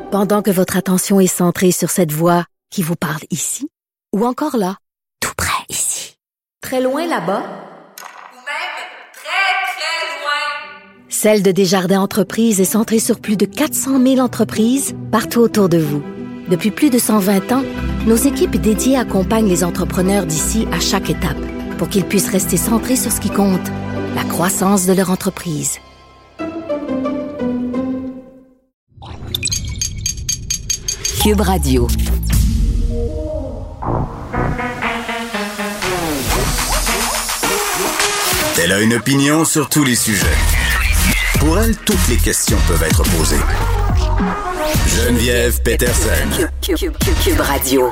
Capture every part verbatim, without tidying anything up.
Pendant que votre attention est centrée sur cette voix qui vous parle ici, ou encore là, tout près ici, très loin là-bas, ou même très, très loin, Celle de Desjardins Entreprises est centrée sur plus de quatre cent mille entreprises partout autour de vous. Depuis plus de cent vingt ans, nos équipes dédiées accompagnent les entrepreneurs d'ici à chaque étape pour qu'ils puissent rester centrés sur ce qui compte, la croissance de leur entreprise. Cube Radio. Elle a une opinion sur tous les sujets. Pour elle, toutes les questions peuvent être posées. Geneviève Peterson. Cube, Cube, Cube, Cube Radio.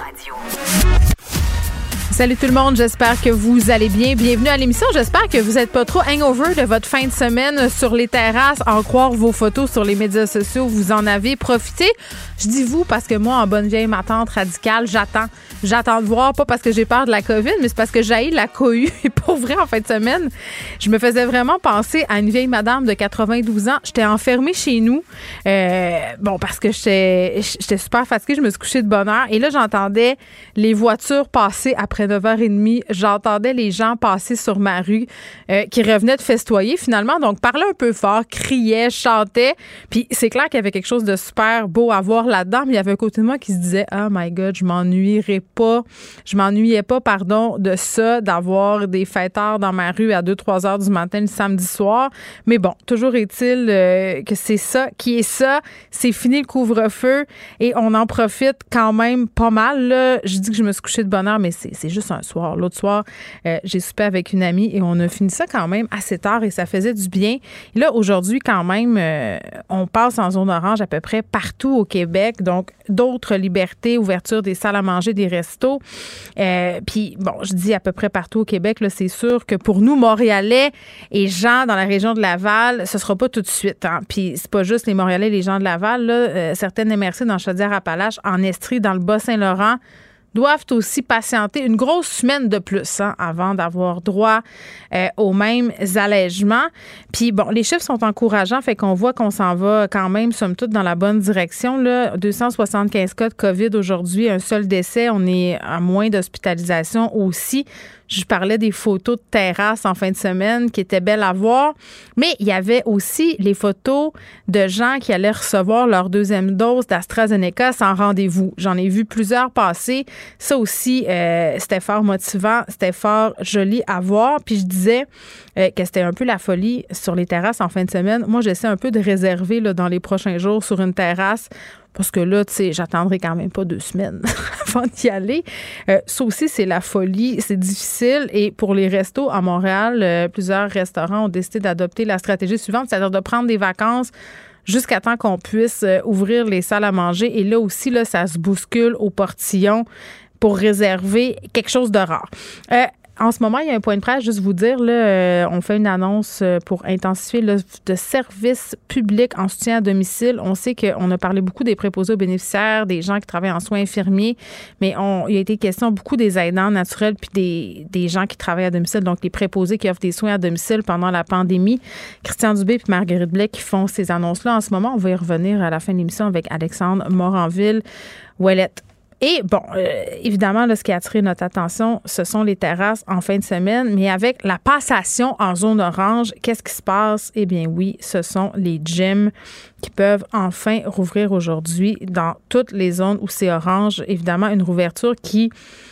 Salut tout le monde, j'espère que vous allez bien. Bienvenue à l'émission. J'espère que vous n'êtes pas trop hangover de votre fin de semaine sur les terrasses, en croire vos photos sur les médias sociaux. Vous en avez profité. Je dis vous parce que moi, en bonne vieille ma tante radicale, j'attends. J'attends de voir, pas parce que j'ai peur de la COVID, mais c'est parce que j'haïs la cohue. Et pour vrai, en fin de semaine, je me faisais vraiment penser à une vieille madame de quatre-vingt-douze ans. J'étais enfermée chez nous. Euh, bon, parce que j'étais, j'étais super fatiguée. Je me suis couchée de bonne heure. Et là, j'entendais les voitures passer après neuf heures trente. J'entendais les gens passer sur ma rue euh, qui revenaient de festoyer finalement. Donc, parlaient un peu fort, criaient, chantaient. Puis c'est clair qu'il y avait quelque chose de super beau à voir là-dedans. Mais il y avait un côté de moi qui se disait « Oh my God, je m'ennuierais pas. Je m'ennuyais pas, pardon, de ça, d'avoir des fêteurs dans ma rue à deux trois heures du matin le samedi soir. » Mais bon, toujours est-il euh, que c'est ça qui est ça. C'est fini le couvre-feu et on en profite quand même pas mal. Là. Je dis que je me suis couchée de bonne heure, mais c'est, c'est juste un soir. L'autre soir, euh, j'ai soupé avec une amie et on a fini ça quand même assez tard et ça faisait du bien. Et là, aujourd'hui, quand même, euh, on passe en zone orange à peu près partout au Québec. Donc, d'autres libertés, ouverture des salles à manger, des restos. Euh, Puis, bon, je dis à peu près partout au Québec, là, c'est sûr que pour nous, Montréalais et gens dans la région de Laval, ce sera pas tout de suite. Hein. Puis, c'est pas juste les Montréalais et les gens de Laval. Là, euh, certaines M R C dans Chaudière-Appalaches, en Estrie, dans le Bas-Saint-Laurent, doivent aussi patienter une grosse semaine de plus hein, avant d'avoir droit euh, aux mêmes allègements. Puis bon, les chiffres sont encourageants, fait qu'on voit qu'on s'en va quand même, somme toute, dans la bonne direction. Là, deux cent soixante-quinze cas de COVID aujourd'hui, un seul décès. On est à moins d'hospitalisation aussi. Je parlais des photos de terrasse en fin de semaine qui étaient belles à voir, mais il y avait aussi les photos de gens qui allaient recevoir leur deuxième dose d'AstraZeneca sans rendez-vous. J'en ai vu plusieurs passer. Ça aussi, euh, c'était fort motivant, c'était fort joli à voir. Puis je disais euh, que c'était un peu la folie sur les terrasses en fin de semaine. Moi, j'essaie un peu de réserver là, dans les prochains jours sur une terrasse. Parce que là, tu sais, j'attendrai quand même pas deux semaines avant d'y aller. Euh, ça aussi, c'est la folie. C'est difficile. Et pour les restos à Montréal, euh, plusieurs restaurants ont décidé d'adopter la stratégie suivante, c'est-à-dire de prendre des vacances jusqu'à temps qu'on puisse euh, ouvrir les salles à manger. Et là aussi, là, ça se bouscule au portillon pour réserver quelque chose de rare. Euh, En ce moment, il y a un point de presse, juste vous dire, là, euh, on fait une annonce pour intensifier l'offre de services publics en soutien à domicile. On sait qu'on a parlé beaucoup des préposés aux bénéficiaires, des gens qui travaillent en soins infirmiers, mais on, il y a été question beaucoup des aidants naturels puis des, des gens qui travaillent à domicile, donc les préposés qui offrent des soins à domicile pendant la pandémie. Christian Dubé puis Marguerite Blais qui font ces annonces-là en ce moment. On va y revenir à la fin de l'émission avec Alexandre Moranville-Ouellette. Et bon, euh, évidemment, là, ce qui a attiré notre attention, ce sont les terrasses en fin de semaine. Mais avec la passation en zone orange, qu'est-ce qui se passe? Eh bien oui, ce sont les gyms qui peuvent enfin rouvrir aujourd'hui dans toutes les zones où c'est orange. Évidemment, une rouverture qui,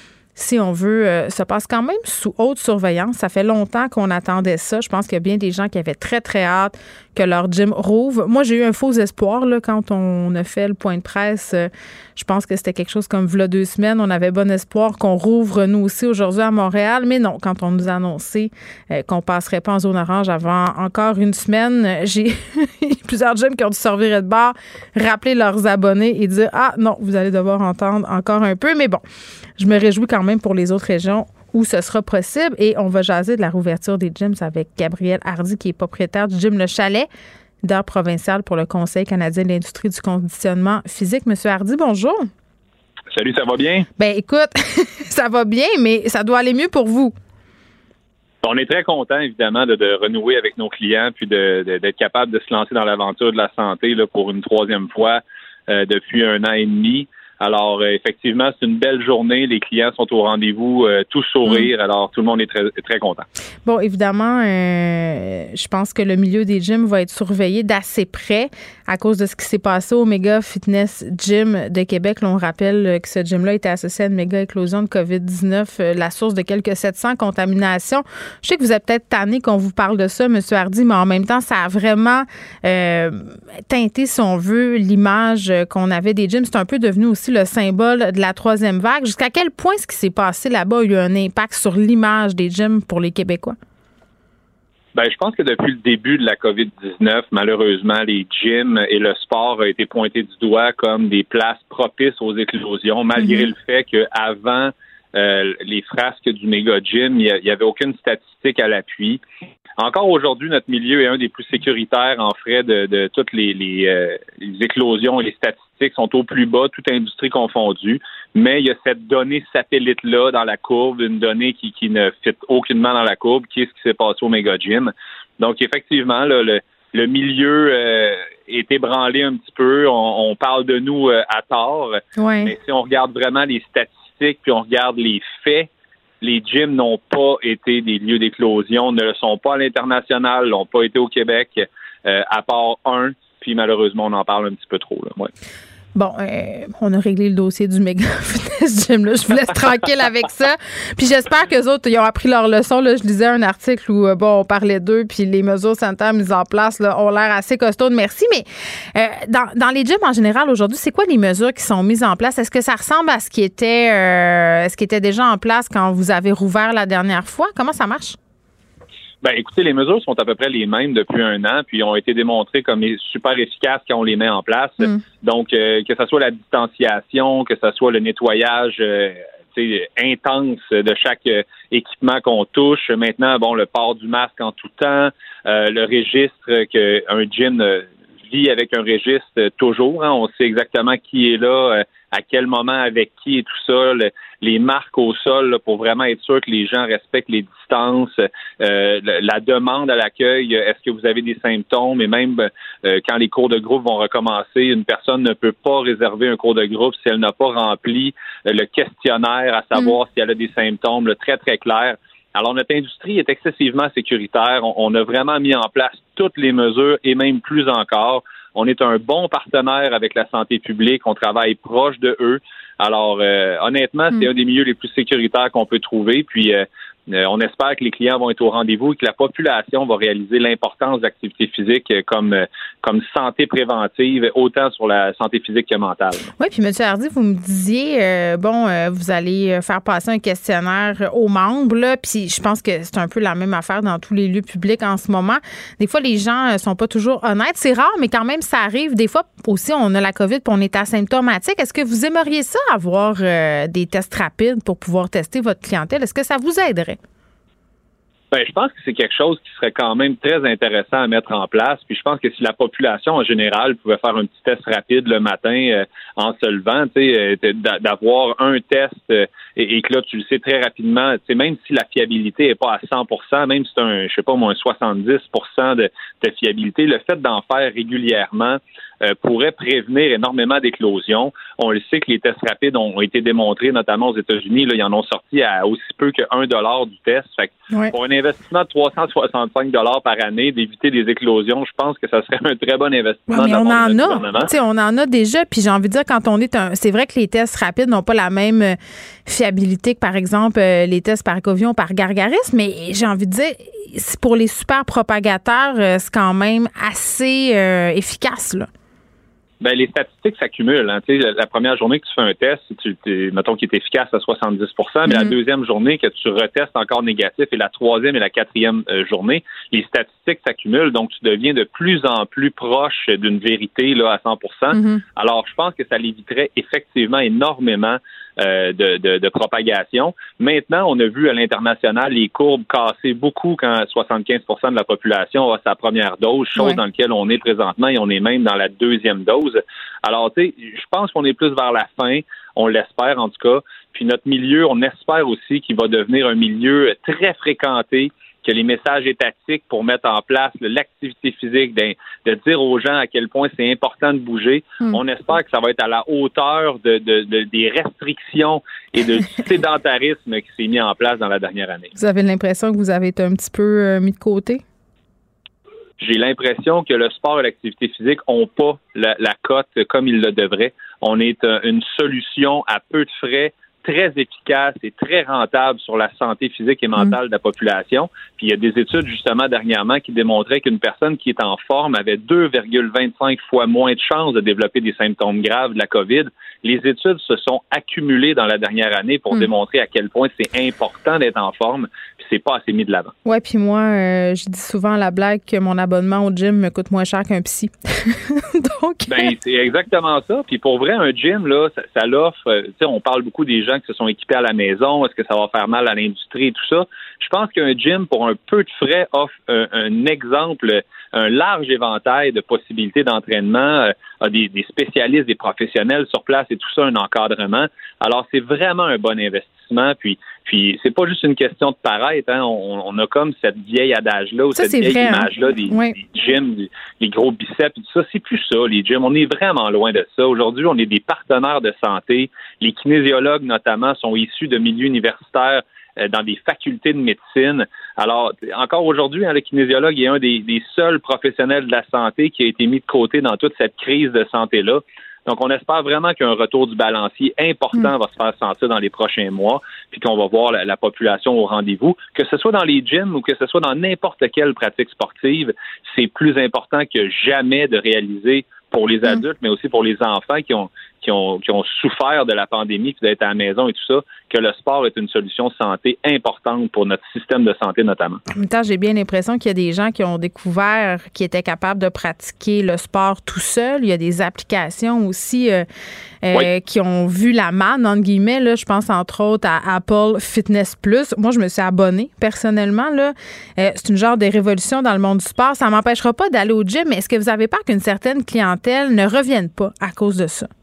si on veut, euh, se passe quand même sous haute surveillance. Ça fait longtemps qu'on attendait ça. Je pense qu'il y a bien des gens qui avaient très, très hâte que leur gym rouvre. Moi, j'ai eu un faux espoir là, quand on a fait le point de presse. Euh, je pense que c'était quelque chose comme v'là deux semaines. On avait bon espoir qu'on rouvre nous aussi aujourd'hui à Montréal. Mais non, quand on nous a annoncé euh, qu'on passerait pas en zone orange avant encore une semaine, j'ai plusieurs gyms qui ont dû se revirer de bord, rappeler leurs abonnés et dire « Ah non, vous allez devoir entendre encore un peu. » Mais bon, je me réjouis quand même pour les autres régions où ce sera possible. Et on va jaser de la rouverture des gyms avec Gabriel Hardy, qui est propriétaire du gym Le Chalet, leader provincial pour le Conseil canadien de l'industrie du conditionnement physique. Monsieur Hardy, bonjour. Salut, ça va bien? Ben écoute, ça va bien, mais ça doit aller mieux pour vous. On est très content, évidemment, de, de renouer avec nos clients puis de, de, d'être capable de se lancer dans l'aventure de la santé là, pour une troisième fois. euh, depuis un an et demi. Alors, euh, effectivement, c'est une belle journée. Les clients sont au rendez-vous, euh, tous sourire. Alors, tout le monde est très, très content. Bon, évidemment, euh, je pense que le milieu des gyms va être surveillé d'assez près à cause de ce qui s'est passé au Méga Fitness Gym de Québec. Là, on rappelle que ce gym-là était associé à une méga éclosion de covid dix-neuf, euh, la source de quelques sept cents contaminations. Je sais que vous êtes peut-être tanné qu'on vous parle de ça, M. Hardy, mais en même temps, ça a vraiment euh, teinté, si on veut, l'image qu'on avait des gyms. C'est un peu devenu aussi le symbole de la troisième vague. Jusqu'à quel point ce qui s'est passé là-bas a eu un impact sur l'image des gyms pour les Québécois? Ben, je pense que depuis le début de la covid dix-neuf, malheureusement, les gyms et le sport ont été pointés du doigt comme des places propices aux éclosions, malgré mm-hmm. le fait qu'avant euh, les frasques du méga gym, il n'y avait aucune statistique à l'appui. Encore aujourd'hui, notre milieu est un des plus sécuritaires en frais de, de toutes les, les, euh, les éclosions et les statistiques sont au plus bas, toute industrie confondue. Mais il y a cette donnée satellite-là dans la courbe, une donnée qui, qui ne fit aucunement dans la courbe, qui est ce qui s'est passé au Méga Gym. Donc, effectivement, là, le, le milieu euh, est ébranlé un petit peu. On, on parle de nous euh, à tort. Ouais. Mais si on regarde vraiment les statistiques puis on regarde les faits, les gyms n'ont pas été des lieux d'éclosion, ne le sont pas à l'international, n'ont pas été au Québec, euh, à part un, puis malheureusement, on en parle un petit peu trop. Là. Ouais. Bon, euh, on a réglé le dossier du méga fitness gym. Là. Je vous laisse tranquille avec ça. Puis j'espère qu'eux autres, ils ont appris leur leçon. Là. Je lisais un article où euh, bon, on parlait d'eux, puis les mesures sanitaires mises en place là, ont l'air assez costaudes. Merci. Mais euh, dans, dans les gyms en général aujourd'hui, c'est quoi les mesures qui sont mises en place? Est-ce que ça ressemble à ce qui était, euh, ce qui était déjà en place quand vous avez rouvert la dernière fois? Comment ça marche? Ben, écoutez, les mesures sont à peu près les mêmes depuis un an, puis ont été démontrées comme super efficaces quand on les met en place. Mm. Donc, euh, que ce soit la distanciation, que ce soit le nettoyage euh, intense de chaque euh, équipement qu'on touche. Maintenant, bon, le port du masque en tout temps, euh, le registre qu'un gym euh, vit avec un registre euh, toujours. Hein, on sait exactement qui est là, euh, à quel moment, avec qui et tout ça. Le, les marques au sol là, pour vraiment être sûr que les gens respectent les distances, euh, la demande à l'accueil, est-ce que vous avez des symptômes et même euh, quand les cours de groupe vont recommencer, une personne ne peut pas réserver un cours de groupe si elle n'a pas rempli euh, le questionnaire à savoir mmh. si elle a des symptômes, là, très très clair. Alors notre industrie est excessivement sécuritaire, on, on a vraiment mis en place toutes les mesures et même plus encore. On est un bon partenaire avec la santé publique, on travaille proche de eux. Alors, euh, honnêtement, c'est mmh. un des milieux les plus sécuritaires qu'on peut trouver. Puis, euh, euh, on espère que les clients vont être au rendez-vous et que la population va réaliser l'importance de l'activité physique comme, euh, comme santé préventive, autant sur la santé physique que mentale. Oui, puis M. Hardy, vous me disiez, euh, bon, euh, vous allez faire passer un questionnaire aux membres, là, puis je pense que c'est un peu la même affaire dans tous les lieux publics en ce moment. Des fois, les gens sont pas toujours honnêtes. C'est rare, mais quand même, ça arrive. Des fois, aussi, on a la COVID puis on est asymptomatique. Est-ce que vous aimeriez ça, avoir euh, des tests rapides pour pouvoir tester votre clientèle? Est-ce que ça vous aiderait? Ben, je pense que c'est quelque chose qui serait quand même très intéressant à mettre en place. Puis je pense que si la population en général pouvait faire un petit test rapide le matin euh, en se levant, tu sais, euh, d'avoir un test euh, et, et que là tu le sais très rapidement, tu sais, même si la fiabilité est pas à cent pour cent, même si c'est un, je sais pas moi, un soixante-dix pour cent de, de fiabilité, le fait d'en faire régulièrement euh, pourrait prévenir énormément d'éclosions. On le sait que les tests rapides ont été démontrés, notamment aux États-Unis, là, ils en ont sorti à aussi peu que un dollar du test. Fait que ouais. Pour un investissement de trois cent soixante-cinq dollars par année, d'éviter des éclosions, je pense que ça serait un très bon investissement. Ouais, mais on en a, tu sais, on en a déjà, puis j'ai envie de dire, quand on est un, c'est vrai que les tests rapides n'ont pas la même fiabilité que, par exemple, les tests par Covio, par Gargaris, mais j'ai envie de dire, pour les super propagateurs, c'est quand même assez euh, efficace, là. Ben, les statistiques s'accumulent. Hein. Tu sais, la première journée que tu fais un test, tu, tu, mettons qu'il est efficace à soixante-dix pour cent, mais mm-hmm. la deuxième journée que tu retestes encore négatif et la troisième et la quatrième euh, journée, les statistiques s'accumulent. Donc, tu deviens de plus en plus proche d'une vérité là à cent pour cent. Mm-hmm. Alors, je pense que ça l'éviterait effectivement énormément Euh, de, de, de propagation. Maintenant, on a vu à l'international les courbes casser beaucoup quand soixante-quinze pour cent de la population a sa première dose, chose ouais. dans laquelle on est présentement et on est même dans la deuxième dose. Alors, tu sais, je pense qu'on est plus vers la fin, on l'espère en tout cas. Puis notre milieu, on espère aussi qu'il va devenir un milieu très fréquenté que les messages étatiques pour mettre en place l'activité physique, de, de dire aux gens à quel point c'est important de bouger. Mm. On espère que ça va être à la hauteur de, de, de des restrictions et de, du sédentarisme qui s'est mis en place dans la dernière année. Vous avez l'impression que vous avez été un petit peu euh, mis de côté? J'ai l'impression que le sport et l'activité physique n'ont pas la, la cote comme ils le devraient. On est euh, une solution à peu de frais, très efficace et très rentable sur la santé physique et mentale mmh. de la population. Puis il y a des études justement dernièrement qui démontraient qu'une personne qui est en forme avait deux virgule vingt-cinq fois moins de chances de développer des symptômes graves de la COVID. Les études se sont accumulées dans la dernière année pour mmh. démontrer à quel point c'est important d'être en forme, puis c'est pas assez mis de l'avant. Ouais, puis moi, euh, je dis souvent à la blague que mon abonnement au gym me coûte moins cher qu'un psy. Donc, ben c'est exactement ça. Puis pour vrai, un gym là, ça, ça l'offre. Tu sais, on parle beaucoup des gens qui se sont équipés à la maison. Est-ce que ça va faire mal à l'industrie et tout ça? Je pense qu'un gym, pour un peu de frais, offre un, un exemple, un large éventail de possibilités d'entraînement, euh, a des, des spécialistes, des professionnels sur place et tout ça, un encadrement. Alors, c'est vraiment un bon investissement. Puis, puis c'est pas juste une question de paraître. Hein. On, on a comme cette vieille adage-là ou ça, cette vieille vrai, image-là hein? des, oui. des gyms, des, les gros biceps et tout ça. C'est plus ça, les gyms. On est vraiment loin de ça. Aujourd'hui, on est des partenaires de santé. Les kinésiologues, notamment, sont issus de milieux universitaires euh, dans des facultés de médecine. Alors, encore aujourd'hui, hein, le kinésiologue est un des, des seuls professionnels de la santé qui a été mis de côté dans toute cette crise de santé-là. Donc, on espère vraiment qu'un retour du balancier important mmh. va se faire sentir dans les prochains mois, puis qu'on va voir la, la population au rendez-vous. Que ce soit dans les gyms ou que ce soit dans n'importe quelle pratique sportive, c'est plus important que jamais de réaliser pour les adultes, mmh. mais aussi pour les enfants qui ont qui ont qui ont souffert de la pandémie puis d'être à la maison et tout ça, que le sport est une solution santé importante pour notre système de santé notamment. En même temps, j'ai bien l'impression qu'il y a des gens qui ont découvert qu'ils étaient capables de pratiquer le sport tout seul. Il y a des applications aussi euh, euh, oui. qui ont vu la manne, entre guillemets. Là, je pense entre autres à Apple Fitness Plus. Moi, je me suis abonnée personnellement. Là. Euh, c'est une genre de révolution dans le monde du sport. Ça ne m'empêchera pas d'aller au gym, mais est-ce que vous avez peur qu'une certaine clientèle ne revienne pas à cause de ça?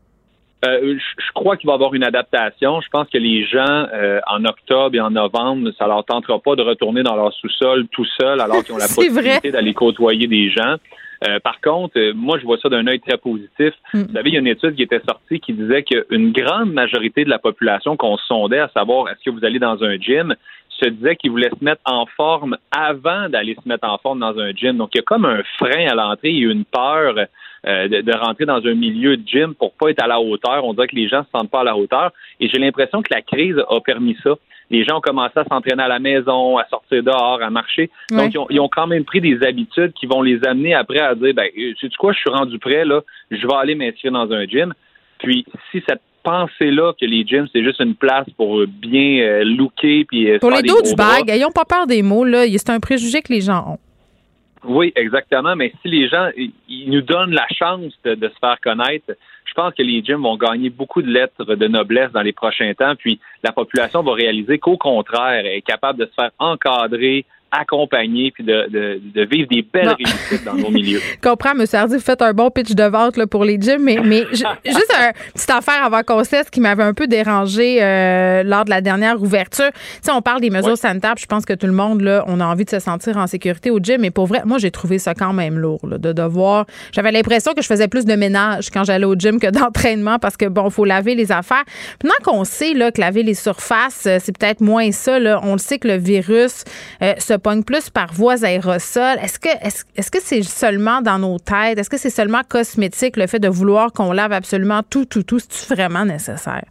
Euh, je crois qu'il va y avoir une adaptation. Je pense que les gens, euh, en octobre et en novembre, ça leur tentera pas de retourner dans leur sous-sol tout seuls alors qu'ils ont la possibilité vrai. d'aller côtoyer des gens. Euh, par contre, euh, moi, je vois ça d'un œil très positif. Mm. Vous savez, il y a une étude qui était sortie qui disait qu'une grande majorité de la population qu'on sondait, à savoir est-ce que vous allez dans un gym, se disait qu'ils voulaient se mettre en forme avant d'aller se mettre en forme dans un gym. Donc, il y a comme un frein à l'entrée et une peur euh, de, de rentrer dans un milieu de gym pour pas être à la hauteur. On dirait que les gens se sentent pas à la hauteur. Et j'ai l'impression que la crise a permis ça. Les gens ont commencé à s'entraîner à la maison, à sortir dehors, à marcher. Ouais. Donc, ils ont, ils ont quand même pris des habitudes qui vont les amener après à dire, ben, sais-tu quoi, je suis rendu prêt, là, je vais aller m'inscrire dans un gym. Puis, si cette pensée-là que les gyms, c'est juste une place pour bien euh, looker puis euh, pour les dos du bag, ayons pas peur des mots, là. C'est un préjugé que les gens ont. Oui, exactement. Mais si les gens, ils nous donnent la chance de, de se faire connaître, je pense que les gyms vont gagner beaucoup de lettres de noblesse dans les prochains temps. Puis la population va réaliser qu'au contraire, elle est capable de se faire encadrer, accompagner puis de, de, de vivre des belles non. réussites dans nos milieux. Je comprends, M. Hardy, vous faites un bon pitch de vente là, pour les gyms, mais, mais je, juste une petite affaire avant qu'on cesse qui m'avait un peu dérangé euh, lors de la dernière ouverture. Tu sais, on parle des mesures ouais. sanitaires, puis je pense que tout le monde, là, on a envie de se sentir en sécurité au gym, mais pour vrai, moi, j'ai trouvé ça quand même lourd, là, de devoir... J'avais l'impression que je faisais plus de ménage quand j'allais au gym que d'entraînement parce que, bon, il faut laver les affaires. Maintenant qu'on sait là, que laver les surfaces, c'est peut-être moins ça, là, on le sait que le virus euh, se pogne plus par voies aérosols. Est-ce que est-ce, est-ce que c'est seulement dans nos têtes? Est-ce que c'est seulement cosmétique, le fait de vouloir qu'on lave absolument tout, tout, tout? C'est-tu vraiment nécessaire?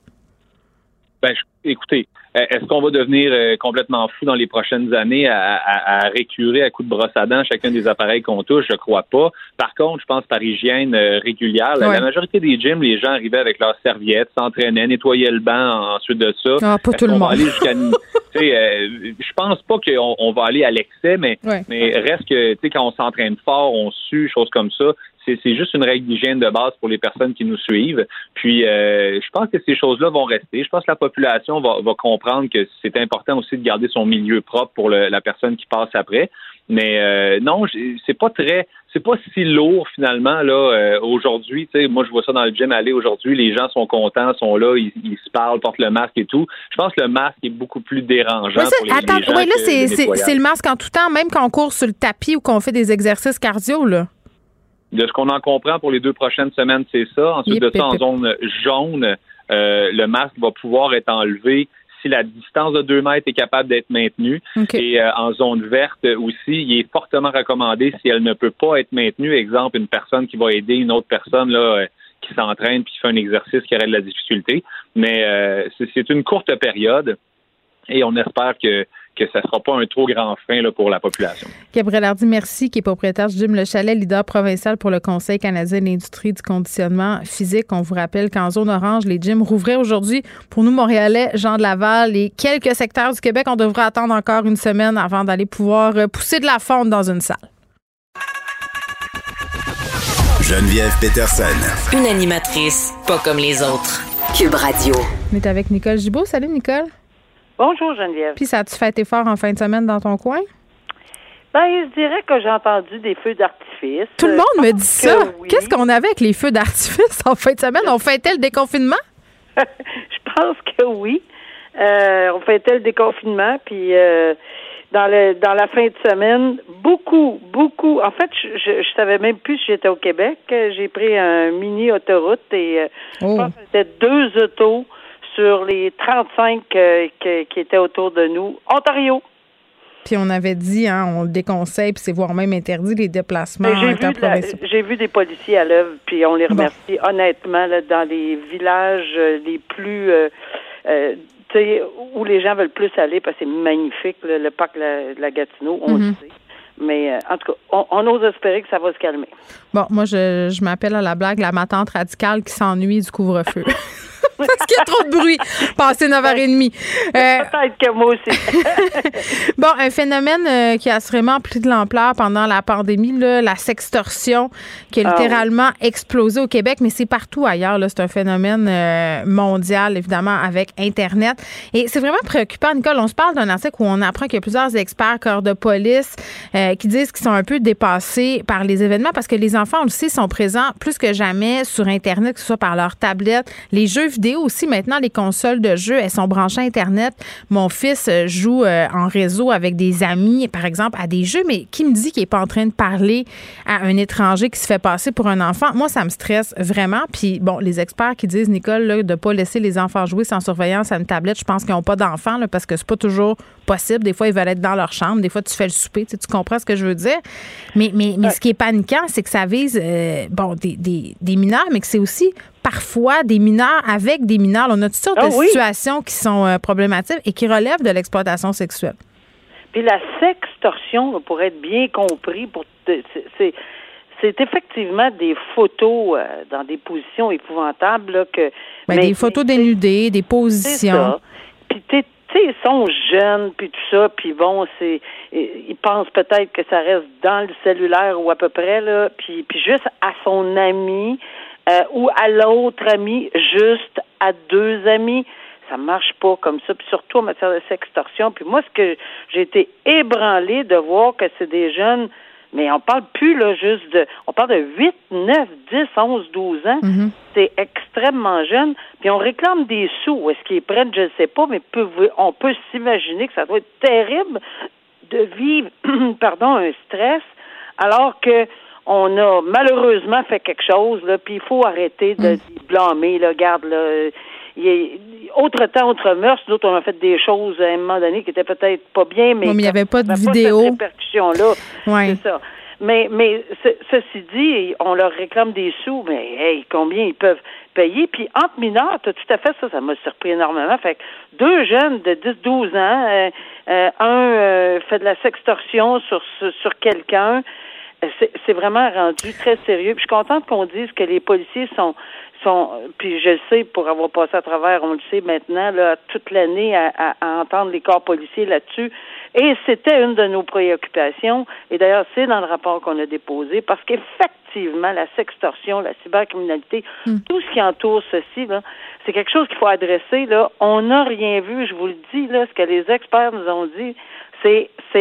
Ben, je, écoutez, est-ce qu'on va devenir euh, complètement fou dans les prochaines années à, à, à récurer à coups de brosse à dents chacun des appareils qu'on touche? Je crois pas. Par contre, je pense par hygiène euh, régulière, la, ouais. la majorité des gyms, les gens arrivaient avec leurs serviettes, s'entraînaient, nettoyaient le banc ensuite de ça. Ah, pas tout le monde. Aller jusqu'à, euh, je pense pas qu'on on va aller à l'excès, mais, ouais. mais reste que quand on s'entraîne fort, on sue, choses comme ça. C'est, c'est juste une règle d'hygiène de base pour les personnes qui nous suivent. Puis, euh, je pense que ces choses-là vont rester. Je pense que la population va, va comprendre que c'est important aussi de garder son milieu propre pour le, la personne qui passe après. Mais euh, non, c'est pas très, c'est pas si lourd finalement là euh, aujourd'hui. Tu sais, moi je vois ça dans le gym aller aujourd'hui. Les gens sont contents, sont là, ils, ils se parlent, portent le masque et tout. Je pense que le masque est beaucoup plus dérangeant ouais, pour les, attends, les gens. Ouais, là que c'est, le c'est, c'est le masque en tout temps, même quand on court sur le tapis ou qu'on fait des exercices cardio là. De ce qu'on en comprend pour les deux prochaines semaines, c'est ça. Ensuite yep, de ça, yep, en zone jaune, euh, le masque va pouvoir être enlevé si la distance de deux mètres est capable d'être maintenue. Okay. Et euh, en zone verte aussi, il est fortement recommandé si elle ne peut pas être maintenue. Exemple, une personne qui va aider une autre personne là euh, qui s'entraîne puis qui fait un exercice qui aurait de la difficulté. Mais euh, c'est, c'est une courte période et on espère que que ça ne sera pas un trop grand frein là, pour la population. Gabriel Hardy, merci, qui est propriétaire du gym Le Chalet, leader provincial pour le Conseil canadien de l'industrie du conditionnement physique. On vous rappelle qu'en zone orange, les gyms rouvraient aujourd'hui. Pour nous, Montréalais, Jean de Laval et quelques secteurs du Québec, on devrait attendre encore une semaine avant d'aller pouvoir pousser de la fonte dans une salle. Geneviève Peterson. Une animatrice pas comme les autres. Cube Radio. On est avec Nicole Gibault. Salut, Nicole. Bonjour, Geneviève. Puis, ça a-tu fait effort en fin de semaine dans ton coin? Ben, je dirais que j'ai entendu des feux d'artifice. Tout le monde me dit ça. Oui. Qu'est-ce qu'on avait avec les feux d'artifice en fin de semaine? On fêtait le déconfinement? Je pense que oui. Euh, on fêtait le déconfinement, puis euh, dans le dans la fin de semaine, beaucoup, beaucoup. En fait, je, je, je savais même plus si j'étais au Québec. J'ai pris un mini autoroute et euh, oh. je pense que c'était deux autos sur les trente-cinq euh, que, qui étaient autour de nous. Ontario. Puis on avait dit, hein, on le déconseille, puis c'est voire même interdit les déplacements j'ai interprovinciaux. Vu j'ai vu des policiers à l'œuvre, puis on les remercie bon. honnêtement là, dans les villages les plus, euh, euh, tu sais, où les gens veulent plus aller, parce que c'est magnifique, là, le parc de la, la Gatineau, on mm-hmm. le sait. Mais euh, en tout cas, on, on ose espérer que ça va se calmer. Bon, moi, je, je m'appelle à la blague la ma tante radicale qui s'ennuie du couvre-feu. Parce qu'il y a trop de bruit, passé neuf heures trente. Euh, Peut-être que moi aussi. Bon, un phénomène euh, qui a assurément pris de l'ampleur pendant la pandémie, là, la sextorsion, qui a littéralement ah, oui. explosé au Québec, mais c'est partout ailleurs. Là, c'est un phénomène euh, mondial, évidemment, avec Internet. Et c'est vraiment préoccupant, Nicole. On se parle d'un article où on apprend qu'il y a plusieurs experts, corps de police, euh, qui disent qu'ils sont un peu dépassés par les événements parce que les enfants, on le sait, sont présents plus que jamais sur Internet, que ce soit par leur tablette, les jeux vidéo aussi. Maintenant, les consoles de jeux, elles sont branchées à Internet. Mon fils joue euh, en réseau avec des amis, par exemple, à des jeux, mais qui me dit qu'il n'est pas en train de parler à un étranger qui se fait passer pour un enfant? Moi, ça me stresse vraiment. Puis, bon, les experts qui disent, Nicole, là, de ne pas laisser les enfants jouer sans surveillance à une tablette, je pense qu'ils n'ont pas d'enfants là, parce que c'est pas toujours possible. Des fois, ils veulent être dans leur chambre. Des fois, tu fais le souper. Tu sais, tu comprends ce que je veux dire? Mais, mais, mais ouais. ce qui est paniquant, c'est que ça vise euh, bon, des, des, des mineurs, mais que c'est aussi parfois des mineurs avec des mineurs. On a toutes sortes ah, de oui. situations qui sont euh, problématiques et qui relèvent de l'exploitation sexuelle. Puis la sextorsion, pour être bien compris, pour c'est, c'est, c'est effectivement des photos euh, dans des positions épouvantables. Là, que, ben, mais, des photos mais, dénudées, des positions. C'est ça. Puis tu sais, ils sont jeunes, puis tout ça, puis bon, c'est, ils pensent peut-être que ça reste dans le cellulaire ou à peu près, là, puis, puis juste à son ami, Euh, ou à l'autre ami, juste à deux amis. Ça marche pas comme ça, puis surtout en matière de sextorsion. Puis moi, ce que j'ai été ébranlée de voir que c'est des jeunes, mais on parle plus là juste de, on parle de huit, neuf, dix, onze, douze ans. Mm-hmm. C'est extrêmement jeune. Puis on réclame des sous. Est-ce qu'ils prennent, je ne sais pas, mais peut, on peut s'imaginer que ça doit être terrible de vivre, pardon, un stress, alors que on a malheureusement fait quelque chose, là, puis il faut arrêter de mmh. blâmer, là, regarde, là, il y a, autre temps, autre mœurs, nous autres, on a fait des choses à un moment donné qui étaient peut-être pas bien, mais il n'y avait pas de avait vidéo. Pas cette répercussion-là, ouais. c'est ça. Mais, mais ce, ceci dit, on leur réclame des sous, mais hey, combien ils peuvent payer? Puis entre mineurs, t'as tout à fait ça, ça m'a surpris énormément. Fait que deux jeunes de dix douze ans, euh, euh, un euh, fait de la sextorsion sur, sur, sur quelqu'un. C'est, c'est vraiment rendu très sérieux. Puis je suis contente qu'on dise que les policiers sont, sont, puis je le sais pour avoir passé à travers, on le sait maintenant, là, toute l'année à, à, à entendre les corps policiers là-dessus. Et c'était une de nos préoccupations. Et d'ailleurs, c'est dans le rapport qu'on a déposé, parce qu'effectivement, la sextorsion, la cybercriminalité, mm. tout ce qui entoure ceci, là, c'est quelque chose qu'il faut adresser. Là. On n'a rien vu, je vous le dis, là, ce que les experts nous ont dit, c'est, c'est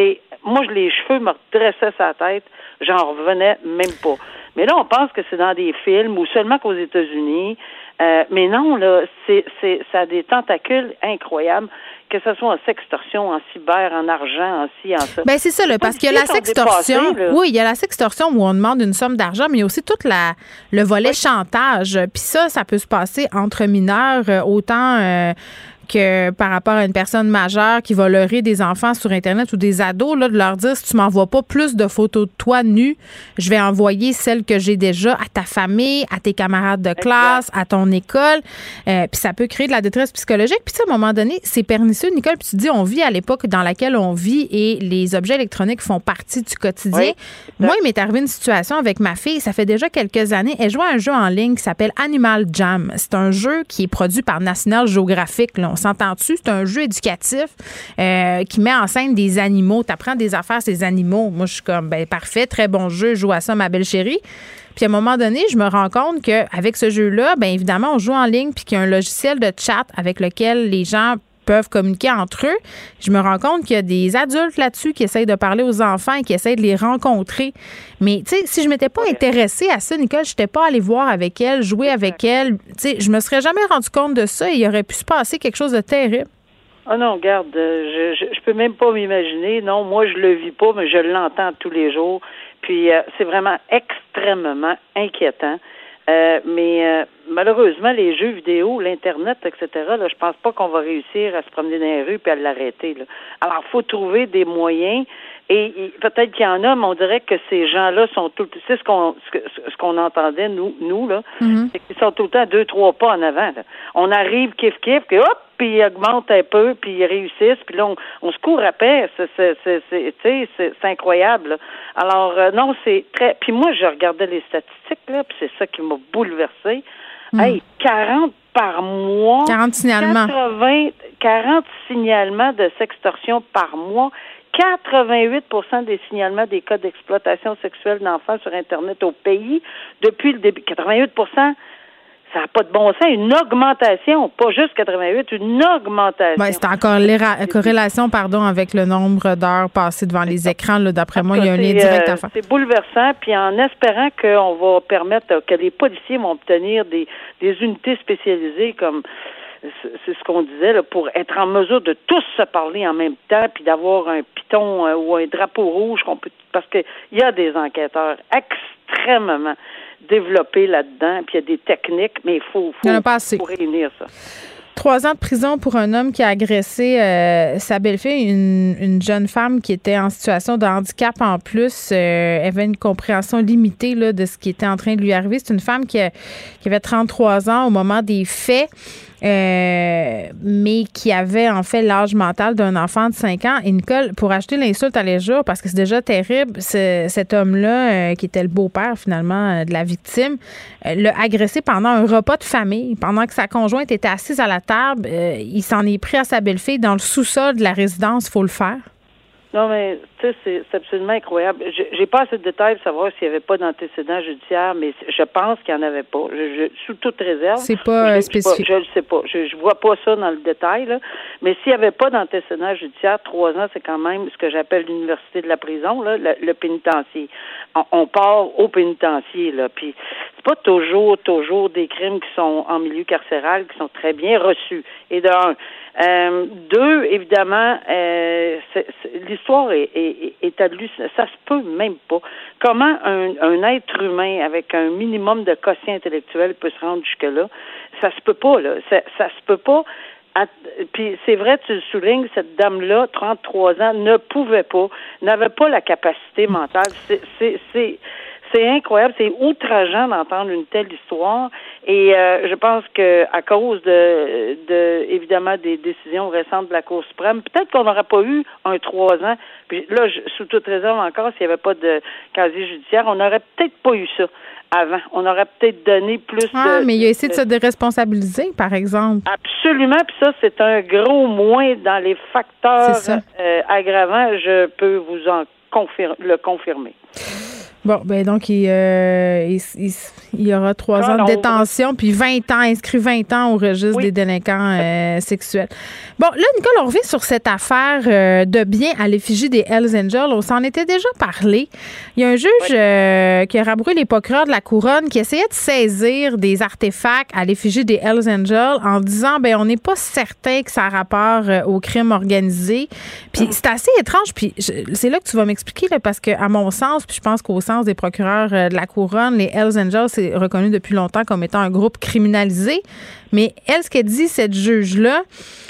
moi, je les cheveux me redressaient sa tête, j'en revenais même pas. Mais là, on pense que c'est dans des films ou seulement qu'aux États-Unis. Euh, mais non, là, c'est, c'est, ça a des tentacules incroyables, que ce soit en sextorsion, en cyber, en argent, en ci, en ça. Ben c'est ça, là, parce qu'il y a la sextorsion. Oui, il y a la sextorsion où on demande une somme d'argent, mais il y a aussi tout la, le volet oui. chantage. Puis ça, ça peut se passer entre mineurs, autant euh, que par rapport à une personne majeure qui va leurrer des enfants sur Internet ou des ados, là, de leur dire, si tu m'envoies pas plus de photos de toi nu, je vais envoyer celles que j'ai déjà à ta famille, à tes camarades de classe, exact. À ton école. Euh, puis ça peut créer de la détresse psychologique. Puis à un moment donné, c'est pernicieux, Nicole. Puis tu dis, on vit à l'époque dans laquelle on vit et les objets électroniques font partie du quotidien. Oui, moi, il m'est arrivé une situation avec ma fille, ça fait déjà quelques années. Elle jouait à un jeu en ligne qui s'appelle Animal Jam. C'est un jeu qui est produit par National Geographic, là. On s'entend-tu? C'est un jeu éducatif euh, qui met en scène des animaux. Tu apprends des affaires sur ces animaux. Moi, je suis comme, ben parfait, très bon jeu, je joue à ça, ma belle chérie. Puis à un moment donné, je me rends compte qu'avec ce jeu-là, bien évidemment, on joue en ligne puis qu'il y a un logiciel de chat avec lequel les gens peuvent communiquer entre eux. Je me rends compte qu'il y a des adultes là-dessus qui essayent de parler aux enfants et qui essayent de les rencontrer. Mais, tu sais, si je m'étais pas intéressée à ça, Nicole, je n'étais pas allée voir avec elle, jouer avec elle, tu sais, je me serais jamais rendu compte de ça et il aurait pu se passer quelque chose de terrible. Ah non, regarde, je, je, je peux même pas m'imaginer. Non, moi, je le vis pas, mais je l'entends tous les jours. Puis, euh, c'est vraiment extrêmement inquiétant. Euh, mais euh, malheureusement, les jeux vidéo, l'Internet, et cetera, là, je pense pas qu'on va réussir à se promener dans les rues et à l'arrêter. Là. Alors, il faut trouver des moyens. Et, et peut-être qu'il y en a, mais on dirait que ces gens-là sont tout c'est ce qu'on ce, que, ce qu'on entendait, nous, nous là, mm-hmm. c'est qu'ils sont tout le temps deux, trois pas en avant. Là. On arrive kiff kiff, puis hop, puis ils augmentent un peu, puis ils réussissent, puis là, on, on se court après. C'est, c'est, c'est, c'est, c'est, c'est, c'est incroyable. Là. Alors, euh, non, c'est très... Puis moi, je regardais les statistiques, là, puis c'est ça qui m'a bouleversée. Mm. Hey, quarante par mois. quarante signalements. quatre-vingts, quarante signalements de sextorsion par mois. quatre-vingt-huit pour cent des signalements des cas d'exploitation sexuelle d'enfants sur Internet au pays depuis le début. quatre-vingt-huit pour cent, ça n'a pas de bon sens. Une augmentation, pas juste quatre-vingt-huit, une augmentation. Ben, c'est encore la corrélation pardon, avec le nombre d'heures passées devant les écrans. Là, d'après moi, il y a un lien direct à faire. C'est bouleversant, puis en espérant qu'on va permettre que les policiers vont obtenir des, des unités spécialisées comme... C'est ce qu'on disait, là, pour être en mesure de tous se parler en même temps, puis d'avoir un piton euh, ou un drapeau rouge, qu'on peut, parce qu'il y a des enquêteurs extrêmement développés là-dedans, puis il y a des techniques, mais il faut, faut, faut réunir ça. Trois ans de prison pour un homme qui a agressé euh, sa belle-fille, une, une jeune femme qui était en situation de handicap en plus. Euh, elle avait une compréhension limitée là, de ce qui était en train de lui arriver. C'est une femme qui, a, qui avait trente-trois ans au moment des faits. Euh, mais qui avait en fait l'âge mental d'un enfant de cinq ans. Et Nicole, pour acheter l'insulte à l'injure, parce que c'est déjà terrible, c'est, cet homme-là, euh, qui était le beau-père finalement euh, de la victime, euh, l'a agressé pendant un repas de famille. Pendant que sa conjointe était assise à la table, euh, il s'en est pris à sa belle-fille dans le sous-sol de la résidence. Il faut le faire. Non, mais tu sais, c'est, c'est absolument incroyable. Je, j'ai pas assez de détails pour savoir s'il n'y avait pas d'antécédent judiciaire, mais je pense qu'il n'y en avait pas. Je, je, sous toute réserve. C'est pas je, spécifique. Je ne sais pas. Je, je vois pas ça dans le détail, là. Mais s'il n'y avait pas d'antécédent judiciaire, trois ans, c'est quand même ce que j'appelle l'université de la prison, là, le, le pénitencier. On, on part au pénitencier, là. Puis c'est pas toujours, toujours des crimes qui sont en milieu carcéral, qui sont très bien reçus. Et de un. Euh, deux, évidemment, euh, c'est, c'est, l'histoire est, est, est établie, ça se peut même pas. Comment un, un être humain avec un minimum de quotient intellectuel peut se rendre jusque-là? Ça se peut pas, là. Ça, ça se peut pas. À, puis c'est vrai, tu le soulignes, cette dame-là, trente-trois ans, ne pouvait pas, n'avait pas la capacité mentale. C'est, c'est, c'est C'est incroyable, c'est outrageant d'entendre une telle histoire et euh, je pense que à cause de, de évidemment des décisions récentes de la Cour suprême, peut-être qu'on n'aurait pas eu un trois ans. Puis là, je, sous toute réserve encore, s'il n'y avait pas de casier judiciaire, on n'aurait peut-être pas eu ça avant. On aurait peut-être donné plus ah, de... mais il a essayé de, de se déresponsabiliser, par exemple. Absolument, puis ça, c'est un gros moins dans les facteurs euh, aggravants. Je peux vous en confir- le confirmer. Bon, ben donc, il, euh, il, il, Il y aura trois ans de détention, puis vingt ans, inscrit vingt ans au registre oui. des délinquants euh, sexuels. Bon, là, Nicole, on revient sur cette affaire euh, de biens à l'effigie des Hells Angels. On s'en était déjà parlé. Il y a un juge oui. euh, qui a rabroué les procureurs de la Couronne qui essayait de saisir des artefacts à l'effigie des Hells Angels en disant, ben on n'est pas certain que ça a rapport euh, au crime organisé. Puis c'est assez étrange, puis je, c'est là que tu vas m'expliquer, là, parce que à mon sens, puis je pense qu'au sens des procureurs euh, de la Couronne, les Hells Angels, c'est reconnu depuis longtemps comme étant un groupe criminalisé. Mais elle, ce qu'elle dit, cette juge-là,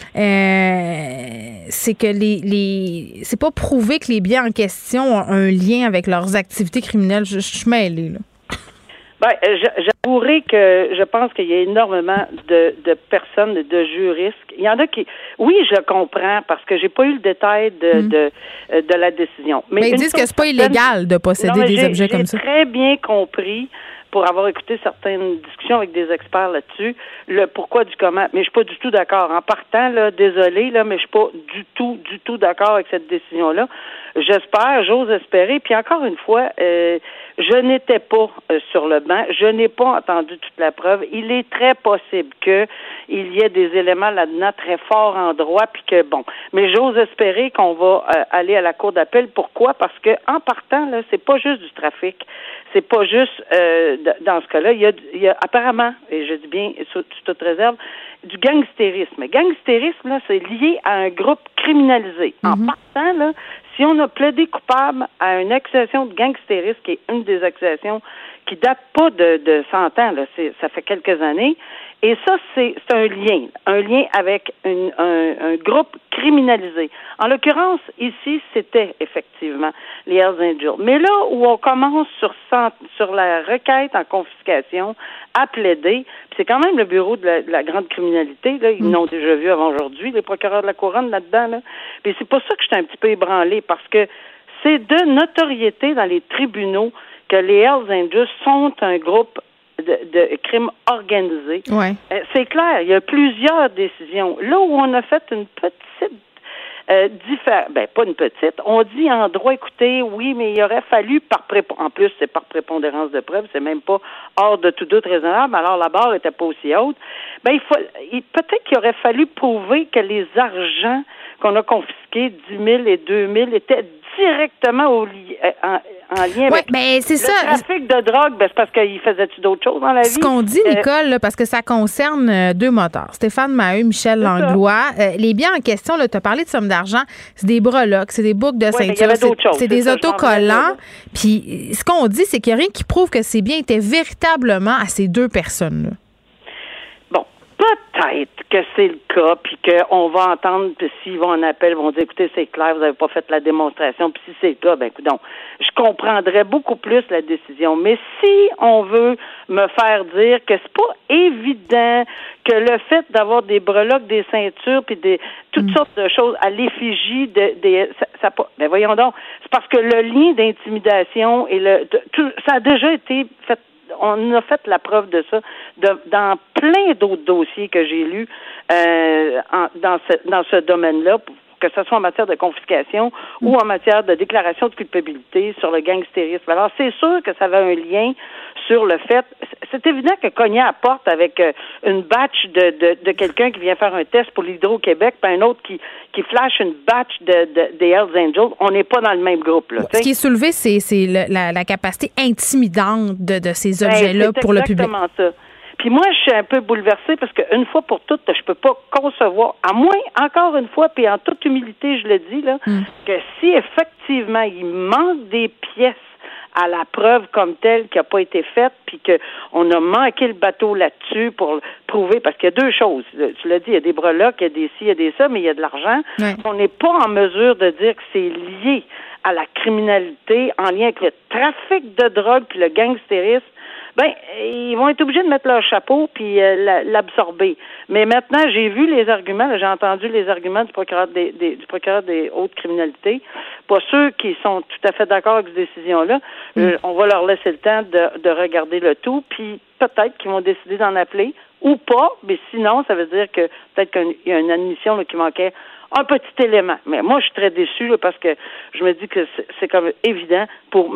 euh, c'est que les, les c'est pas prouvé que les biens en question ont un lien avec leurs activités criminelles. Je, je suis mêlée, là. Ben, j'avouerai que je pense qu'il y a énormément de, de personnes, de juristes. Il y en a qui, oui, je comprends parce que j'ai pas eu le détail de mmh. de, de la décision. Mais, Mais ils disent que c'est pas illégal de posséder non, des objets comme ça. J'ai très bien compris, pour avoir écouté certaines discussions avec des experts là-dessus, le pourquoi du comment. Mais je suis pas du tout d'accord. En partant, là, désolé, là, mais je suis pas du tout, du tout d'accord avec cette décision-là. J'espère, j'ose espérer. Puis encore une fois, euh, je n'étais pas euh, sur le banc. Je n'ai pas entendu toute la preuve. Il est très possible que il y ait des éléments là-dedans très forts en droit, puis que bon. Mais j'ose espérer qu'on va euh, aller à la cour d'appel. Pourquoi? Parce que en partant, là, c'est pas juste du trafic. C'est pas juste euh, dans ce cas-là. Il y a, il y a apparemment, et je dis bien sous, sous toute réserve, du gangstérisme. Gangstérisme, là, c'est lié à un groupe criminalisé. Mm-hmm. En partant, là, si on a plaidé coupable à une accusation de gangstérisme, qui est une des accusations qui date pas de, de cent ans, là, c'est, ça fait quelques années, et ça, c'est, c'est un lien, un lien avec une, un, un groupe criminalisé. En l'occurrence, ici, c'était effectivement les Hells Angels. Mais là où on commence sur, sur la requête en confiscation à plaider, puis c'est quand même le bureau de la, de la grande criminalité, là, ils l'ont déjà vu avant aujourd'hui, les procureurs de la Couronne là-dedans, là. Puis c'est pour ça que je suis un petit peu ébranlée, parce que c'est de notoriété dans les tribunaux que les Hells Angels sont un groupe de, de crimes organisés. Ouais. Euh, c'est clair, il y a plusieurs décisions. Là où on a fait une petite euh, diffé- ben pas une petite, on dit en droit, écoutez, oui, mais il aurait fallu par prép- en plus c'est par prépondérance de preuve, c'est même pas hors de tout doute raisonnable, alors la barre était pas aussi haute. Ben il faut, il, peut-être qu'il aurait fallu prouver que les argents qu'on a confisqués, dix mille et deux mille, étaient directement au li- en, en lien ouais, avec ben, c'est le ça. trafic de drogue. Ben, c'est parce qu'il faisait-tu d'autres choses dans la vie? Ce qu'on dit, Nicole, là, parce que ça concerne euh, deux moteurs, Stéphane Maheu, Michel Langlois. Euh, les biens en question, tu as parlé de somme d'argent, c'est des breloques, c'est des boucles de ouais, ceinture, c'est, choses, c'est des ça, autocollants. Puis ce qu'on dit, c'est qu'il n'y a rien qui prouve que ces biens étaient véritablement à ces deux personnes-là. Peut-être que c'est le cas, puis qu'on va entendre, puis s'ils vont en appel, ils vont dire, écoutez, c'est clair, vous n'avez pas fait la démonstration, puis si c'est le cas, ben écoute, donc, je comprendrais beaucoup plus la décision. Mais si on veut me faire dire que c'est pas évident que le fait d'avoir des breloques, des ceintures, puis des toutes mm. sortes de choses à l'effigie de des ça, ça pas, ben voyons donc, c'est parce que le lien d'intimidation et le de, tout, ça a déjà été fait. On a fait la preuve de ça de, dans plein d'autres dossiers que j'ai lus euh, en, dans ce, dans ce domaine-là, que ce soit en matière de confiscation mmh. ou en matière de déclaration de culpabilité sur le gangstérisme. Alors, c'est sûr que ça avait un lien sur le fait... C'est évident que cogner à la porte avec euh, une batch de, de, de quelqu'un qui vient faire un test pour l'Hydro-Québec, puis un autre qui, qui flash une batch de, de, des Hells Angels, on n'est pas dans le même groupe. Là, ce qui est soulevé, c'est, c'est le, la, la capacité intimidante de, de ces objets-là ben, pour le public. C'est exactement ça. Puis moi, je suis un peu bouleversée parce qu'une fois pour toutes, je peux pas concevoir, à moins, encore une fois, puis en toute humilité, je le dis, là, mm. que si effectivement il manque des pièces à la preuve comme telle qui n'a pas été faite, puis qu'on a manqué le bateau là-dessus pour prouver, parce qu'il y a deux choses. Tu l'as dit, il y a des breloques, il y a des ci, il y a des ça, mais il y a de l'argent. Ouais. On n'est pas en mesure de dire que c'est lié à la criminalité, en lien avec le trafic de drogue puis le gangstérisme. Ben, ils vont être obligés de mettre leur chapeau puis euh, l'absorber. Mais maintenant, j'ai vu les arguments, là, j'ai entendu les arguments du procureur des, des du procureur des hautes criminalités. Pas ceux qui sont tout à fait d'accord avec cette décision-là. Mm. Euh, on va leur laisser le temps de, de regarder le tout, puis peut-être qu'ils vont décider d'en appeler ou pas. Mais sinon, ça veut dire que peut-être qu'il y a une admission là, qui manquait un petit élément. Mais moi, je suis très déçue là, parce que je me dis que c'est, c'est comme évident pour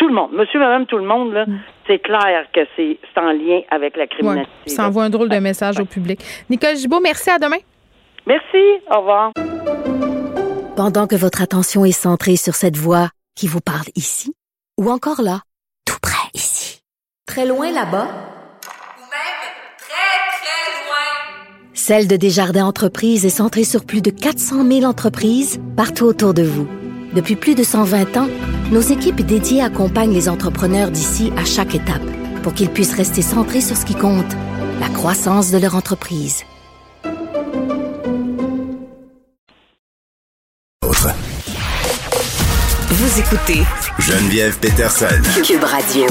tout le monde, monsieur, madame, tout le monde, là, mm. c'est clair que c'est, c'est en lien avec la criminalité. Ouais, ça envoie un drôle de message ouais. au public. Nicole Gibault, merci, à demain. Merci, au revoir. Pendant que votre attention est centrée sur cette voix qui vous parle ici, ou encore là, tout près ici, très loin là-bas, ou même très, très loin, Celle de Desjardins Entreprises est centrée sur plus de quatre cent mille entreprises partout autour de vous. Depuis plus de cent vingt ans, nos équipes dédiées accompagnent les entrepreneurs d'ici à chaque étape pour qu'ils puissent rester centrés sur ce qui compte, la croissance de leur entreprise. Vous écoutez Geneviève Peterson. Cube Radio.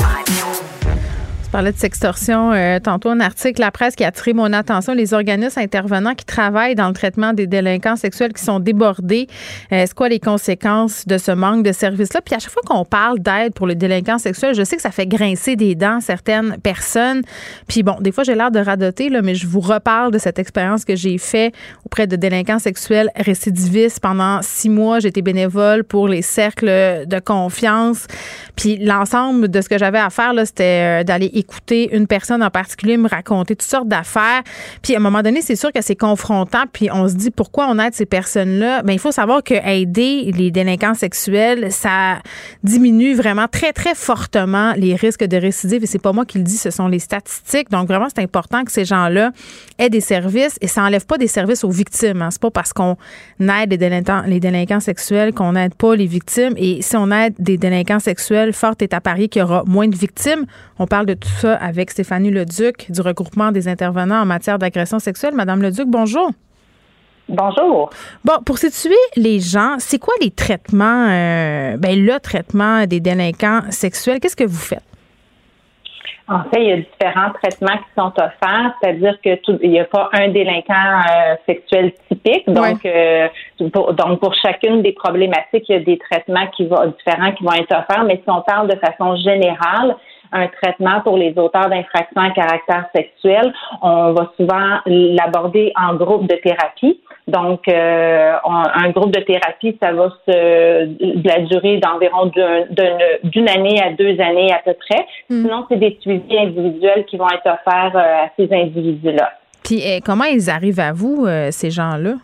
Je parlais de sextorsion. Euh, tantôt, un article La Presse qui a attiré mon attention. Les organismes intervenants qui travaillent dans le traitement des délinquants sexuels qui sont débordés. Euh, c'est quoi les conséquences de ce manque de services-là? Puis à chaque fois qu'on parle d'aide pour les délinquants sexuels, je sais que ça fait grincer des dents certaines personnes. Puis bon, des fois, j'ai l'air de radoter, là, mais je vous reparle de cette expérience que j'ai faite auprès de délinquants sexuels récidivistes. Pendant six mois, j'étais bénévole pour les cercles de confiance. Puis l'ensemble de ce que j'avais à faire, là, c'était d'aller écouter une personne en particulier me raconter toutes sortes d'affaires. Puis à un moment donné, c'est sûr que c'est confrontant. Puis on se dit pourquoi on aide ces personnes-là. Bien, il faut savoir que aider les délinquants sexuels, ça diminue vraiment très, très fortement les risques de récidive. Et c'est pas moi qui le dis, ce sont les statistiques. Donc vraiment, c'est important que ces gens-là aient des services. Et ça n'enlève pas des services aux victimes. Hein. C'est pas parce qu'on aide les délinquants, les délinquants sexuels qu'on n'aide pas les victimes. Et si on aide des délinquants sexuels, fort est à parier qu'il y aura moins de victimes. On parle de tout ça avec Stéphanie Leduc du regroupement des intervenants en matière d'agression sexuelle. Madame Leduc, bonjour. Bonjour. Bon, pour situer les gens, c'est quoi les traitements, euh, ben le traitement des délinquants sexuels? Qu'est-ce que vous faites? En fait, il y a différents traitements qui sont offerts, c'est-à-dire que tout, il n'y a pas un délinquant euh, sexuel typique. Donc, ouais. euh, pour, donc pour chacune des problématiques, il y a des traitements qui vont différents qui vont être offerts. Mais si on parle de façon générale, un traitement pour les auteurs d'infractions à caractère sexuel, on va souvent l'aborder en groupe de thérapie. Donc, euh, on, un groupe de thérapie, ça va se de la durée d'environ d'un, d'une, d'une année à deux années à peu près. Mmh. Sinon, c'est des suivis individuels qui vont être offerts euh, à ces individus-là. Puis, eh, comment ils arrivent à vous, euh, ces gens-là?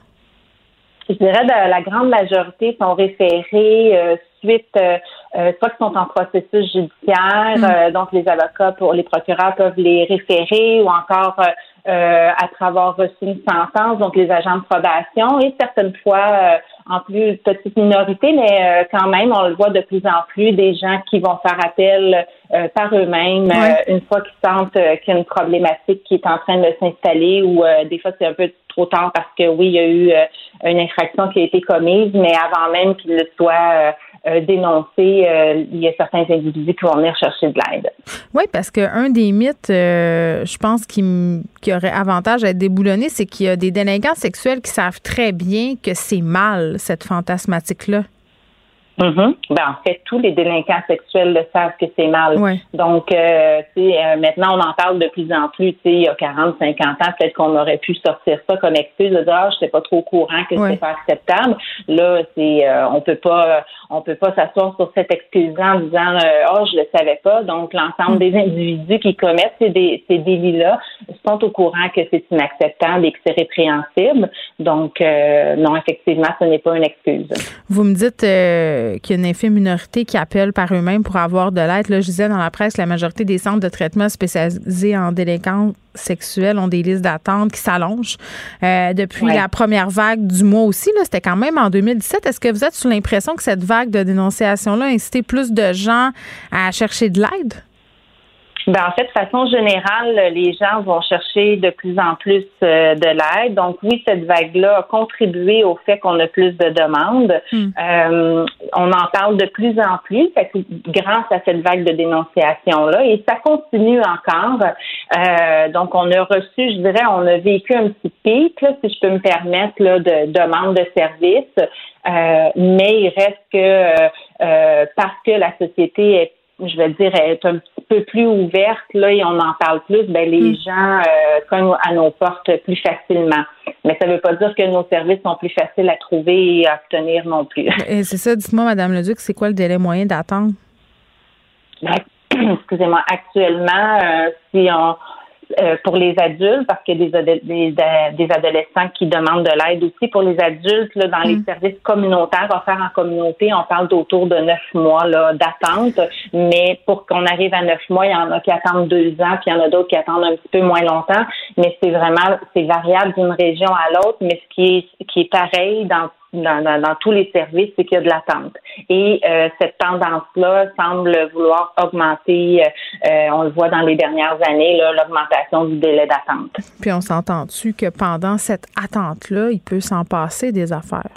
Je dirais que la grande majorité sont référés euh, suite, euh, euh, soit qu'ils sont en processus judiciaire, mmh. euh, donc les avocats, pour les procureurs peuvent les référer, ou encore euh, euh, après avoir reçu une sentence, donc les agents de probation, et certaines fois, euh, en plus petite minorité, mais euh, quand même, on le voit de plus en plus, des gens qui vont faire appel euh, par eux-mêmes, ouais. euh, une fois qu'ils sentent euh, qu'il y a une problématique qui est en train de s'installer, ou euh, des fois c'est un peu trop tard parce que oui, il y a eu euh, une infraction qui a été commise, mais avant même qu'il le soit euh, euh, dénoncé, euh, il y a certains individus qui vont venir chercher de l'aide. Oui, parce qu'un des mythes, euh, je pense, qui, qui aurait avantage à être déboulonné, c'est qu'il y a des délinquants sexuels qui savent très bien que c'est mal, cette fantasmatique-là. Mm-hmm. Ben, en fait, tous les délinquants sexuels le savent que c'est mal. Ouais. Donc, euh, tu sais, euh, maintenant, on en parle de plus en plus. Tu sais, il y a quarante, cinquante ans, peut-être qu'on aurait pu sortir ça comme excuse de dire, ah, je n'étais pas trop au courant que ouais. c'était pas acceptable. Là, c'est, euh, on peut pas, on peut pas s'asseoir sur cette excuse-là en disant, euh, oh, je le savais pas. Donc, l'ensemble mm. des individus qui commettent ces, dé- ces délits-là sont au courant que c'est inacceptable et que c'est répréhensible. Donc, euh, non, effectivement, ce n'est pas une excuse. Vous me dites, euh, qu'il y a une infime minorité qui appelle par eux-mêmes pour avoir de l'aide. Là, je disais dans la presse, la majorité des centres de traitement spécialisés en délinquance sexuelle ont des listes d'attente qui s'allongent. Euh, depuis ouais. la première vague du mois aussi, là, c'était quand même en deux mille dix-sept. Est-ce que vous êtes sous l'impression que cette vague de dénonciation-là a incité plus de gens à chercher de l'aide? Ben, en fait, de façon générale, les gens vont chercher de plus en plus euh, de l'aide. Donc, oui, cette vague-là a contribué au fait qu'on a plus de demandes. Mm. Euh, on en parle de plus en plus, fait que, grâce à cette vague de dénonciation-là, et ça continue encore. Euh, donc, on a reçu, je dirais, on a vécu un petit pic, là, si je peux me permettre, là, de demandes de services. Euh, mais il reste que euh, euh, parce que la société est, je vais dire, est un petit peu plus ouverte, là, et on en parle plus, ben les mmh. gens euh, cognent à nos portes plus facilement. Mais ça ne veut pas dire que nos services sont plus faciles à trouver et à obtenir non plus. Et c'est ça, dites-moi, Mme Leduc, c'est quoi le délai moyen d'attente? excusez-moi, actuellement, euh, si on Euh, pour les adultes, parce qu'il y a des, des, des adolescents qui demandent de l'aide aussi. Pour les adultes, là, dans mmh. les services communautaires offerts en communauté, on parle d'autour de neuf mois là, d'attente. Mais pour qu'on arrive à neuf mois, il y en a qui attendent deux ans, puis il y en a d'autres qui attendent un petit peu moins longtemps. Mais c'est vraiment, c'est variable d'une région à l'autre. Mais ce qui est, qui est pareil dans Dans, dans, dans tous les services, c'est qu'il y a de l'attente. Et euh, cette tendance-là semble vouloir augmenter, euh, on le voit dans les dernières années, là, l'augmentation du délai d'attente. Puis on s'entend-tu que pendant cette attente-là, il peut s'en passer des affaires?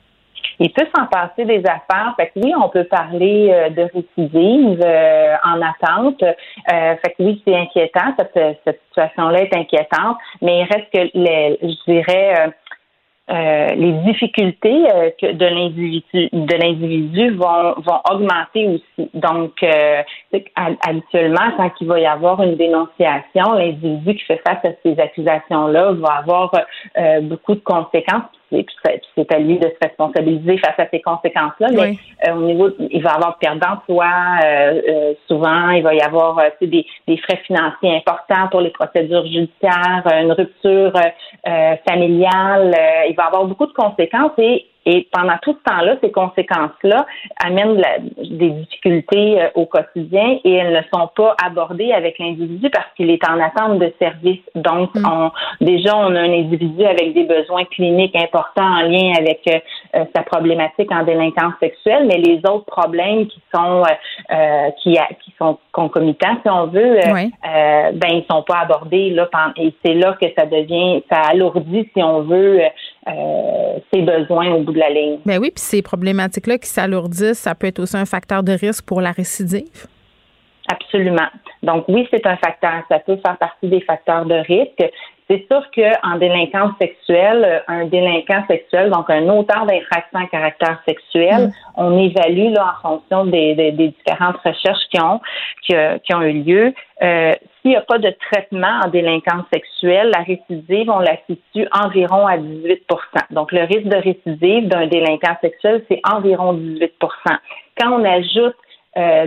Il peut s'en passer des affaires. Fait que oui, on peut parler euh, de récidive euh, en attente. Euh, fait que oui, c'est inquiétant. Cette, cette situation-là est inquiétante. Mais il reste que, les, je dirais... Euh, Euh, les difficultés euh, que de l'individu de l'individu vont vont augmenter aussi. Donc, euh, habituellement, quand il va y avoir une dénonciation, l'individu qui fait face à ces accusations-là va avoir euh, beaucoup de conséquences. Et puis c'est à lui de se responsabiliser face à ces conséquences-là. Mais oui. euh, au niveau, il va avoir perte d'emploi. Euh, euh, souvent, il va y avoir euh, des, des frais financiers importants pour les procédures judiciaires, une rupture euh, familiale. Euh, il va avoir beaucoup de conséquences et Et pendant tout ce temps-là, ces conséquences-là amènent la, des difficultés euh, au quotidien et elles ne sont pas abordées avec l'individu parce qu'il est en attente de services. Donc, mm. on, déjà, on a un individu avec des besoins cliniques importants en lien avec euh, sa problématique en délinquance sexuelle, mais les autres problèmes qui sont euh, qui, qui sont concomitants, si on veut, euh, oui. euh, ben ils sont pas abordés là. Et c'est là que ça devient, ça alourdit, si on veut, euh, ses besoins au bout de la ligne. Ben oui, puis ces problématiques-là qui s'alourdissent, ça peut être aussi un facteur de risque pour la récidive? Absolument. Donc oui, c'est un facteur. Ça peut faire partie des facteurs de risque. C'est sûr qu'en délinquance sexuelle, un délinquant sexuel, donc un auteur d'infraction à caractère sexuel, mmh. on évalue là en fonction des, des, des différentes recherches qui ont qui, qui ont eu lieu. Euh, s'il n'y a pas de traitement en délinquance sexuelle, la récidive, on la situe environ à dix-huit pour cent. Donc le risque de récidive d'un délinquant sexuel, c'est environ dix-huit pour cent. Quand on ajoute Euh,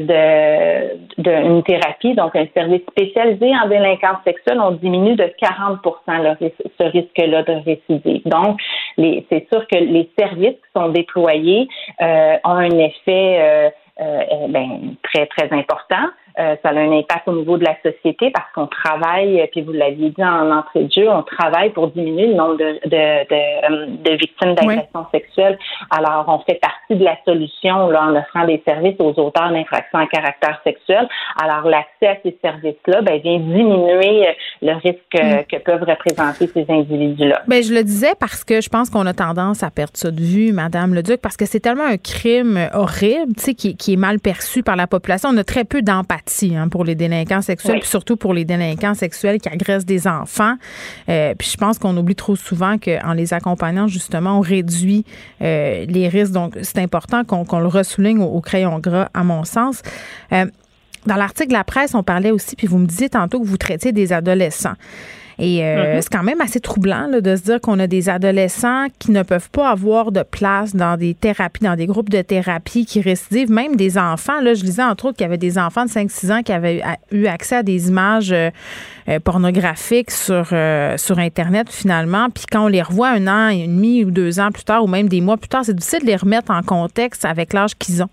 de, de une thérapie, donc un service spécialisé en délinquance sexuelle, on diminue de quarante pour cent le, ce risque-là de récidive. Donc, les, c'est sûr que les services qui sont déployés euh, ont un effet euh, euh, ben, très, très important. Euh, ça a un impact au niveau de la société parce qu'on travaille, puis vous l'aviez dit en entrée de jeu, on travaille pour diminuer le nombre de, de, de, de victimes d'agressions oui. sexuelles. Alors, on fait partie de la solution là, en offrant des services aux auteurs d'infractions à caractère sexuel. Alors, l'accès à ces services-là ben, vient diminuer le risque mmh. que peuvent représenter ces individus-là. Bien, je le disais parce que je pense qu'on a tendance à perdre ça de vue, Madame Leduc, parce que c'est tellement un crime horrible, tu sais, qui, qui est mal perçu par la population. On a très peu d'empathie Hein, pour les délinquants sexuels, oui. puis surtout pour les délinquants sexuels qui agressent des enfants. Euh, puis je pense qu'on oublie trop souvent qu'en les accompagnant, justement, on réduit euh, les risques. Donc, c'est important qu'on, qu'on le ressouligne au, au crayon gras, à mon sens. Euh, dans l'article de la presse, on parlait aussi, puis vous me disiez tantôt que vous traitiez des adolescents. Et euh, mm-hmm. c'est quand même assez troublant là, de se dire qu'on a des adolescents qui ne peuvent pas avoir de place dans des thérapies, dans des groupes de thérapie qui récidivent, même des enfants. Là, je lisais entre autres qu'il y avait des enfants de cinq six ans qui avaient eu accès à des images euh, euh, pornographiques sur, euh, sur Internet finalement. Puis quand on les revoit un an et demi ou deux ans plus tard ou même des mois plus tard, c'est difficile de les remettre en contexte avec l'âge qu'ils ont.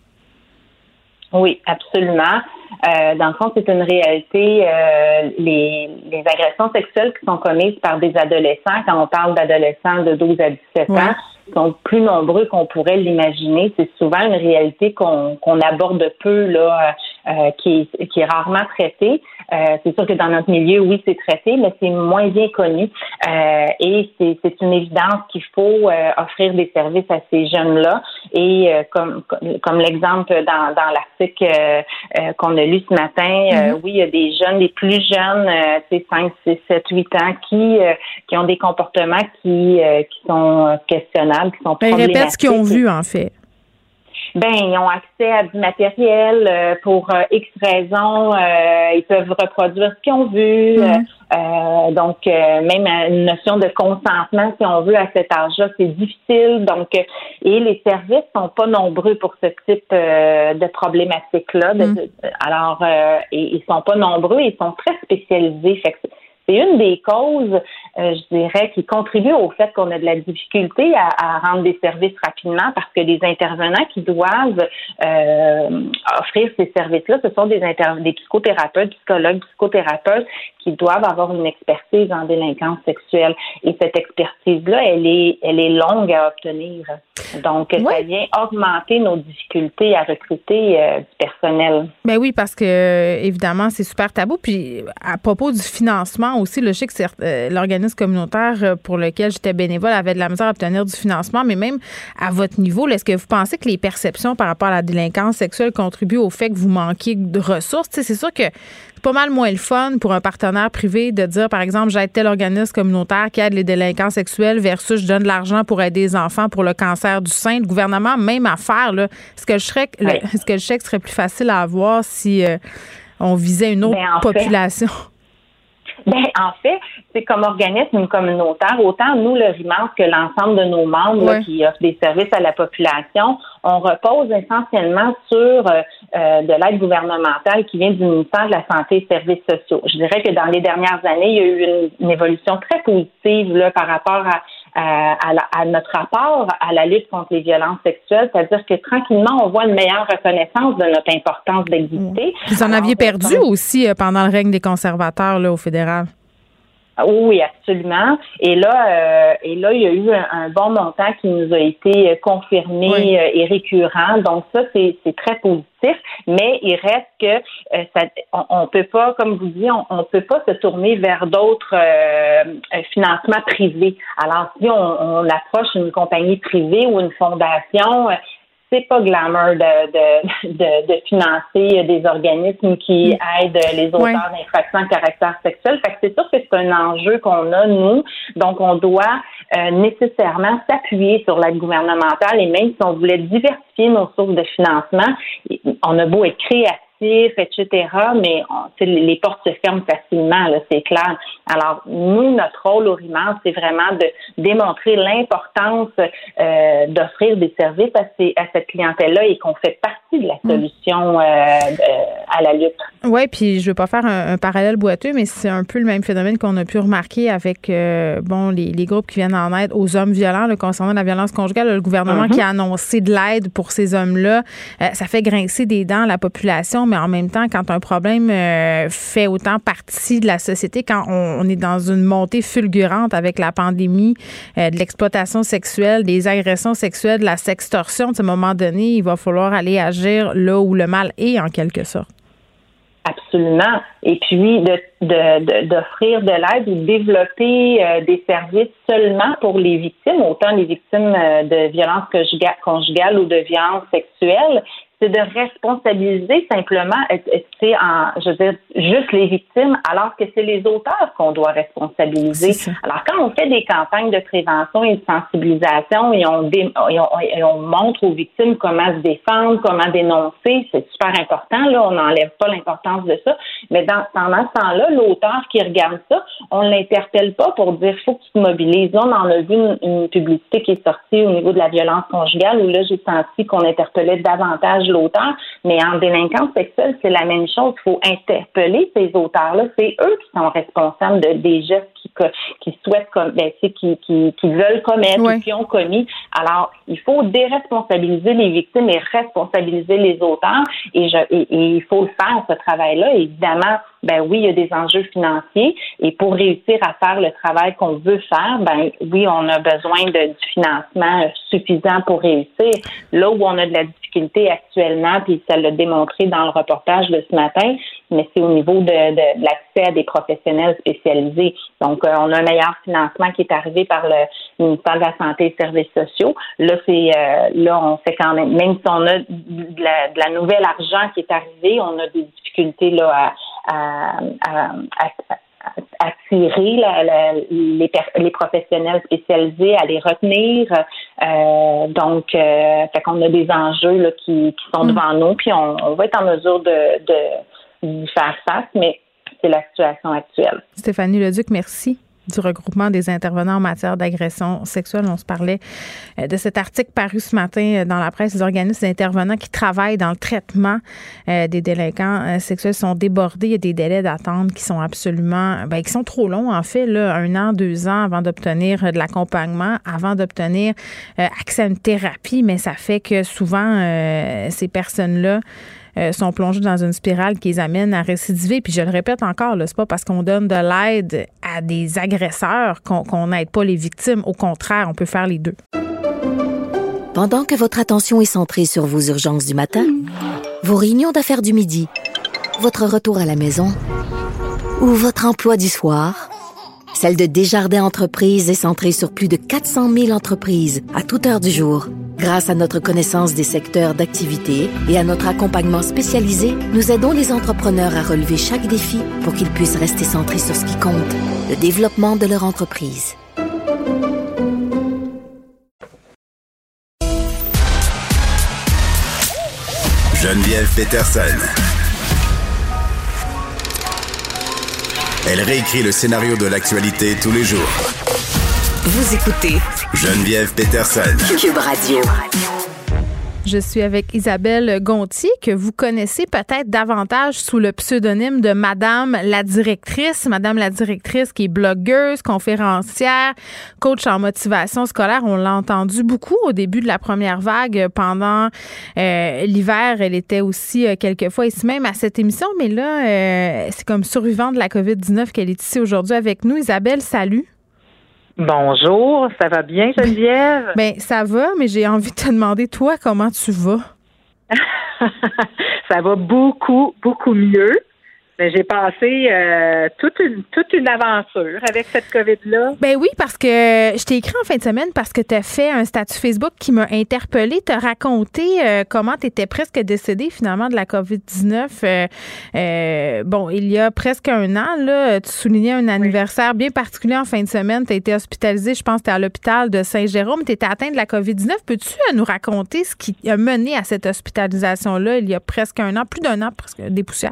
Oui, absolument. Euh, dans le fond, c'est une réalité. Euh, les, les agressions sexuelles qui sont commises par des adolescents, quand on parle d'adolescents de douze à dix-sept ouais. ans, sont plus nombreux qu'on pourrait l'imaginer. C'est souvent une réalité qu'on, qu'on aborde peu, là, euh, qui, est, qui est rarement traitée. Euh, c'est sûr que dans notre milieu, oui, c'est traité, mais c'est moins bien connu. Euh, et c'est, c'est une évidence qu'il faut euh, offrir des services à ces jeunes-là. Et euh, comme, comme l'exemple dans, dans l'article euh, euh, qu'on a lu ce matin, mm-hmm. euh, oui, il y a des jeunes, les plus jeunes, euh, c'est cinq, six, sept, huit ans, qui, euh, qui ont des comportements qui, euh, qui sont questionnables, qui sont problématiques. Ils répètent ce qu'ils ont vu, en fait. Ben, ils ont accès à du matériel euh, pour euh, X raisons. Euh, ils peuvent reproduire ce qu'ils ont vu. Mmh. Euh, donc, euh, même une notion de consentement, si on veut, à cet âge-là, c'est difficile. Donc, euh, et les services sont pas nombreux pour ce type euh, de problématique-là. De, mmh. de, alors, euh, et, ils sont pas nombreux. Ils sont très spécialisés. Fait que c'est une des causes, euh, je dirais, qui contribue au fait qu'on a de la difficulté à, à rendre des services rapidement parce que les intervenants qui doivent euh, offrir ces services-là, ce sont des, inter- des psychothérapeutes, psychologues, psychothérapeutes qui doivent avoir une expertise en délinquance sexuelle. Et cette expertise-là, elle est, elle est longue à obtenir. Donc, oui. Ça vient augmenter nos difficultés à recruter euh, du personnel. Ben oui, parce que évidemment, c'est super tabou. Puis, à propos du financement aussi, là, je sais que c'est, euh, l'organisme communautaire pour lequel j'étais bénévole avait de la misère à obtenir du financement, mais même à votre niveau, là, est-ce que vous pensez que les perceptions par rapport à la délinquance sexuelle contribuent au fait que vous manquiez de ressources? T'sais, c'est sûr que c'est pas mal moins le fun pour un partenaire privé de dire, par exemple, j'aide tel organisme communautaire qui aide les délinquants sexuels versus je donne de l'argent pour aider les enfants pour le cancer du sein. Le gouvernement, même affaire, là, est-ce que le chèque, oui. le, est-ce que le chèque serait plus facile à avoir si euh, on visait une autre ben, population? Fait, ben, en fait, c'est comme organisme communautaire, autant nous, le R I M A S, que l'ensemble de nos membres oui. là, qui offrent des services à la population, on repose essentiellement sur euh, euh, de l'aide gouvernementale qui vient du ministère de la Santé et des Services sociaux. Je dirais que dans les dernières années, il y a eu une, une évolution très positive là, par rapport à À, à, la, à notre rapport à la lutte contre les violences sexuelles, c'est-à-dire que tranquillement, on voit une meilleure reconnaissance de notre importance d'exister. Vous en aviez perdu comme... aussi pendant le règne des conservateurs là, au fédéral. Oui, absolument. Et là, euh, et là, il y a eu un, un bon montant qui nous a été confirmé oui. euh, et récurrent. Donc ça, c'est, c'est très positif. Mais il reste que euh, ça, on, on peut pas, comme vous dites, on, on peut pas se tourner vers d'autres euh, financements privés. Alors si on, on approche une compagnie privée ou une fondation, c'est pas glamour de, de, de, de financer des organismes qui aident les auteurs oui. d'infractions à caractère sexuel. Fait que c'est sûr que c'est un enjeu qu'on a, nous. Donc, on doit euh, nécessairement s'appuyer sur l'aide gouvernementale et même si on voulait diversifier nos sources de financement, on a beau être créatif, et cetera, mais on, les portes se ferment facilement, là, c'est clair. Alors, nous, notre rôle au R I M A S, c'est vraiment de démontrer l'importance euh, d'offrir des services à, ces, à cette clientèle-là et qu'on fait partie de la solution euh, de, à la lutte. Oui, puis je ne veux pas faire un, un parallèle boiteux, mais c'est un peu le même phénomène qu'on a pu remarquer avec euh, bon les, les groupes qui viennent en aide aux hommes violents là, concernant la violence conjugale. Là, le gouvernement mm-hmm. qui a annoncé de l'aide pour ces hommes-là, euh, ça fait grincer des dents à la population, mais en même temps, quand un problème euh, fait autant partie de la société, quand on, on est dans une montée fulgurante avec la pandémie, euh, de l'exploitation sexuelle, des agressions sexuelles, de la sextorsion, à un moment donné, il va falloir aller agir là où le mal est, en quelque sorte. Absolument. Et puis, de, de, de, d'offrir de l'aide ou de développer euh, des services seulement pour les victimes, autant les victimes euh, de violences conjugales, conjugales ou de violences sexuelles, c'est de responsabiliser simplement, c'est en, je veux dire, juste les victimes, alors que c'est les auteurs qu'on doit responsabiliser. Alors, quand on fait des campagnes de prévention et de sensibilisation et on, dé, et on, et on montre aux victimes comment se défendre, comment dénoncer, c'est super important, là, on n'enlève pas l'importance de ça, mais dans, pendant ce temps-là, l'auteur qui regarde ça, on ne l'interpelle pas pour dire, faut que tu te mobilises. On en a vu une, une publicité qui est sortie au niveau de la violence conjugale, où là, j'ai senti qu'on interpellait davantage l'auteur, mais en délinquance sexuelle, c'est la même chose. Il faut interpeller ces auteurs-là. C'est eux qui sont responsables de, des gestes qui, qui souhaitent, comme, ben, qui, qui, qui veulent commettre ouais. ou qui ont commis. Alors, il faut déresponsabiliser les victimes et responsabiliser les auteurs. Et, je, et, et il faut le faire, ce travail-là. Évidemment, ben oui, il y a des enjeux financiers. Et pour réussir à faire le travail qu'on veut faire, ben oui, on a besoin de, du financement suffisant pour réussir. Là où on a de la difficulté actuellement, puis ça l'a démontré dans le reportage de ce matin, mais c'est au niveau de, de, de l'accès à des professionnels spécialisés. Donc, euh, on a un meilleur financement qui est arrivé par le ministère de la Santé et des Services sociaux. Là, c'est euh, là, on fait quand même, même si on a de la, de la nouvelle argent qui est arrivé, on a des difficultés là à, à, à, à attirer la, la, les, les professionnels spécialisés, à les retenir. Euh, donc, euh, fait qu'on a des enjeux là, qui, qui sont devant mmh. nous, puis on, on va être en mesure de, de, de faire face, mais c'est la situation actuelle. Stéphanie Leduc, merci. Du regroupement des intervenants en matière d'agression sexuelle. On se parlait de cet article paru ce matin dans la presse. Les organismes d'intervenants qui travaillent dans le traitement des délinquants sexuels sont débordés. Il y a des délais d'attente qui sont absolument, ben, qui sont trop longs, en fait, là, un an, deux ans avant d'obtenir de l'accompagnement, avant d'obtenir accès à une thérapie. Mais ça fait que souvent, euh, ces personnes-là Euh, sont plongés dans une spirale qui les amène à récidiver. Puis je le répète encore, là, c'est pas parce qu'on donne de l'aide à des agresseurs qu'on, qu'on n'aide pas les victimes. Au contraire, on peut faire les deux. Pendant que votre attention est centrée sur vos urgences du matin, vos réunions d'affaires du midi, votre retour à la maison ou votre emploi du soir, celle de Desjardins Entreprises est centrée sur plus de quatre cent mille entreprises à toute heure du jour. Grâce à notre connaissance des secteurs d'activité et à notre accompagnement spécialisé, nous aidons les entrepreneurs à relever chaque défi pour qu'ils puissent rester centrés sur ce qui compte, le développement de leur entreprise. Geneviève Peterson. Elle réécrit le scénario de l'actualité tous les jours. Vous écoutez Geneviève Peterson. Cube Radio. Je suis avec Isabelle Gontier, que vous connaissez peut-être davantage sous le pseudonyme de Madame la directrice. Madame la directrice qui est blogueuse, conférencière, coach en motivation scolaire. On l'a entendu beaucoup au début de la première vague. Pendant euh, l'hiver, elle était aussi euh, quelquefois ici même à cette émission. Mais là, euh, c'est comme survivante de la covid dix-neuf qu'elle est ici aujourd'hui avec nous. Isabelle, salut. Bonjour, ça va bien, Geneviève? Ben, ça va, mais j'ai envie de te demander, toi, comment tu vas? Ça va beaucoup, beaucoup mieux. Mais j'ai passé euh, toute une toute une aventure avec cette COVID-là. Ben oui, parce que je t'ai écrit en fin de semaine parce que tu as fait un statut Facebook qui m'a interpellée. Tu as raconté euh, comment tu étais presque décédée finalement de la covid dix-neuf. Euh, euh, bon, il y a presque un an, là, tu soulignais un anniversaire oui. bien particulier en fin de semaine. Tu as été hospitalisée, je pense que tu es à l'hôpital de Saint-Jérôme. Tu étais atteinte de la covid dix-neuf. Peux-tu nous raconter ce qui a mené à cette hospitalisation-là il y a presque un an, plus d'un an, presque des poussières?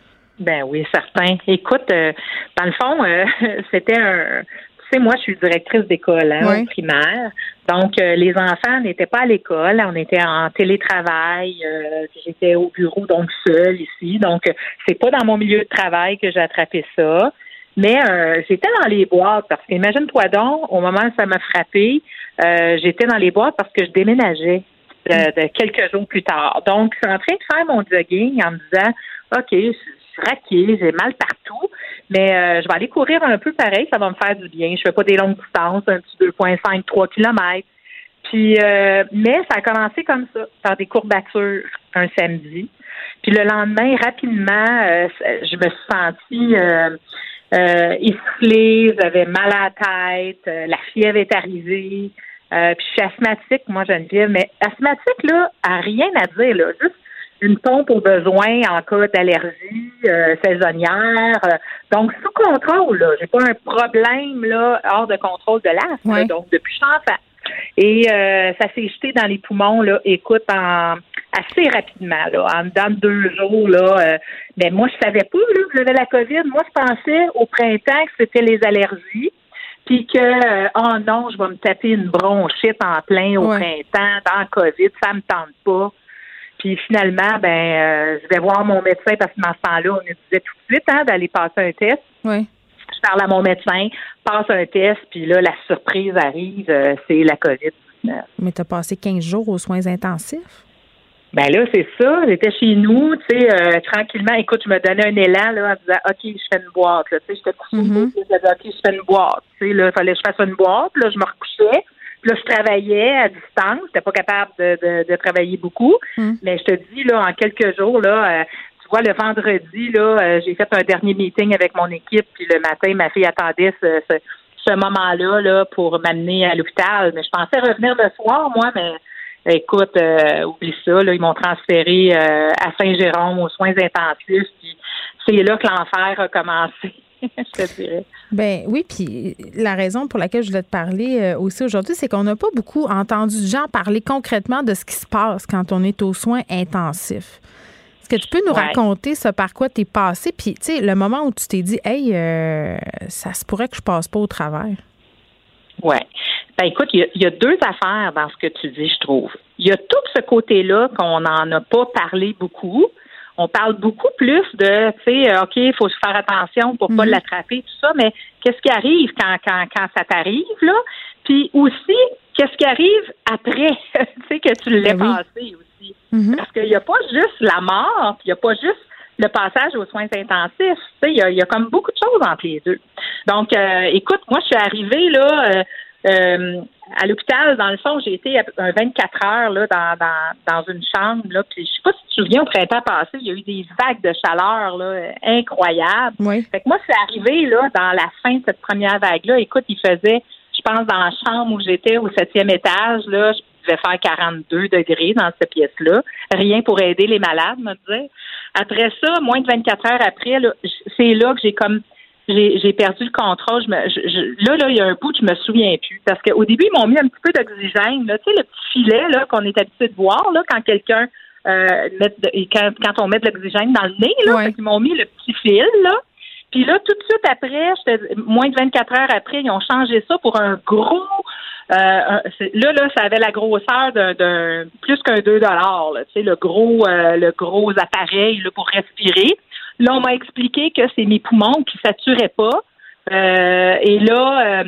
Ben oui, certain. Écoute, euh, dans le fond, euh, c'était un... Tu sais, moi, je suis directrice d'école hein, oui. primaire. Donc, euh, les enfants n'étaient pas à l'école. On était en télétravail. Euh, j'étais au bureau, donc seule ici. Donc, c'est pas dans mon milieu de travail que j'ai attrapé ça. Mais euh, j'étais dans les boîtes parce qu'imagine-toi donc, au moment où ça m'a frappé, euh, j'étais dans les boîtes parce que je déménageais de, de quelques jours plus tard. Donc, je suis en train de faire mon jogging en me disant, OK, raqué, j'ai mal partout, mais euh, je vais aller courir un peu pareil, ça va me faire du bien. Je fais pas des longues distances, un petit deux virgule cinq trois kilomètres. Puis, euh, mais ça a commencé comme ça, par des courbatures un samedi. Puis le lendemain, rapidement, euh, je me suis sentie euh, euh, essoufflée, j'avais mal à la tête, euh, la fièvre est arrivée. Euh, puis je suis asthmatique, moi, Geneviève, mais asthmatique, là, a rien à dire, là, juste une pompe au besoin en cas d'allergie euh, saisonnière. Euh, donc, sous contrôle, là. J'ai pas un problème là hors de contrôle de l'asthme. Ouais. Donc, depuis que je suis enfant. Et euh, ça s'est jeté dans les poumons, là, écoute, en assez rapidement, là, en dedans de deux jours, là. Euh, mais moi, je savais pas, là, que j'avais la COVID. Moi, je pensais au printemps que c'était les allergies. Puis que, euh, oh non, je vais me taper une bronchite en plein au ouais. printemps, dans le COVID, ça me tente pas. Puis finalement, ben, euh, je vais voir mon médecin parce que dans ce temps-là, on nous disait tout de suite hein, d'aller passer un test. Oui. Je parle à mon médecin, passe un test, puis là, la surprise arrive, euh, c'est la covid dix-neuf. Mais tu as passé quinze jours aux soins intensifs? Ben là, c'est ça. J'étais chez nous, tu sais, euh, tranquillement. Écoute, je me donnais un élan là, en disant, OK, je fais une boîte. Tu sais, j'étais couchée, mm-hmm. je disais, OK, je fais une boîte. Tu sais, là, il fallait que je fasse une boîte. Là, je me recouchais. Puis là, je travaillais à distance. J'étais pas capable de, de, de travailler beaucoup. Mm. Mais je te dis, là, en quelques jours, là, euh, tu vois, le vendredi, là, euh, j'ai fait un dernier meeting avec mon équipe. Puis le matin, ma fille attendait ce, ce, ce moment-là là, pour m'amener à l'hôpital. Mais je pensais revenir le soir, moi, mais écoute, euh, oublie ça. Là, ils m'ont transféré euh, à Saint-Jérôme aux soins intensifs. Puis c'est là que l'enfer a commencé. je te dirais. Ben oui, puis la raison pour laquelle je voulais te parler euh, aussi aujourd'hui, c'est qu'on n'a pas beaucoup entendu de gens parler concrètement de ce qui se passe quand on est aux soins intensifs. Est-ce que tu peux nous ouais. raconter ce par quoi tu es passé? Puis, tu sais, le moment où tu t'es dit, hey, euh, ça se pourrait que je passe pas au travers. Oui. Ben écoute, il y, y a deux affaires dans ce que tu dis, je trouve. Il y a tout ce côté-là qu'on n'en a pas parlé beaucoup. On parle beaucoup plus de, tu sais, OK, il faut se faire attention pour pas mm-hmm. l'attraper, tout ça, mais qu'est-ce qui arrive quand, quand, quand ça t'arrive, là? Puis aussi, qu'est-ce qui arrive après, tu sais, que tu l'aies ben passé oui. aussi. Mm-hmm. Parce qu'il n'y a pas juste la mort, puis il n'y a pas juste le passage aux soins intensifs. Tu sais, il y a, il y a comme beaucoup de choses entre les deux. Donc, euh, écoute, moi, je suis arrivée, là, euh, Euh, à l'hôpital, dans le fond, j'ai été un vingt-quatre heures là, dans, dans, dans une chambre. Là, puis je sais pas si tu te souviens, au printemps passé, il y a eu des vagues de chaleur là, incroyables. Oui. Fait que moi, je suis arrivée là, dans la fin de cette première vague-là. Écoute, il faisait, je pense, dans la chambre où j'étais, au septième étage, là, je pouvais faire quarante-deux degrés dans cette pièce-là. Rien pour aider les malades, me dire. Après ça, moins de vingt-quatre heures après, là, c'est là que j'ai comme J'ai, j'ai perdu le contrôle. Je me, je, je, là, là, il y a un bout, je me souviens plus. Parce qu'au début, ils m'ont mis un petit peu d'oxygène. Là, tu sais, le petit filet là, qu'on est habitué de voir là, quand quelqu'un euh, met de, quand, quand on met de l'oxygène dans le nez, là, ouais. Ils m'ont mis le petit fil, là. Puis là, tout de suite après, j'étais, moins de vingt-quatre heures après, ils ont changé ça pour un gros euh, un, là, là, ça avait la grosseur d'un, d'un plus qu'un deux dollars, là, tu sais, le gros euh, le gros appareil là, pour respirer. Là, on m'a expliqué que c'est mes poumons qui ne saturaient pas. Euh, et là, euh,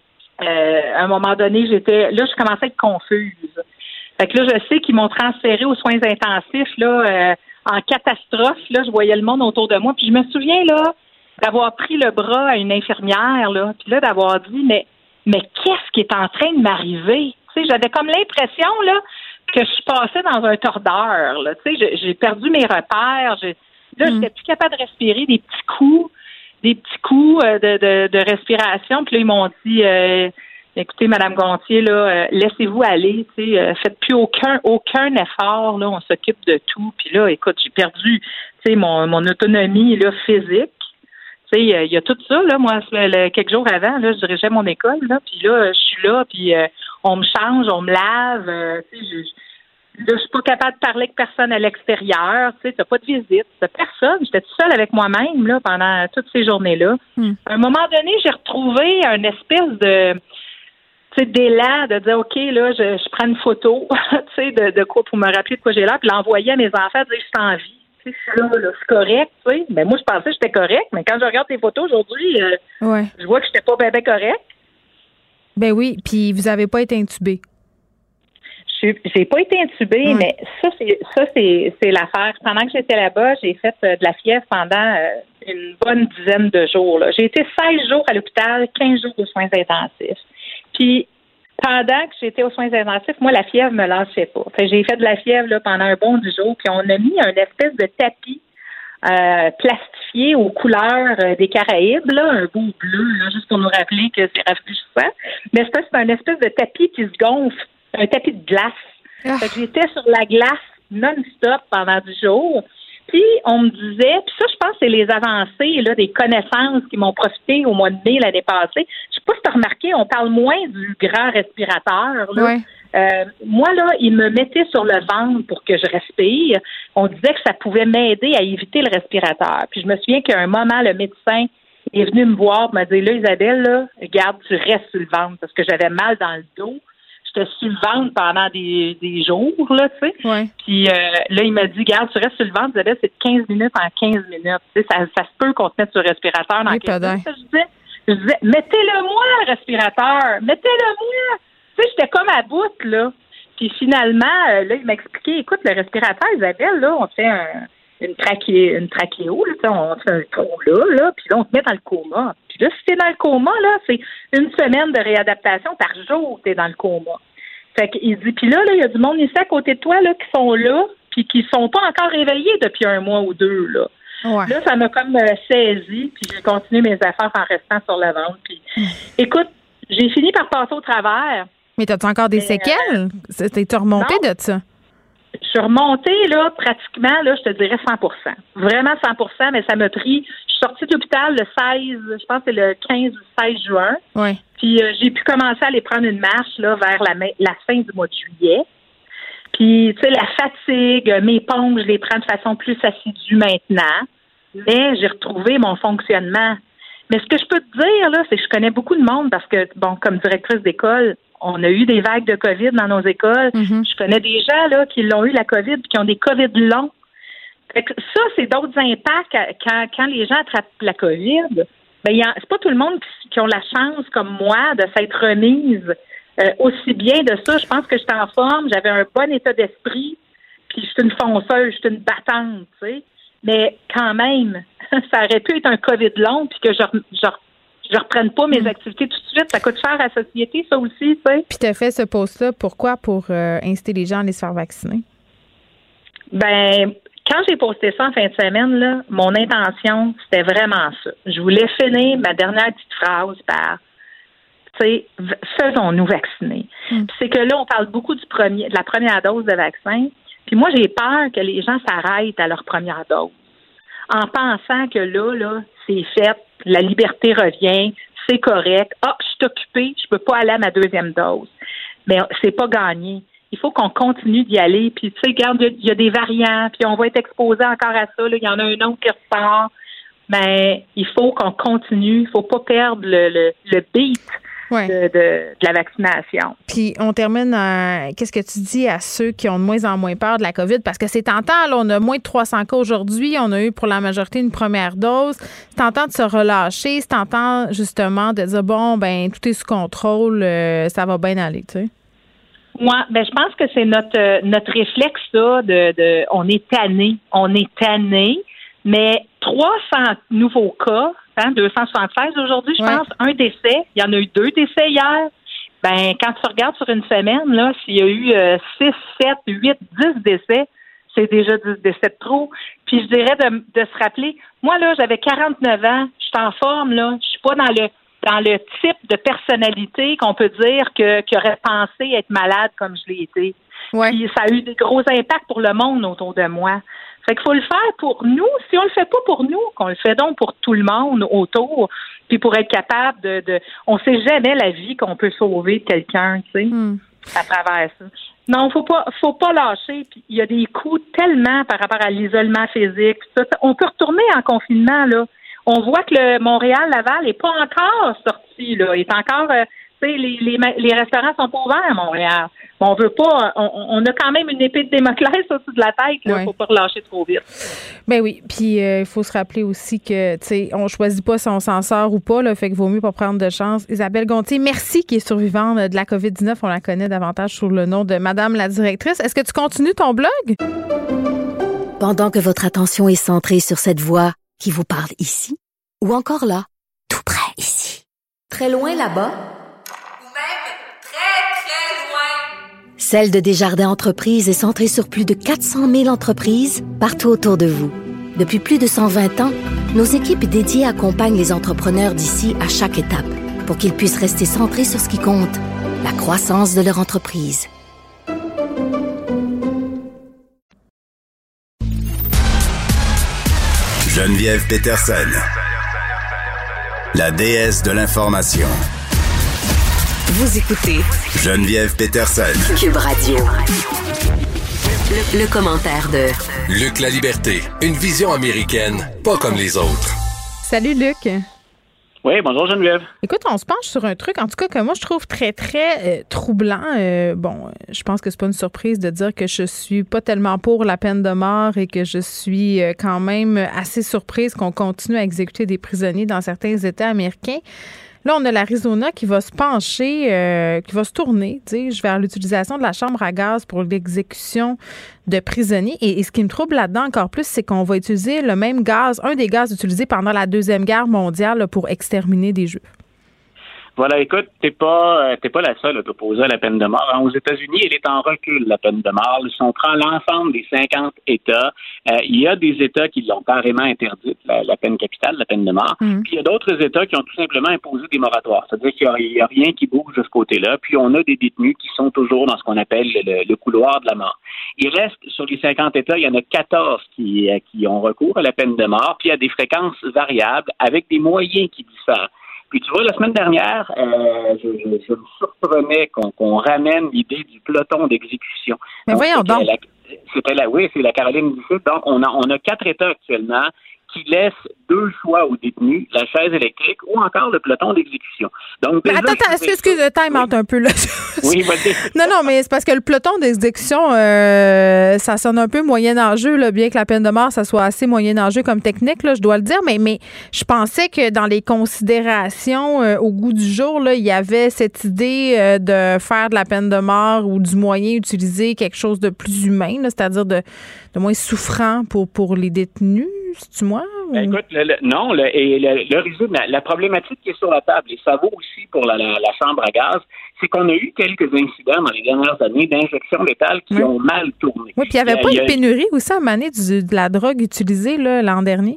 euh, à un moment donné, j'étais. Là, je commençais à être confuse. Fait que là, je sais qu'ils m'ont transféré aux soins intensifs, là, euh, en catastrophe. Là, je voyais le monde autour de moi. Puis je me souviens, là, d'avoir pris le bras à une infirmière, là, puis là, d'avoir dit, mais, mais qu'est-ce qui est en train de m'arriver? Tu sais, j'avais comme l'impression, là, que je passais dans un tordeur, là. Tu sais, j'ai perdu mes repères. J'ai, Là, mm. j'étais plus capable de respirer, des petits coups, des petits coups euh, de, de, de respiration. Puis là, ils m'ont dit, euh, écoutez, Madame Gontier, là, euh, laissez-vous aller, tu sais, euh, faites plus aucun aucun effort, là, on s'occupe de tout. Puis là, écoute, j'ai perdu, tu sais, mon, mon autonomie là physique. Tu sais, il euh, y a tout ça, là. Moi, le, le, quelques jours avant, là, je dirigeais mon école, là. Puis là, je suis là, puis euh, on me change, on me lave, euh, tu sais, je Là, je suis pas capable de parler avec personne à l'extérieur. Tu sais, t'as pas de visite, t'as personne. J'étais toute seule avec moi-même là pendant toutes ces journées-là. Mm. À un moment donné, j'ai retrouvé un espèce de, tu sais, d'élan de dire ok là, je, je prends une photo, tu sais, de, de quoi pour me rappeler de quoi j'ai l'air, puis l'envoyer à mes enfants, dire je suis en vie. Tu sais, là, là, c'est correct. Tu sais, ben moi je pensais que j'étais correct, mais quand je regarde tes photos aujourd'hui, euh, ouais. je vois que j'étais pas bien ben correct. Ben oui, puis vous avez pas été intubé. J'ai pas été intubée, mmh. mais ça, c'est ça, c'est, c'est l'affaire. Pendant que j'étais là-bas, j'ai fait euh, de la fièvre pendant euh, une bonne dizaine de jours. Là. J'ai été seize jours à l'hôpital, quinze jours de soins intensifs. Puis, pendant que j'étais aux soins intensifs, moi, la fièvre me lâchait pas. Fait, j'ai fait de la fièvre là, pendant un bon dix jours, puis on a mis un espèce de tapis euh, plastifié aux couleurs euh, des Caraïbes, là, un beau bleu, là, juste pour nous rappeler que c'est rafraîchissant. Mais c'est, c'est un espèce de tapis qui se gonfle. Un tapis de glace. Ah. Fait que j'étais sur la glace non-stop pendant dix jours. Puis, on me disait, puis ça, je pense que c'est les avancées là, des connaissances qui m'ont profité au mois de mai l'année passée. Je sais pas si tu as remarqué, on parle moins du grand respirateur. Là. Ouais. Euh, moi, là, ils me mettaient sur le ventre pour que je respire. On disait que ça pouvait m'aider à éviter le respirateur. Puis, je me souviens qu'à un moment, le médecin est venu me voir et m'a dit, là, Isabelle, là, regarde, tu restes sur le ventre parce que j'avais mal dans le dos. J'étais sur le ventre pendant des, des jours, là, tu sais. Ouais. Puis euh, là, il m'a dit, garde, tu restes sur le ventre, Isabelle, c'est de quinze minutes en quinze minutes. Tu sais, ça, ça se peut qu'on te mette sur le respirateur dans oui, quinze minutes. Je disais, je disais, mettez-le-moi, le respirateur, mettez-le-moi. Tu sais, j'étais comme à bout, là. Puis finalement, euh, là, il m'a expliqué, écoute, le respirateur, Isabelle, là, on te fait un, une, trachéo, une trachéo, là, tu sais, on te fait un trou là, là, puis là, on te met dans le coma. Puis là, si t'es dans le coma, là, c'est une semaine de réadaptation par jour que t'es dans le coma. Fait qu'il dit, puis là, là, il y a du monde ici à côté de toi, là, qui sont là, puis qui sont pas encore réveillés depuis un mois ou deux, là. Ouais. Là, ça m'a comme euh, saisi, puis j'ai continué mes affaires en restant sur le ventre. Puis, mmh. écoute, j'ai fini par passer au travers. Mais t'as-tu encore des mais, séquelles? Euh, T'es-tu remonté de ça? Je suis remontée, là, pratiquement, là, je te dirais cent pour cent. Vraiment cent pour cent, mais ça m'a pris... Je suis sortie de l'hôpital le seize, je pense que c'est le quinze ou seize juin. Oui. Puis euh, j'ai pu commencer à aller prendre une marche, là, vers la, la fin du mois de juillet. Puis, tu sais, la fatigue, mes pompes, je les prends de façon plus assidue maintenant. Mais j'ai retrouvé mon fonctionnement. Mais ce que je peux te dire, là, c'est que je connais beaucoup de monde parce que, bon, comme directrice d'école, on a eu des vagues de COVID dans nos écoles. Mm-hmm. Je connais des gens là qui l'ont eu, la COVID, puis qui ont des COVID longs. Fait que ça, c'est d'autres impacts quand, quand les gens attrapent la COVID. Ben, y a, c'est pas tout le monde qui, qui ont la chance, comme moi, de s'être remise euh, aussi bien de ça. Je pense que j'étais en forme, j'avais un bon état d'esprit, puis je suis une fonceuse, je suis une battante, tu sais. Mais quand même, ça aurait pu être un COVID long, puis que je, je je reprenne pas mes activités tout de suite. Ça coûte cher à la société, ça aussi, tu sais. Puis tu as fait ce post-là, pourquoi? Pour euh, inciter les gens à aller se faire vacciner? Ben, quand j'ai posté ça en fin de semaine, là, mon intention, c'était vraiment ça. Je voulais finir ma dernière petite phrase par, tu sais, faisons-nous vacciner. Mm. Puis c'est que là, on parle beaucoup du premier, de la première dose de vaccin. Puis moi, j'ai peur que les gens s'arrêtent à leur première dose en pensant que là, là, c'est fait, la liberté revient, c'est correct. Ah, je suis occupée, je peux pas aller à ma deuxième dose. Mais c'est pas gagné. Il faut qu'on continue d'y aller. Puis, tu sais, regarde, il y, y a des variants, puis on va être exposé encore à ça. Là. Il y en a un autre qui ressort. Mais il faut qu'on continue. Il faut pas perdre le, le, le beat ouais. de, de, de la vaccination. Puis, on termine à... Qu'est-ce que tu dis à ceux qui ont de moins en moins peur de la COVID? Parce que c'est tentant, là, on a moins de trois cents cas aujourd'hui. On a eu, pour la majorité, une première dose. C'est tentant de se relâcher. C'est tentant, justement, de dire, bon, ben tout est sous contrôle, euh, ça va bien aller, tu sais. Moi, ben je pense que c'est notre euh, notre réflexe, ça, de, de on est tanné. On est tanné, mais trois cents nouveaux cas, hein, deux cent soixante-seize aujourd'hui, je ouais. pense, un décès. Il y en a eu deux décès hier. Ben, quand tu regardes sur une semaine, là, s'il y a eu euh, six, sept, huit, dix décès, c'est déjà dix décès de trop. Puis je dirais de, de se rappeler, moi, là, j'avais quarante-neuf ans, je suis en forme, là, je suis pas dans le dans le type de personnalité qu'on peut dire que qui aurait pensé être malade comme je l'ai été. Ouais. Puis ça a eu des gros impacts pour le monde autour de moi. Fait qu'il faut le faire pour nous. Si on le fait pas pour nous, qu'on le fait donc pour tout le monde autour, puis pour être capable de... de on sait jamais la vie qu'on peut sauver de quelqu'un, tu sais, mm. à travers ça. Non, faut pas faut pas lâcher. Puis il y a des coûts tellement par rapport à l'isolement physique. Ça, on peut retourner en confinement, là. On voit que le Montréal-Laval n'est pas encore sorti, là. Il est encore, euh, tu sais, les, les, les restaurants sont pas ouverts à Montréal. Mais on veut pas, on, on a quand même une épée de Damoclès au-dessus de la tête, là. Ouais. Faut pas relâcher trop vite. Ben oui. Puis, il euh, faut se rappeler aussi que, tu sais, on choisit pas si on s'en sort ou pas, là. Fait qu'il vaut mieux pas prendre de chance. Isabelle Gontier, merci, qui est survivante de la covid dix-neuf. On la connaît davantage sous le nom de Madame la directrice. Est-ce que tu continues ton blog? Pendant que votre attention est centrée sur cette voix qui vous parle ici, ou encore là, tout près ici, très loin là-bas, ou même très, très loin. Celle de Desjardins Entreprises est centrée sur plus de quatre cent mille entreprises partout autour de vous. Depuis plus de cent vingt ans, nos équipes dédiées accompagnent les entrepreneurs d'ici à chaque étape pour qu'ils puissent rester centrés sur ce qui compte, la croissance de leur entreprise. Geneviève Peterson, la déesse de l'information. Vous écoutez Geneviève Peterson, Cube Radio. Le, le commentaire de Luc Laliberté, une vision américaine, pas comme les autres. Salut Luc. Oui, bonjour Geneviève. Écoute, on se penche sur un truc, en tout cas, que moi, je trouve très, très euh, troublant. Euh, bon, je pense que c'est pas une surprise de dire que je suis pas tellement pour la peine de mort et que je suis euh, quand même assez surprise qu'on continue à exécuter des prisonniers dans certains États américains. Là, on a l'Arizona qui va se pencher, euh, qui va se tourner, dis-je, vers l'utilisation de la chambre à gaz pour l'exécution de prisonniers. Et, et ce qui me trouble là-dedans encore plus, c'est qu'on va utiliser le même gaz, un des gaz utilisés pendant la Deuxième Guerre mondiale là, pour exterminer des Juifs. Voilà, écoute, t'es pas, t'es pas la seule à t'opposer à la peine de mort. Aux États-Unis, elle est en recul, la peine de mort. Si on prend l'ensemble des cinquante États, euh, il y a des États qui l'ont carrément interdite, la, la peine capitale, la peine de mort. Mmh. Puis il y a d'autres États qui ont tout simplement imposé des moratoires. C'est-à-dire qu'il n'y a, a rien qui bouge de ce côté-là. Puis on a des détenus qui sont toujours dans ce qu'on appelle le, le couloir de la mort. Il reste, sur les cinquante États, il y en a quatorze qui, qui ont recours à la peine de mort, puis à des fréquences variables avec des moyens qui diffèrent. Puis tu vois, la semaine dernière, euh, je, je, je me surprenais qu'on, qu'on ramène l'idée du peloton d'exécution. Mais donc, voyons donc. La, c'était la, oui, c'est la Caroline du Sud. Donc, on a, on a quatre États actuellement qui laissent deux choix aux détenus, la chaise électrique ou encore le peloton d'exécution. Donc, mais attends, attends, excuse, excuse, time out oui. un peu là. Oui, vas-y. Non, non, mais c'est parce que le peloton d'exécution, euh, ça sonne un peu moyenâgeux, là, bien que la peine de mort, ça soit assez moyenâgeux comme technique, là, je dois le dire, mais, mais je pensais que dans les considérations euh, au goût du jour, là, il y avait cette idée euh, de faire de la peine de mort ou du moyen utiliser quelque chose de plus humain, là, c'est-à-dire de, de moins souffrant pour, pour les détenus. C'est-tu moi? Ou... Ben, écoute, le, le, non, le, et le, le résumé, la, la problématique qui est sur la table, et ça vaut aussi pour la, la, la chambre à gaz, c'est qu'on a eu quelques incidents dans les dernières années d'injections létales qui oui. ont mal tourné. Oui, puis il n'y avait pas une pénurie aussi à maner du, de la drogue utilisée là, l'an dernier?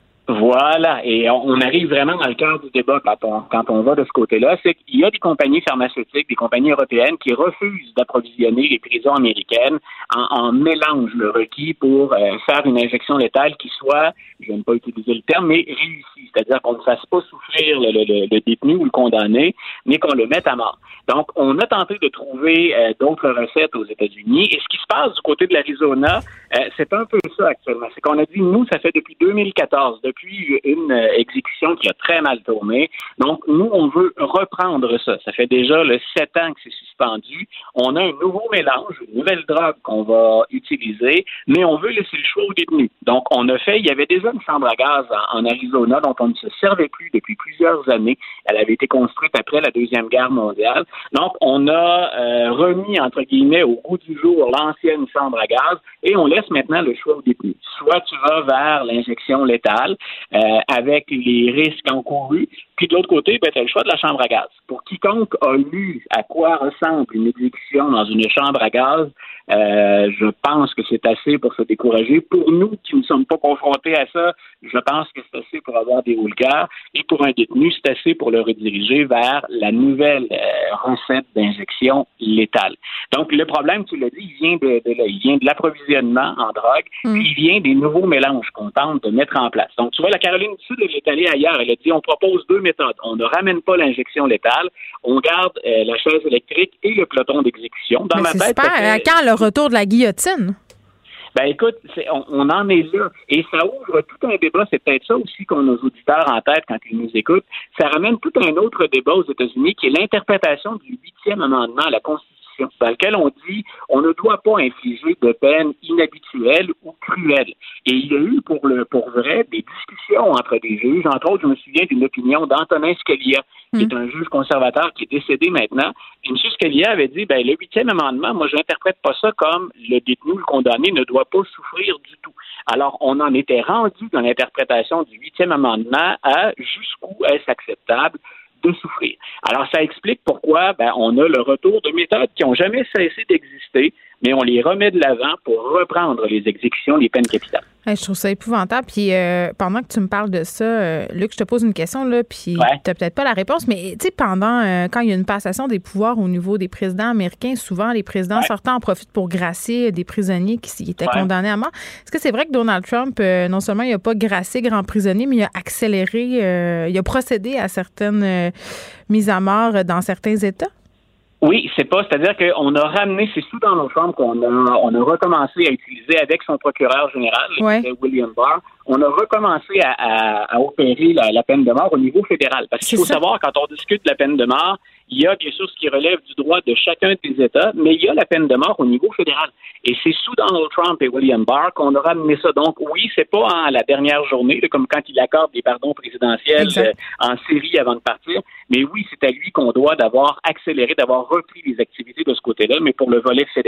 Voilà, et on, on arrive vraiment dans le cœur du débat quand on, quand on va de ce côté-là, c'est qu'il y a des compagnies pharmaceutiques, des compagnies européennes qui refusent d'approvisionner les prisons américaines en, en mélange le requis pour euh, faire une injection létale qui soit, je n'aime pas utiliser le terme, mais réussie, c'est-à-dire qu'on ne fasse pas souffrir le, le, le détenu ou le condamné, mais qu'on le mette à mort. Donc, on a tenté de trouver euh, d'autres recettes aux États-Unis, et ce qui se passe du côté de l'Arizona, euh, c'est un peu ça actuellement, c'est qu'on a dit, nous, ça fait depuis deux mille quatorze, depuis une euh, exécution qui a très mal tourné. Donc, nous, on veut reprendre ça. Ça fait déjà le sept ans que c'est suspendu. On a un nouveau mélange, une nouvelle drogue qu'on va utiliser, mais on veut laisser le choix aux détenus. Donc, on a fait, il y avait déjà une chambre à gaz en, en Arizona dont on ne se servait plus depuis plusieurs années. Elle avait été construite après la Deuxième Guerre mondiale. Donc, on a euh, remis, entre guillemets, au goût du jour l'ancienne chambre à gaz et on laisse maintenant le choix aux détenus. Soit tu vas vers l'injection létale, Euh, avec les risques encourus. Puis de l'autre côté, ben, tu as le choix de la chambre à gaz. Pour quiconque a lu à quoi ressemble une exécution dans une chambre à gaz, euh, je pense que c'est assez pour se décourager. Pour nous qui ne sommes pas confrontés à ça, je pense que c'est assez pour avoir des hauts le cœur. Et pour un détenu, c'est assez pour le rediriger vers la nouvelle euh, recette d'injection létale. Donc, le problème, tu l'as dit, il vient de, de, il vient de l'approvisionnement en drogue, mmh. puis il vient des nouveaux mélanges qu'on tente de mettre en place. Donc, tu vois, la Caroline du Sud, elle est allée ailleurs. Elle a dit, on propose deux méthodes. On ne ramène pas l'injection létale, on garde euh, la chaise électrique et le peloton d'exécution. Dans Mais ma c'est tête, super. fait... Quand le retour de la guillotine? Ben écoute, c'est, on, on en est là. Et ça ouvre tout un débat. C'est peut-être ça aussi qu'on a nos auditeurs en tête quand ils nous écoutent. Ça ramène tout un autre débat aux États-Unis qui est l'interprétation du huitième amendement à la Constitution, dans lequel on dit on ne doit pas infliger de peine inhabituelle ou cruelle. Et il y a eu pour le pour vrai des discussions entre des juges. Entre autres, je me souviens d'une opinion d'Antonin Scalia, mmh. qui est un juge conservateur qui est décédé maintenant. Et M. Scalia avait dit, ben le huitième amendement, moi, je n'interprète pas ça comme le détenu, le condamné ne doit pas souffrir du tout. Alors, on en était rendu dans l'interprétation du huitième amendement à jusqu'où est-ce acceptable de souffrir. Alors, ça explique pourquoi ben, on a le retour de méthodes qui n'ont jamais cessé d'exister, mais on les remet de l'avant pour reprendre les exécutions, les peines capitales. Hey, je trouve ça épouvantable. Puis euh, pendant que tu me parles de ça, euh, Luc, je te pose une question, là, puis ouais. tu n'as peut-être pas la réponse, mais tu sais, pendant, euh, quand il y a une passation des pouvoirs au niveau des présidents américains, souvent, les présidents ouais. sortants en profitent pour gracier des prisonniers qui, qui étaient ouais. condamnés à mort. Est-ce que c'est vrai que Donald Trump, euh, non seulement il n'a pas gracié grands prisonniers, mais il a accéléré, euh, il a procédé à certaines euh, mises à mort dans certains États? Oui, c'est pas, c'est-à-dire qu'on a ramené, c'est sous Donald Trump qu'on a, on a recommencé à utiliser avec son procureur général, ouais. William Barr, on a recommencé à, à, à opérer la, la peine de mort au niveau fédéral. Parce qu'il faut ça. savoir, quand on discute de la peine de mort, il y a bien sûr ce qui relève du droit de chacun des États, mais il y a la peine de mort au niveau fédéral. Et c'est sous Donald Trump et William Barr qu'on a ramené ça. Donc oui, c'est pas à la dernière journée, là, comme quand il accorde des pardons présidentiels euh, en série avant de partir, mais oui, c'est à lui qu'on doit d'avoir accéléré, d'avoir repris les activités de ce côté-là, mais pour le volet fédéral.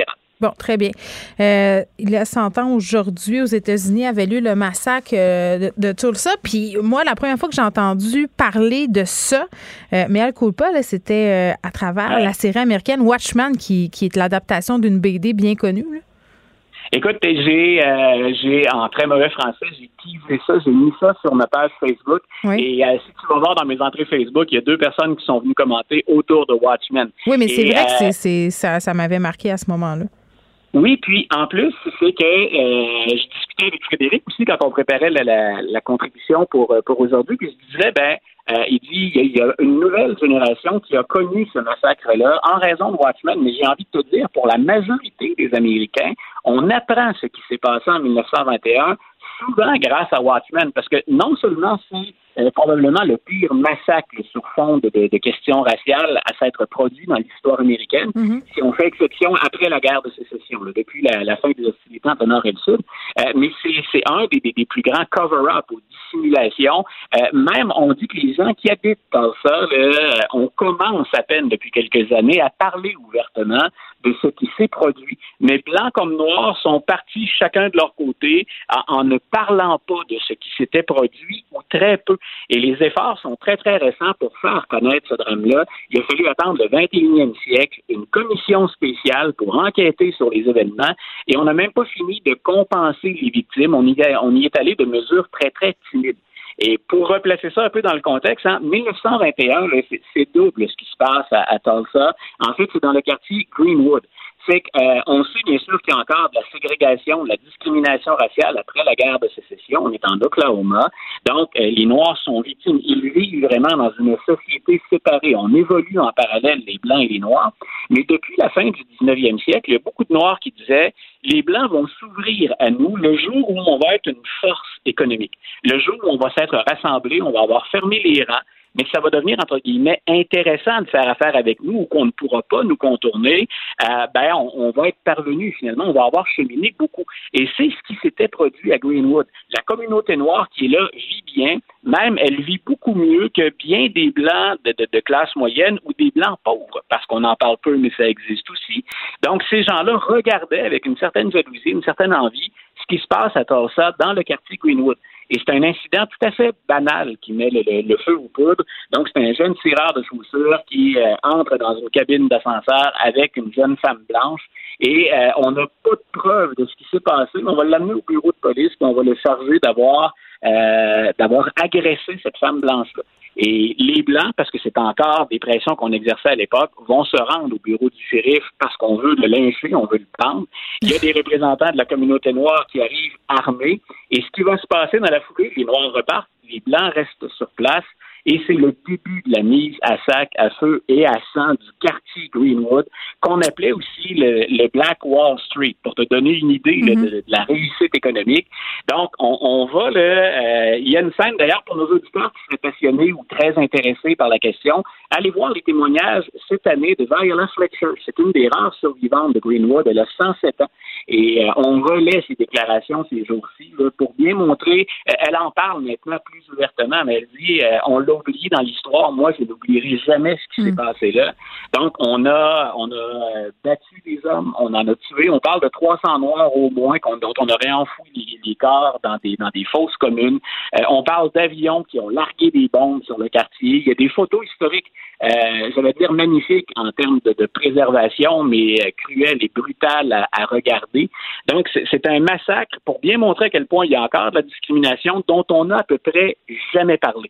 Bon, très bien. Euh, il y a cent ans aujourd'hui, aux États-Unis, avait lieu le massacre euh, de, de Tulsa. Puis moi, la première fois que j'ai entendu parler de ça, euh, mais elle coule pas, là, c'était euh, à travers ouais. la série américaine Watchmen, qui, qui est l'adaptation d'une B D bien connue. Là. Écoute, j'ai, euh, j'ai en très mauvais français, j'ai teasé ça, j'ai mis ça sur ma page Facebook. Oui. Et euh, si tu vas voir dans mes entrées Facebook, il y a deux personnes qui sont venues commenter autour de Watchmen. Oui, mais et, c'est vrai euh, que c'est, c'est, ça, ça m'avait marqué à ce moment-là. Oui, puis en plus, c'est que euh, je discutais avec Frédéric aussi quand on préparait la, la, la contribution pour, pour aujourd'hui, puis je disais, ben, euh, il dit, il y, a, il y a une nouvelle génération qui a connu ce massacre-là en raison de Watchmen, mais j'ai envie de te dire, pour la majorité des Américains, on apprend ce qui s'est passé en dix-neuf cent vingt et un souvent grâce à Watchmen, parce que non seulement c'est euh, probablement le pire massacre sur fond de, de, de questions raciales à s'être produit dans l'histoire américaine, mm-hmm. si on fait exception après la guerre de sécession, là, depuis la, la fin des hostilités entre le Nord et le Sud, euh, mais c'est, c'est un des, des, des plus grands cover-up ou dissimulations. Euh, même, on dit que les gens qui habitent dans ça, là, on commence à peine depuis quelques années à parler ouvertement de ce qui s'est produit. Mais blancs comme noirs sont partis chacun de leur côté en, en ne parlant pas de ce qui s'était produit ou très peu. Et les efforts sont très, très récents pour faire connaître ce drame-là. Il a fallu attendre le vingt et unième siècle, une commission spéciale pour enquêter sur les événements, et on n'a même pas fini de compenser les victimes. On y, on y est allé de mesures très, très timides. Et pour replacer ça un peu dans le contexte, en hein, dix-neuf cent vingt et un, là, c'est, c'est double ce qui se passe à, à Tulsa. En fait, c'est dans le quartier Greenwood. C'est qu'on euh, sait bien sûr qu'il y a encore de la ségrégation, de la discrimination raciale après la guerre de sécession. On est en Oklahoma. Donc, euh, les Noirs sont victimes. Ils vivent vraiment dans une société séparée. On évolue en parallèle, les Blancs et les Noirs. Mais depuis la fin du dix-neuvième siècle, il y a beaucoup de Noirs qui disaient « Les Blancs vont s'ouvrir à nous le jour où on va être une force économique. Le jour où on va s'être rassemblés, on va avoir fermé les rangs. » mais que ça va devenir, entre guillemets, intéressant de faire affaire avec nous ou qu'on ne pourra pas nous contourner, euh, ben, on, on va être parvenu, finalement, on va avoir cheminé beaucoup. Et c'est ce qui s'était produit à Greenwood. La communauté noire qui est là vit bien, même elle vit beaucoup mieux que bien des Blancs de, de, de classe moyenne ou des Blancs pauvres, parce qu'on en parle peu, mais ça existe aussi. Donc, ces gens-là regardaient avec une certaine jalousie, une certaine envie, ce qui se passe à Tulsa dans le quartier Greenwood. Et c'est un incident tout à fait banal qui met le, le, le feu aux poudres. Donc, c'est un jeune tireur de chaussures qui euh, entre dans une cabine d'ascenseur avec une jeune femme blanche. Et euh, on n'a pas de preuve de ce qui s'est passé, mais on va l'amener au bureau de police et on va le charger d'avoir, euh, d'avoir agressé cette femme blanche-là. Et les Blancs, parce que c'est encore des pressions qu'on exerçait à l'époque, vont se rendre au bureau du shérif parce qu'on veut le lyncher, on veut le prendre. Il y a des représentants de la communauté noire qui arrivent armés. Et ce qui va se passer dans la foulée, les Noirs repartent, les Blancs restent sur place. Et c'est le début de la mise à sac, à feu et à sang du quartier Greenwood, qu'on appelait aussi le, le Black Wall Street, pour te donner une idée mm-hmm. là, de, de la réussite économique. Donc, on, on va là, euh, il y a une scène d'ailleurs pour nos auditeurs qui seraient passionnés ou très intéressés par la question. Allez voir les témoignages cette année de Viola Fletcher. C'est une des rares survivantes de Greenwood. Elle a cent sept ans. Et euh, on relaie ses déclarations ces jours-ci là, pour bien montrer. Euh, elle en parle maintenant plus ouvertement, mais elle dit euh, on l'a oublié dans l'histoire. Moi, je n'oublierai jamais ce qui mm. s'est passé là. Donc, on a on a battu des hommes, on en a tué. On parle de trois cents Noirs au moins qu'on, dont on aurait enfoui les, les corps dans des dans des fosses communes. Euh, on parle d'avions qui ont largué des bombes sur le quartier. Il y a des photos historiques, euh, je vais dire magnifiques en termes de, de préservation, mais euh, cruelles et brutales à, à regarder. Donc, c'est, c'est un massacre pour bien montrer à quel point il y a encore de la discrimination dont on n'a à peu près jamais parlé.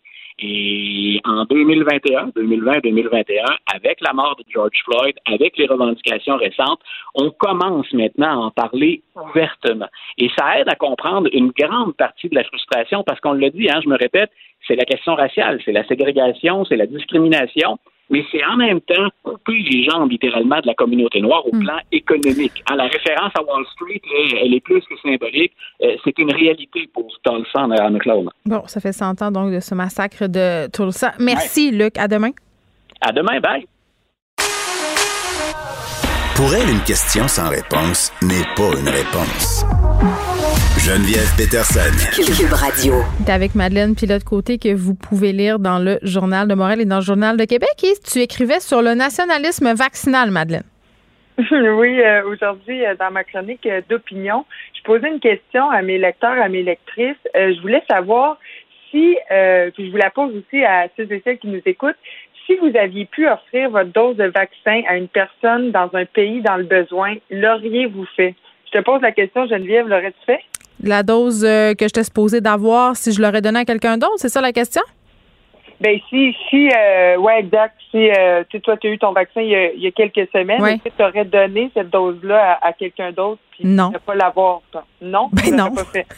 Et en deux mille vingt et un, deux mille vingt, deux mille vingt et un, avec la mort de George Floyd, avec les revendications récentes, on commence maintenant à en parler ouvertement. Et ça aide à comprendre une grande partie de la frustration parce qu'on l'a dit, hein, je me répète, c'est la question raciale, c'est la ségrégation, c'est la discrimination, mais c'est en même temps couper les jambes littéralement de la communauté noire au mm. plan économique. Hein, la référence à Wall Street, là, elle est plus que symbolique. Euh, c'est une réalité pour Tulsa en Oklahoma. Bon, ça fait cent ans donc de ce massacre de Tulsa. Merci, ouais. Luc. À demain. À demain. Bye. Pour elle, une question sans réponse n'est pas une réponse. Geneviève Peterson. Cube Radio. T'es avec Madeleine Pilote-Côté que vous pouvez lire dans le Journal de Montréal et dans le Journal de Québec. Et tu écrivais sur le nationalisme vaccinal, Madeleine. Oui, euh, aujourd'hui, euh, dans ma chronique euh, d'opinion, je posais une question à mes lecteurs, à mes lectrices. Euh, je voulais savoir si, euh, puis je vous la pose aussi à ceux et celles qui nous écoutent, si vous aviez pu offrir votre dose de vaccin à une personne dans un pays dans le besoin, l'auriez-vous fait? Je te pose la question, Geneviève, l'aurais-tu fait? La dose euh, que j'étais supposée d'avoir, si je l'aurais donnée à quelqu'un d'autre, c'est ça la question? Ben si, si, euh, ouais, exact. Si, euh, tu sais, toi, tu as eu ton vaccin il y a, il y a quelques semaines, ouais. Est-ce que tu aurais donné cette dose-là à, à quelqu'un d'autre puis non. Tu ne pas l'avoir, toi? Non? Ben non. Pas fait.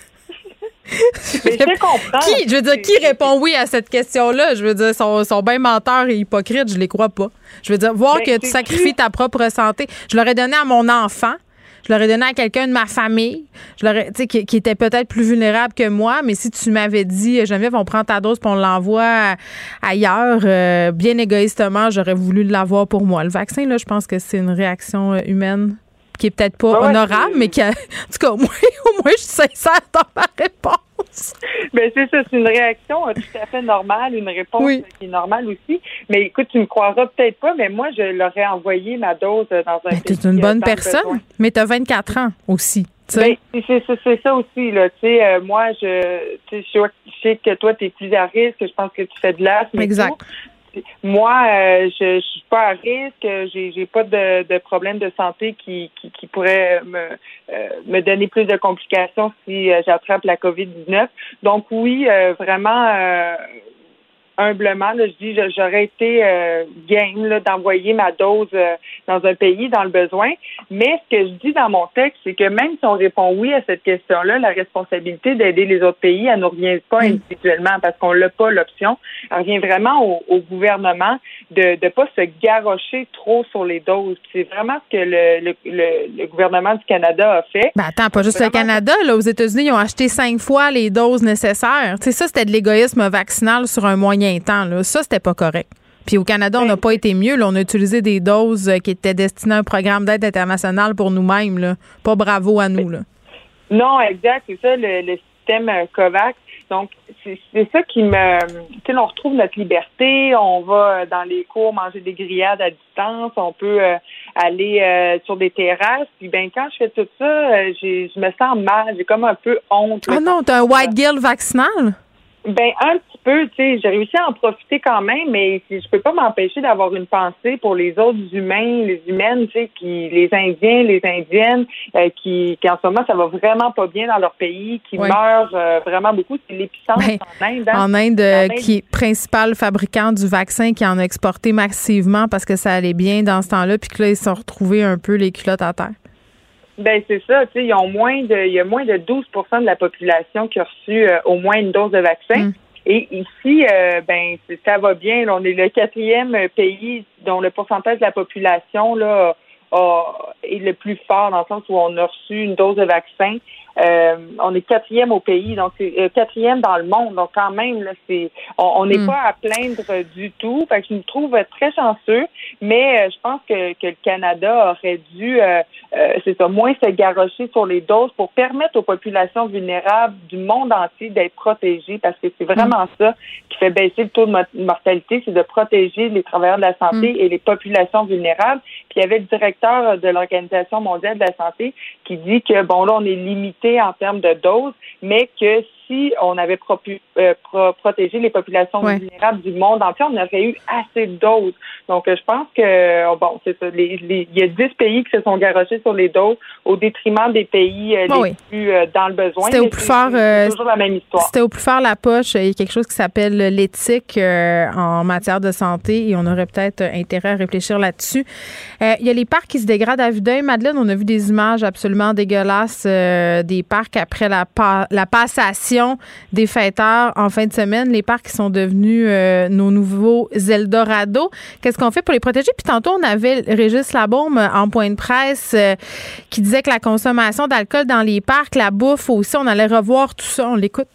Mais je te comprends. Qui, je veux dire, qui répond oui à cette question-là? Je veux dire, sont, sont bien menteurs et hypocrites, je les crois pas. Je veux dire, voir ben, que tu sacrifies qui? ta propre santé. Je l'aurais donné à mon enfant. Je l'aurais donné à quelqu'un de ma famille, je l'aurais, tu sais, qui, qui était peut-être plus vulnérable que moi, mais si tu m'avais dit, Geneviève, on prend ta dose puis on l'envoie ailleurs, euh, bien égoïstement, j'aurais voulu l'avoir pour moi. Le vaccin, là, je pense que c'est une réaction humaine qui est peut-être pas ouais, honorable, c'est... mais qui a, en tout cas, au moins, au moins, je suis sincère dans ma réponse. Ben c'est ça, c'est une réaction tout à fait normale, une réponse oui. qui est normale aussi. Mais écoute, tu me croiras peut-être pas, mais moi, je l'aurais envoyé ma dose dans un ben, pays. T'es une bonne personne, mais t'as vingt-quatre ans aussi. Ben, c'est, c'est, c'est ça aussi, là. Tu sais, euh, moi, je, je sais que toi, t'es plus à risque, je pense que tu fais de l'asthme. Exact. Et tout. Moi, euh, je, je suis pas à risque, j'ai, j'ai pas de, de problème de santé qui, qui, qui pourrait me, euh, me donner plus de complications si euh, j'attrape la covid dix-neuf. Donc oui, euh, vraiment euh, humblement, là, je dis, j'aurais été euh, game là, d'envoyer ma dose euh, dans un pays dans le besoin. Mais ce que je dis dans mon texte, c'est que même si on répond oui à cette question-là, la responsabilité d'aider les autres pays, elle ne nous revient pas individuellement parce qu'on n'a pas l'option. Elle revient vraiment au, au gouvernement de ne pas se garrocher trop sur les doses. C'est vraiment ce que le, le, le, le gouvernement du Canada a fait. Ben attends, pas juste vraiment... le Canada. Là, aux États-Unis, ils ont acheté cinq fois les doses nécessaires. Tu sais, ça, c'était de l'égoïsme vaccinal sur un moyen temps. Là. Ça, c'était pas correct. Puis au Canada, on n'a pas été mieux. Là. On a utilisé des doses qui étaient destinées à un programme d'aide internationale pour nous-mêmes. Là. Pas bravo à nous. Là. Non, exact. C'est ça, le, le système COVAX. Donc, c'est, c'est ça qui me... Tu sais, on retrouve notre liberté. On va dans les cours manger des grillades à distance. On peut euh, aller euh, sur des terrasses. Puis, ben quand je fais tout ça, euh, j'ai, je me sens mal. J'ai comme un peu honte. Ah non, t'as un white guilt vaccinal? Ben un petit peu, tu sais, j'ai réussi à en profiter quand même, mais je peux pas m'empêcher d'avoir une pensée pour les autres humains, les humaines, tu sais, qui, les Indiens, les Indiennes, euh, qui, qui en ce moment ça va vraiment pas bien dans leur pays, qui oui. meurent euh, vraiment beaucoup. C'est l'épicentre ben, en Inde. Hein? En Inde, euh, en Inde, qui est principal fabricant du vaccin, qui en a exporté massivement parce que ça allait bien dans ce temps-là, puis que là ils se sont retrouvés un peu les culottes à terre. Ben c'est ça, tu sais, ils ont moins de, il y a moins de douze pour cent de la population qui a reçu euh, au moins une dose de vaccin. Mm. Et ici, euh, ben ça va bien. Là, on est le quatrième pays dont le pourcentage de la population là a, est le plus fort dans le sens où on a reçu une dose de vaccin. Euh, on est quatrième au pays, donc c'est euh, quatrième dans le monde. Donc quand même, là, c'est on n'est mm. pas à plaindre du tout. Fait que je me trouve très chanceux, mais euh, je pense que, que le Canada aurait dû, euh, euh, c'est ça, moins se garrocher sur les doses pour permettre aux populations vulnérables du monde entier d'être protégées, parce que c'est vraiment mm. ça qui fait baisser le taux de mortalité, c'est de protéger les travailleurs de la santé mm. et les populations vulnérables. Puis il y avait le directeur de l'Organisation mondiale de la santé qui dit que bon là on est limité en termes de doses, mais que si on avait pro- euh, pro- protégé les populations ouais. vulnérables du monde entier, on aurait eu assez de doses. Donc, euh, je pense que, bon, c'est ça, les, les, il y a dix pays qui se sont garochés sur les doses au détriment des pays euh, oh les oui. plus euh, dans le besoin. C'était au plus c'est, fort, c'est, c'est toujours la même histoire. C'était au plus fort la poche. Il y a quelque chose qui s'appelle l'éthique euh, en matière de santé et on aurait peut-être intérêt à réfléchir là-dessus. Euh, il y a les parcs qui se dégradent à vue d'œil. Madeleine, on a vu des images absolument dégueulasses euh, des parcs après la, pa- la passation des fêteurs en fin de semaine, les parcs qui sont devenus euh, nos nouveaux Eldorado. Qu'est-ce qu'on fait pour les protéger? Puis tantôt, on avait Régis Labaume en point de presse euh, qui disait que la consommation d'alcool dans les parcs, la bouffe aussi, on allait revoir tout ça. On l'écoute.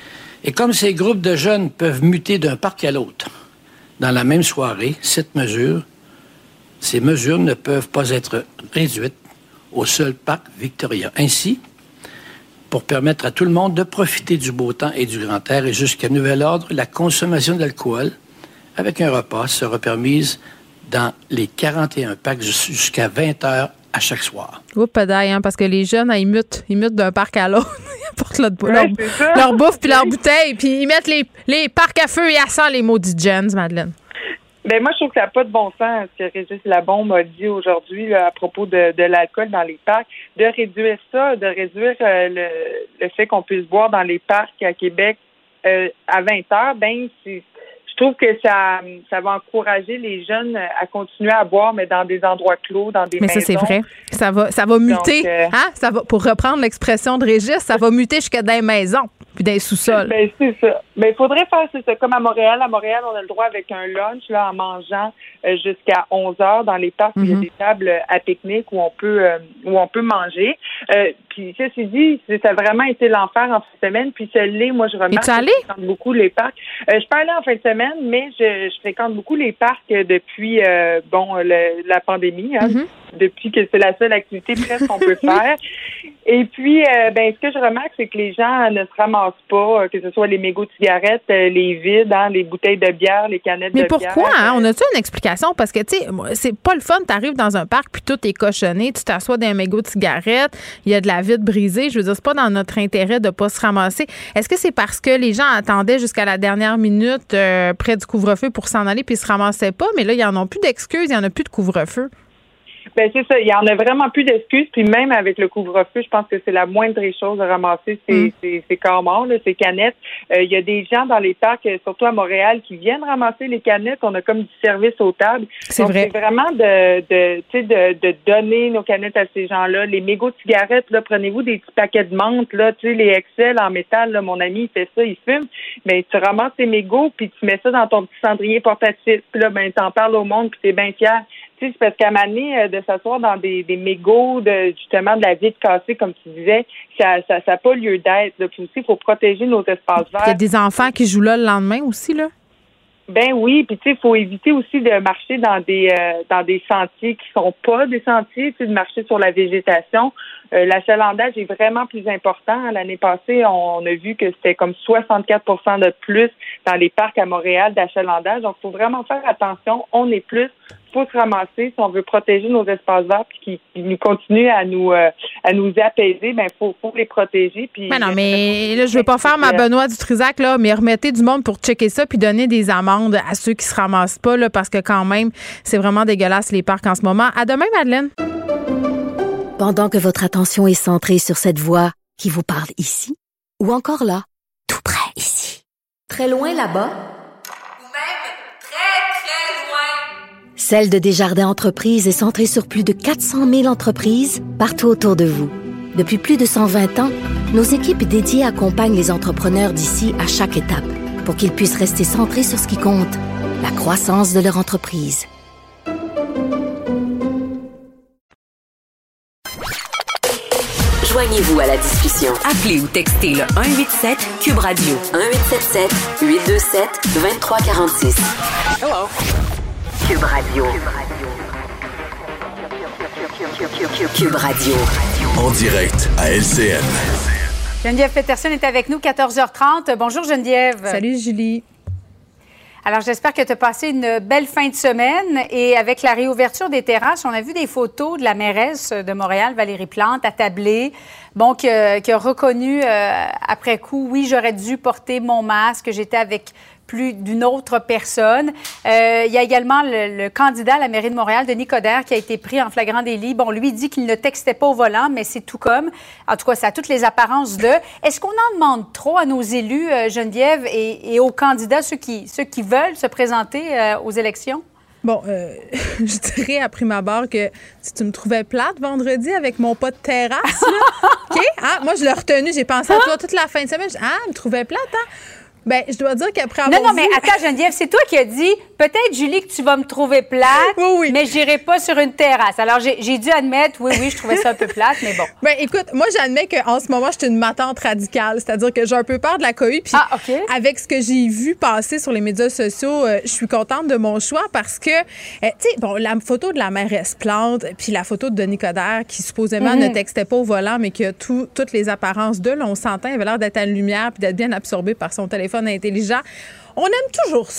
Et comme ces groupes de jeunes peuvent muter d'un parc à l'autre dans la même soirée, cette mesure, ces mesures ne peuvent pas être réduites au seul parc Victoria. Ainsi, pour permettre à tout le monde de profiter du beau temps et du grand air et jusqu'à nouvel ordre, la consommation d'alcool avec un repas sera permise dans les quarante et un parcs jusqu'à vingt heures à chaque soir. Oups, pédaille, hein, parce que les jeunes, hein, ils mutent, ils mutent d'un parc à l'autre. Ils apportent leur, ouais, leur, leur bouffe puis leur bouteille, puis ils mettent les, les parcs à feu et à sang, les maudits gens, Madeleine. Ben moi, je trouve que ça n'a pas de bon sens ce que Régis Labombe a dit aujourd'hui là, à propos de, de l'alcool dans les parcs, de réduire ça, de réduire euh, le, le fait qu'on puisse boire dans les parcs à Québec euh, à vingt heures. Ben, c'est, je trouve que ça, ça va encourager les jeunes à continuer à boire, mais dans des endroits clos, dans des mais maisons. Mais ça, c'est vrai. Ça va, ça va muter. Donc, euh, hein? Ça va, pour reprendre l'expression de Régis, ça va muter jusqu'à dans les maisons puis dans les sous-sols. Ben, c'est ça. Mais il faudrait faire c'est ça. Comme à Montréal. À Montréal, on a le droit avec un lunch là, en mangeant euh, jusqu'à onze heures dans les parcs. Mm-hmm. Il y a des tables à pique-nique où on peut euh, où on peut manger. Euh, puis ceci dit, ça a vraiment été l'enfer en fin de semaine. Puis ça l'est, moi je remarque que je fréquente beaucoup les parcs. Euh, je peux aller en fin de semaine, mais je, je fréquente beaucoup les parcs depuis euh, bon le, la pandémie. Hein, mm-hmm. Depuis que c'est la seule activité presque qu'on peut faire. Et puis, euh, ben, ce que je remarque, c'est que les gens ne se ramassent pas, que ce soit les mégots de cigarettes, les vides, hein, les bouteilles de bière, les canettes mais de pourquoi, bière. Mais pourquoi? Hein? On a-tu une explication? Parce que, tu sais, c'est pas le fun. T'arrives dans un parc puis tout est cochonné. Tu t'assois dans un mégot de cigarette. Il y a de la vitre brisée. Je veux dire, c'est pas dans notre intérêt de pas se ramasser. Est-ce que c'est parce que les gens attendaient jusqu'à la dernière minute euh, près du couvre-feu pour s'en aller puis ils se ramassaient pas? Mais là, ils en ont plus d'excuses. Il y en a plus de couvre-feu. Ben c'est ça, il y en a vraiment plus d'excuses, puis même avec le couvre-feu, je pense que c'est la moindre des choses de ramasser ces, mm. ces, ces corps morts, là, ces canettes. Euh, il y a des gens dans les parcs, surtout à Montréal, qui viennent ramasser les canettes. On a comme du service aux tables. C'est Donc, vrai. C'est vraiment de, de, tu sais, de, de donner nos canettes à ces gens-là. Les mégots de cigarettes, là, prenez-vous des petits paquets de menthe, là, tu sais, les Excel en métal, là, mon ami, il fait ça, il fume. Mais tu ramasses tes mégots, puis tu mets ça dans ton petit cendrier portatif, puis là, ben, t'en parles au monde, puis t'es bien fier. C'est parce qu'à un moment donné, de s'asseoir dans des, des mégots, de, justement, de la vitre cassée, comme tu disais, ça n'a ça, ça pas lieu d'être. Là. Puis aussi, il faut protéger nos espaces verts. Il y a des enfants qui jouent là le lendemain aussi, là? Ben oui, puis tu sais, il faut éviter aussi de marcher dans des euh, dans des sentiers qui sont pas des sentiers, tu sais, de marcher sur la végétation. Euh, l'achalandage est vraiment plus important. L'année passée, on a vu que c'était comme soixante-quatre pour cent de plus dans les parcs à Montréal d'achalandage. Donc, il faut vraiment faire attention. On est plus. Il faut se ramasser si on veut protéger nos espaces verts puis qui, qui nous continuent à nous euh, à nous apaiser. Ben, faut faut les protéger. Puis. Ben non, mais là, je veux pas faire ma Benoît Dutrisac là, mais remettez du monde pour checker ça puis donner des amendes à ceux qui se ramassent pas là, parce que quand même, c'est vraiment dégueulasse les parcs en ce moment. À demain, Madeleine. Pendant que votre attention est centrée sur cette voix qui vous parle ici, ou encore là, tout près ici, très loin là-bas, ou même très, très loin, Celle de Desjardins Entreprises est centrée sur plus de quatre cent mille entreprises partout autour de vous. Depuis plus de cent vingt ans, nos équipes dédiées accompagnent les entrepreneurs d'ici à chaque étape pour qu'ils puissent rester centrés sur ce qui compte, la croissance de leur entreprise. Joignez-vous à la discussion. Appelez ou textez le un huit sept Cube Radio un huit sept sept huit deux sept deux trois quatre six. Hello. Cube Radio. Cube Radio. En direct à L C N. Geneviève Peterson est avec nous, quatorze heures trente. Bonjour Geneviève. Salut Julie. Alors, j'espère que tu as passé une belle fin de semaine et avec la réouverture des terrasses, on a vu des photos de la mairesse de Montréal, Valérie Plante, attablée, bon, qui a, qui a reconnu euh, après coup, oui, j'aurais dû porter mon masque, j'étais avec plus d'une autre personne. Euh, il y a également le, le candidat à la mairie de Montréal, Denis Coderre, qui a été pris en flagrant délit. Bon, lui dit qu'il ne textait pas au volant, mais c'est tout comme. En tout cas, ça a toutes les apparences de. Est-ce qu'on en demande trop à nos élus, euh, Geneviève, et, et aux candidats, ceux qui, ceux qui veulent se présenter euh, aux élections? Bon, euh, je dirais à prime abord que si tu me trouvais plate vendredi avec mon pas de terrasse, là, OK? Ah, moi, je l'ai retenu. J'ai pensé à toi toute la fin de semaine. Ah, elle me trouvait plate, hein? Ben, je dois dire qu'après avoir Non, non, vu... mais attends, Geneviève, c'est toi qui as dit, peut-être, Julie, que tu vas me trouver plate, oui, oui. mais j'irai pas sur une terrasse. Alors, j'ai, j'ai dû admettre, oui, oui, je trouvais ça un peu plate, mais bon. Ben, écoute, moi, j'admets qu'en ce moment, je suis une matante radicale. C'est-à-dire que j'ai un peu peur de la cohue. Puis, ah, OK. Avec ce que j'ai vu passer sur les médias sociaux, euh, je suis contente de mon choix parce que, euh, tu sais, bon, la photo de la mairesse Plante, puis la photo de Denis Coderre, qui supposément mm-hmm. ne textait pas au volant, mais qui a tout, toutes les apparences d'eux, là, on s'entend, il avait l'air d'être à la lumière puis d'être bien absorbé par son téléphone intelligent. On aime toujours ça.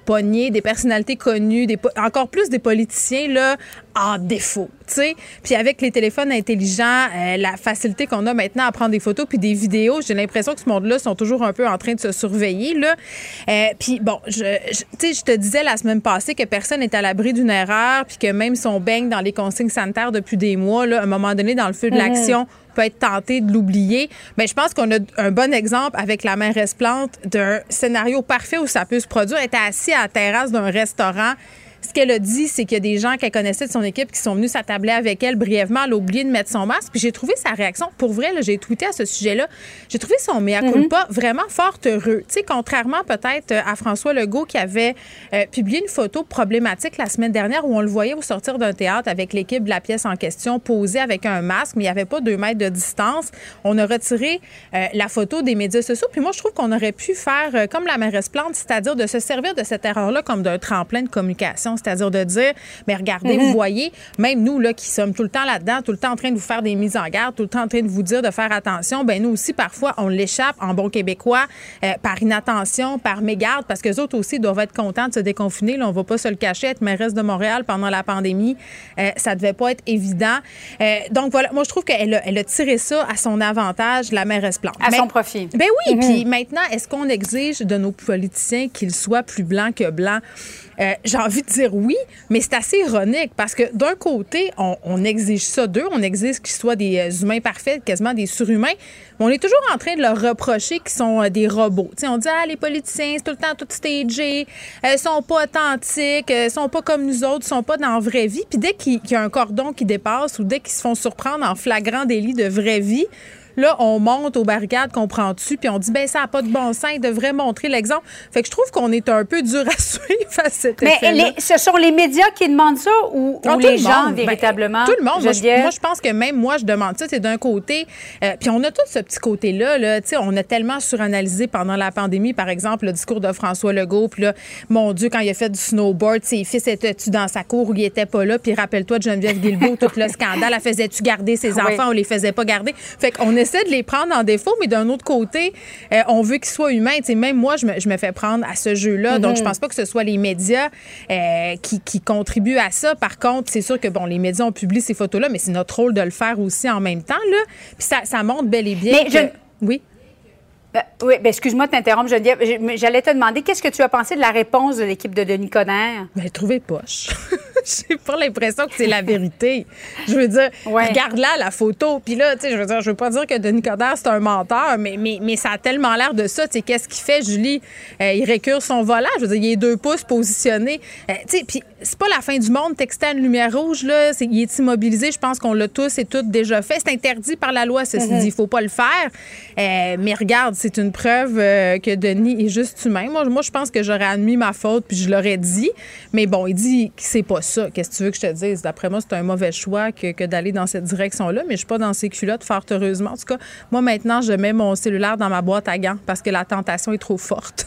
pogner des personnalités connues, des, encore plus des politiciens, là, en défaut, tu sais. Puis avec les téléphones intelligents, euh, la facilité qu'on a maintenant à prendre des photos puis des vidéos, j'ai l'impression que ce monde-là sont toujours un peu en train de se surveiller, là. Euh, puis bon, je, je, tu sais, je te disais la semaine passée que personne n'est à l'abri d'une erreur puis que même si on baigne dans les consignes sanitaires depuis des mois, là, à un moment donné, dans le feu de l'action, peut être tenté de l'oublier. Mais je pense qu'on a un bon exemple avec la mairesse Plante d'un scénario parfait où ça peut se produire. Elle était assise à la terrasse d'un restaurant. Ce qu'elle a dit, c'est qu'il y a des gens qu'elle connaissait de son équipe qui sont venus s'attabler avec elle brièvement. Elle a oublié de mettre son masque. Puis j'ai trouvé sa réaction, pour vrai, là, j'ai tweeté à ce sujet-là, j'ai trouvé son mea culpa mm-hmm. vraiment fort heureux. Tu sais, contrairement peut-être à François Legault qui avait euh, publié une photo problématique la semaine dernière où on le voyait au sortir d'un théâtre avec l'équipe de la pièce en question, posé avec un masque, mais il n'y avait pas deux mètres de distance. On a retiré euh, la photo des médias sociaux. Puis moi, je trouve qu'on aurait pu faire euh, comme la mairesse Plante, c'est-à-dire de se servir de cette erreur-là comme d'un tremplin de communication. C'est-à-dire de dire, mais regardez, mm-hmm. vous voyez, même nous là qui sommes tout le temps là-dedans, tout le temps en train de vous faire des mises en garde, tout le temps en train de vous dire de faire attention, ben nous aussi, parfois, on l'échappe en bon québécois euh, par inattention, par mégarde, parce que les autres aussi doivent être contents de se déconfiner. Là, on ne va pas se le cacher, être mairesse de Montréal pendant la pandémie, euh, ça devait pas être évident. Euh, donc voilà, moi je trouve qu'elle a, elle a tiré ça à son avantage, la mairesse Plante. À mais, son profit. Ben oui, mm-hmm. puis maintenant, est-ce qu'on exige de nos politiciens qu'ils soient plus blancs que blancs? Euh, j'ai envie de dire oui, mais c'est assez ironique parce que d'un côté, on, on exige ça d'eux, on exige qu'ils soient des humains parfaits, quasiment des surhumains, mais on est toujours en train de leur reprocher qu'ils sont des robots. T'sais, on dit, ah, les politiciens, c'est tout le temps tout stagé, ils sont pas authentiques, ils sont pas comme nous autres, ils sont pas dans la vraie vie. Puis dès qu'il, qu'il y a un cordon qui dépasse ou dès qu'ils se font surprendre en flagrant délit de vraie vie, là, on monte aux barricades, comprends-tu, puis on dit, ben ça n'a pas de bon sens, il devrait montrer l'exemple. Fait que je trouve qu'on est un peu dur à suivre à cet Mais effet-là. Mais ce sont les médias qui demandent ça ou, ah, ou les le gens, monde. véritablement? Ben, tout le monde. Moi je, moi, je pense que même moi, je demande ça. C'est d'un côté, euh, puis on a tout ce petit côté-là. Là, on a tellement suranalysé pendant la pandémie, par exemple, le discours de François Legault, puis là, mon Dieu, quand il a fait du snowboard, ses fils étaient-tu dans sa cour ou il était pas là, puis rappelle-toi de Geneviève Guilbeault, tout le scandale, elle faisait-tu garder ses enfants, oui. on les faisait pas garder. Fait qu'on essaie de les prendre en défaut, mais d'un autre côté, euh, on veut qu'ils soient humains. T'sais, même moi, je me, je me fais prendre à ce jeu-là. Mm-hmm. Donc, je pense pas que ce soit les médias euh, qui, qui contribuent à ça. Par contre, c'est sûr que, bon, les médias ont publié ces photos-là, mais c'est notre rôle de le faire aussi en même temps, là. Puis ça, ça montre bel et bien mais que... Je... Oui? Euh, oui, bien, excuse-moi de t'interrompre, Geneviève. J'allais te demander, qu'est-ce que tu as pensé de la réponse de l'équipe de Denis Coderre? Bien, trouvé poche. J'ai pas l'impression que c'est la vérité. Je veux dire, ouais. regarde-là la photo. Puis là, tu sais, je veux dire, je veux pas dire que Denis Coderre, c'est un menteur, mais, mais, mais ça a tellement l'air de ça. Tu sais, qu'est-ce qu'il fait, Julie? Euh, il récure son volant. Je veux dire, il est deux pouces positionné. Euh, tu sais, puis c'est pas la fin du monde, texter à une lumière rouge, là. C'est, il est immobilisé. Je pense qu'on l'a tous et toutes déjà fait. C'est interdit par la loi, ceci mm-hmm. dit. Il faut pas le faire. Euh, mais regarde, c'est une preuve euh, que Denis est juste humain. Moi, moi, je pense que j'aurais admis ma faute puis je l'aurais dit. Mais bon, il dit que c'est pas ça. Qu'est-ce que tu veux que je te dise? D'après moi, c'est un mauvais choix que, que d'aller dans cette direction-là, mais je suis pas dans ces culottes, fort heureusement. En tout cas, moi, maintenant, je mets mon cellulaire dans ma boîte à gants parce que la tentation est trop forte.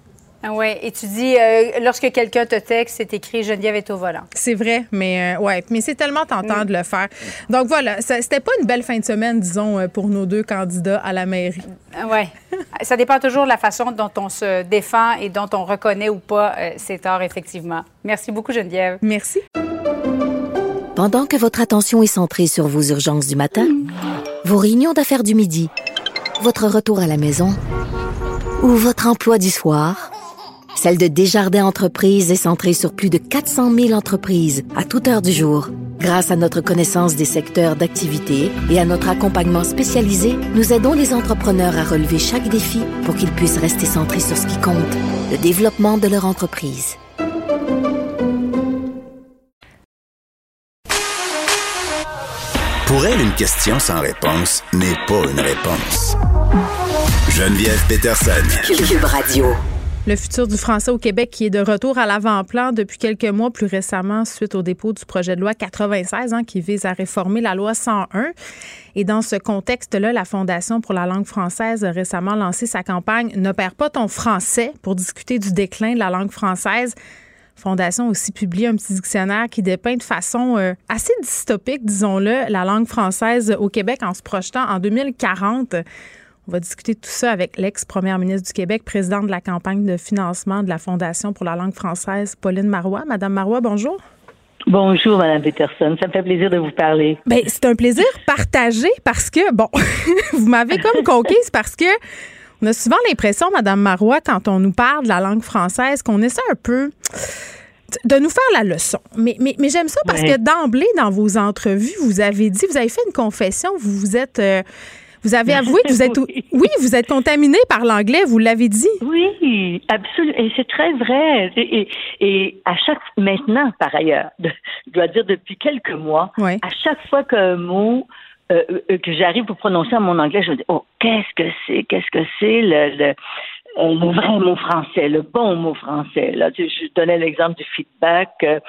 Ah oui, et tu dis, euh, lorsque quelqu'un te texte, c'est écrit « Geneviève est au volant ». C'est vrai, mais euh, ouais, mais c'est tellement tentant mm. de le faire. Donc voilà, ça, c'était pas une belle fin de semaine, disons, pour nos deux candidats à la mairie. Oui. Ça dépend toujours de la façon dont on se défend et dont on reconnaît ou pas euh, ses torts, effectivement. Merci beaucoup, Geneviève. Merci. Pendant que votre attention est centrée sur vos urgences du matin, vos réunions d'affaires du midi, votre retour à la maison ou votre emploi du soir, celle de Desjardins Entreprises est centrée sur plus de quatre cent mille entreprises à toute heure du jour. Grâce à notre connaissance des secteurs d'activité et à notre accompagnement spécialisé, nous aidons les entrepreneurs à relever chaque défi pour qu'ils puissent rester centrés sur ce qui compte, le développement de leur entreprise. Pour elle, une question sans réponse n'est pas une réponse. Geneviève Peterson. Cube Radio. Le futur du français au Québec qui est de retour à l'avant-plan depuis quelques mois, plus récemment, suite au dépôt du projet de loi quatre-vingt-seize hein, qui vise à réformer la loi cent un. Et dans ce contexte-là, la Fondation pour la langue française a récemment lancé sa campagne « Ne perds pas ton français » pour discuter du déclin de la langue française. Fondation a aussi publié un petit dictionnaire qui dépeint de façon euh, assez dystopique, disons-le, la langue française au Québec en se projetant en deux mille quarante. On va discuter de tout ça avec l'ex-première ministre du Québec, présidente de la campagne de financement de la Fondation pour la langue française, Pauline Marois. Madame Marois, bonjour. Bonjour, Madame Peterson. Ça me fait plaisir de vous parler. Bien, c'est un plaisir partagé parce que, bon, vous m'avez comme conquise parce que on a souvent l'impression, Madame Marois, quand on nous parle de la langue française, qu'on essaie un peu de nous faire la leçon. Mais, mais, mais j'aime ça parce ouais. que d'emblée, dans vos entrevues, vous avez dit, vous avez fait une confession, vous vous êtes... Euh, Vous avez avoué que vous êtes oui. oui, vous êtes contaminé par l'anglais, vous l'avez dit. Oui, absolument. Et c'est très vrai. Et, et, et à chaque maintenant, par ailleurs, de, je dois dire depuis quelques mois, oui. à chaque fois qu'un mot euh, que j'arrive pour prononcer en mon anglais, je me dis oh qu'est-ce que c'est, qu'est-ce que c'est le, le le vrai mot français, le bon mot français. Là, je donnais l'exemple du feedback, euh,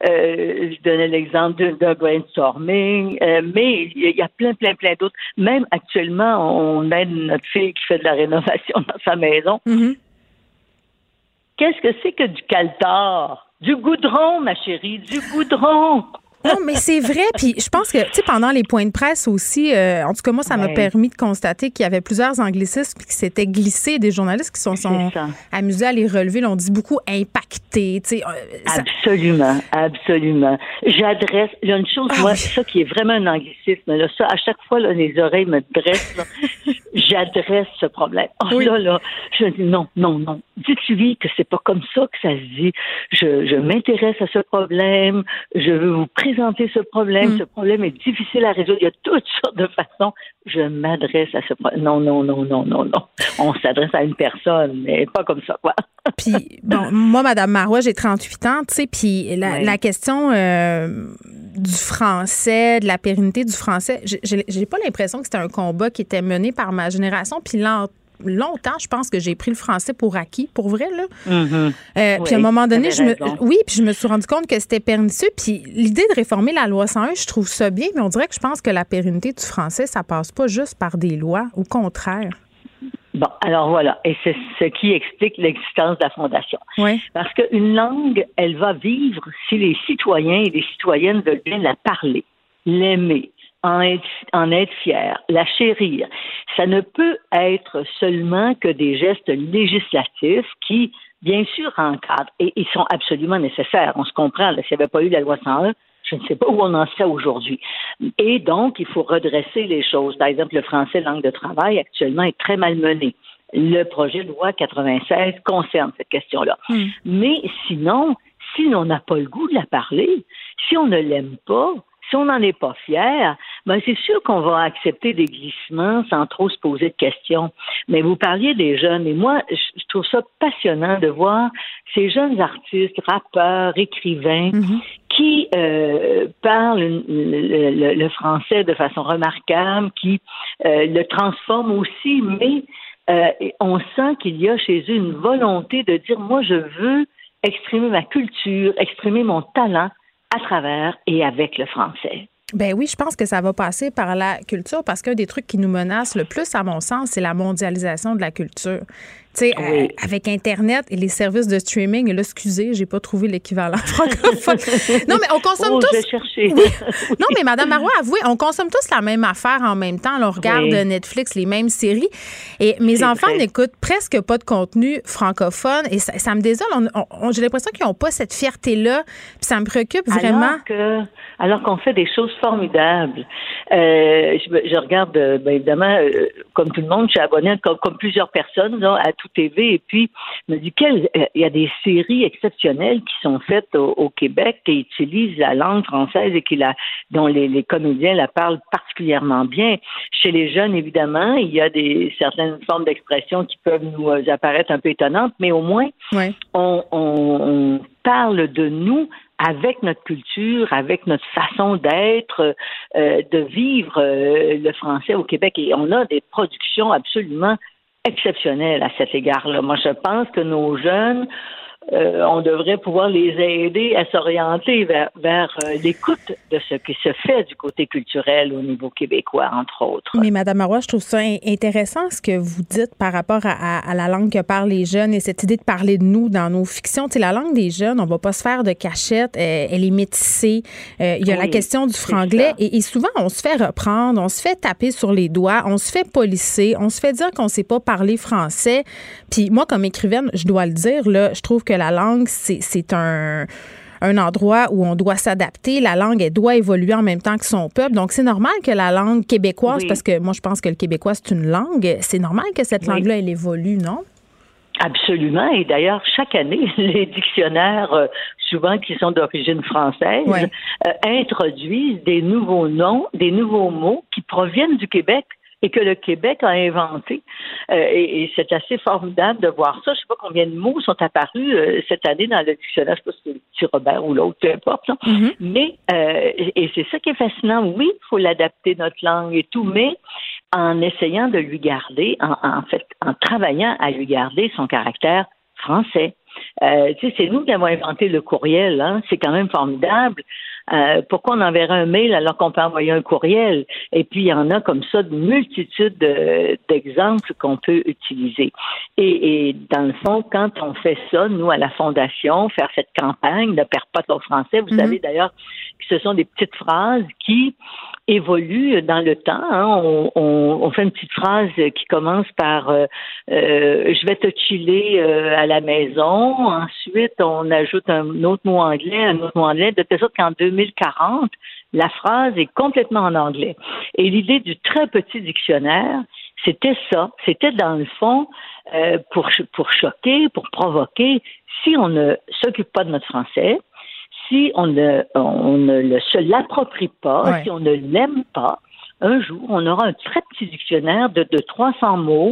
je donnais l'exemple d'un brainstorming, euh, mais il y a plein, plein, plein d'autres. Même actuellement, on aide notre fille qui fait de la rénovation dans sa maison. Mm-hmm. Qu'est-ce que c'est que du caltar? Du goudron, ma chérie, du goudron! Non, mais c'est vrai. Puis je pense que, tu sais, pendant les points de presse aussi, euh, en tout cas, moi, ça ouais. m'a permis de constater qu'il y avait plusieurs anglicismes qui s'étaient glissés, des journalistes qui se sont, sont amusés à les relever. Là, on dit beaucoup impacté, tu sais. Ça... Absolument, absolument. J'adresse, il y a une chose, ah, moi, oui. ça qui est vraiment un anglicisme, là, ça, à chaque fois, là, les oreilles me dressent, là, j'adresse ce problème. Oh oui. là, là, je dis non, non, non. Dites-lui que c'est pas comme ça que ça se dit. Je, je m'intéresse à ce problème, je veux vous présenter ce problème. Mm. Ce problème est difficile à résoudre. Il y a toutes sortes de façons. Je m'adresse à ce problème. Non, non, non, non, non, non. On s'adresse à une personne, mais pas comme ça, quoi. Puis, bon, moi, Madame Marois, j'ai trente-huit ans, tu sais, puis la, oui. la question euh, du français, de la pérennité du français, j'ai, j'ai pas l'impression que c'était un combat qui était mené par ma génération, puis longtemps, longtemps, je pense que j'ai pris le français pour acquis, pour vrai, là. Mm-hmm. Euh, oui, puis à un moment donné, je me, oui, puis je me suis rendu compte que c'était pernicieux. Puis l'idée de réformer la loi cent un, je trouve ça bien, mais on dirait que je pense que la pérennité du français, ça passe pas juste par des lois, au contraire. Bon, alors voilà, et c'est ce qui explique l'existence de la Fondation. Oui. Parce qu'une langue, elle va vivre si les citoyens et les citoyennes veulent bien la parler, l'aimer, en être, en être fier, la chérir. Ça ne peut être seulement que des gestes législatifs qui, bien sûr, encadrent, et ils sont absolument nécessaires. On se comprend, là, s'il n'y avait pas eu la loi cent un, je ne sais pas où on en serait aujourd'hui. Et donc, il faut redresser les choses. Par exemple, le français langue de travail, actuellement, est très malmené. Le projet de loi quatre-vingt-seize concerne cette question-là. Mm. Mais sinon, si on n'a pas le goût de la parler, si on ne l'aime pas, si on n'en est pas fier, ben c'est sûr qu'on va accepter des glissements sans trop se poser de questions. Mais vous parliez des jeunes, et moi, je trouve ça passionnant de voir ces jeunes artistes, rappeurs, écrivains, mm-hmm. qui euh, parlent le, le, le français de façon remarquable, qui euh, le transforment aussi, mais euh, on sent qu'il y a chez eux une volonté de dire, moi, je veux exprimer ma culture, exprimer mon talent à travers et avec le français. Ben oui, je pense que ça va passer par la culture parce qu'un des trucs qui nous menace le plus, à mon sens, c'est la mondialisation de la culture. Tu sais, oui. euh, avec Internet et les services de streaming, et là, excusez, j'ai pas trouvé l'équivalent francophone. Non, mais on consomme oh, tous... Je vais chercher. Oui. Non, mais Madame Marois, avouez, on consomme tous la même affaire en même temps. Là, on regarde oui. Netflix, les mêmes séries. Et mes c'est enfants vrai. N'écoutent presque pas de contenu francophone. Et ça, ça me désole. On, on, j'ai l'impression qu'ils n'ont pas cette fierté-là. Puis ça me préoccupe vraiment. Alors, que, alors qu'on fait des choses formidables. Euh, je, je regarde, bien évidemment, euh, comme tout le monde, je suis abonnée comme, comme plusieurs personnes là, à Tout T V, et puis je me dis qu'il y a des séries exceptionnelles qui sont faites au, au Québec qui utilisent la langue française et qui la, dont les, les comédiens la parlent particulièrement bien. Chez les jeunes, évidemment, il y a des certaines formes d'expression qui peuvent nous apparaître un peu étonnantes, mais au moins, ouais. on, on, on parle de nous avec notre culture, avec notre façon d'être, euh, de vivre euh, le français au Québec. Et on a des productions absolument exceptionnelles à cet égard-là. Moi, je pense que nos jeunes euh, on devrait pouvoir les aider à s'orienter vers, vers euh, l'écoute de ce qui se fait du côté culturel au niveau québécois, entre autres. Mais Mme Marois, je trouve ça intéressant ce que vous dites par rapport à, à, à la langue que parlent les jeunes et cette idée de parler de nous dans nos fictions. Tu sais, la langue des jeunes, on va pas se faire de cachette, elle, elle est métissée. Euh, il y a oui, la question du franglais et, et souvent, on se fait reprendre, on se fait taper sur les doigts, on se fait polisser, on se fait dire qu'on sait pas parler français. Puis moi, comme écrivaine, je dois le dire, là, je trouve que la langue, c'est, c'est un... un endroit où on doit s'adapter. La langue, elle doit évoluer en même temps que son peuple. Donc, c'est normal que la langue québécoise, oui. parce que moi, je pense que le québécois, c'est une langue, c'est normal que cette oui. langue-là, elle évolue, non? Absolument. Et d'ailleurs, chaque année, les dictionnaires, euh, souvent qui sont d'origine française, oui. euh, introduisent des nouveaux noms, des nouveaux mots qui proviennent du Québec et que le Québec a inventé. Euh, et, et c'est assez formidable de voir ça. Je ne sais pas combien de mots sont apparus euh, cette année dans le dictionnaire. Je ne sais pas si c'est le petit Robert ou l'autre, peu importe. Mm-hmm. Mais, euh, et c'est ça qui est fascinant. Oui, il faut l'adapter, notre langue et tout, mais en essayant de lui garder, en, en fait, en travaillant à lui garder son caractère français. Euh, tu sais, c'est nous qui avons inventé le courriel, hein. C'est quand même formidable. Euh, pourquoi on enverrait un mail alors qu'on peut envoyer un courriel? Et puis, il y en a comme ça de multitudes de, d'exemples qu'on peut utiliser. Et, et dans le fond, quand on fait ça, nous, à la Fondation, faire cette campagne de « Perds pas ton français », vous mm-hmm. savez d'ailleurs que ce sont des petites phrases qui évoluent dans le temps. Hein. On, on, on fait une petite phrase qui commence par euh, euh, « je vais te chiller euh, à la maison ». Ensuite, on ajoute un autre mot anglais, un autre mot anglais, de telle sorte qu'en deux mille quarante, la phrase est complètement en anglais. Et l'idée du très petit dictionnaire, c'était ça. C'était dans le fond euh, pour, pour choquer, pour provoquer, si on ne s'occupe pas de notre français, si on ne, on ne le, se l'approprie pas, ouais. si on ne l'aime pas, un jour, on aura un très petit dictionnaire de, de trois cents mots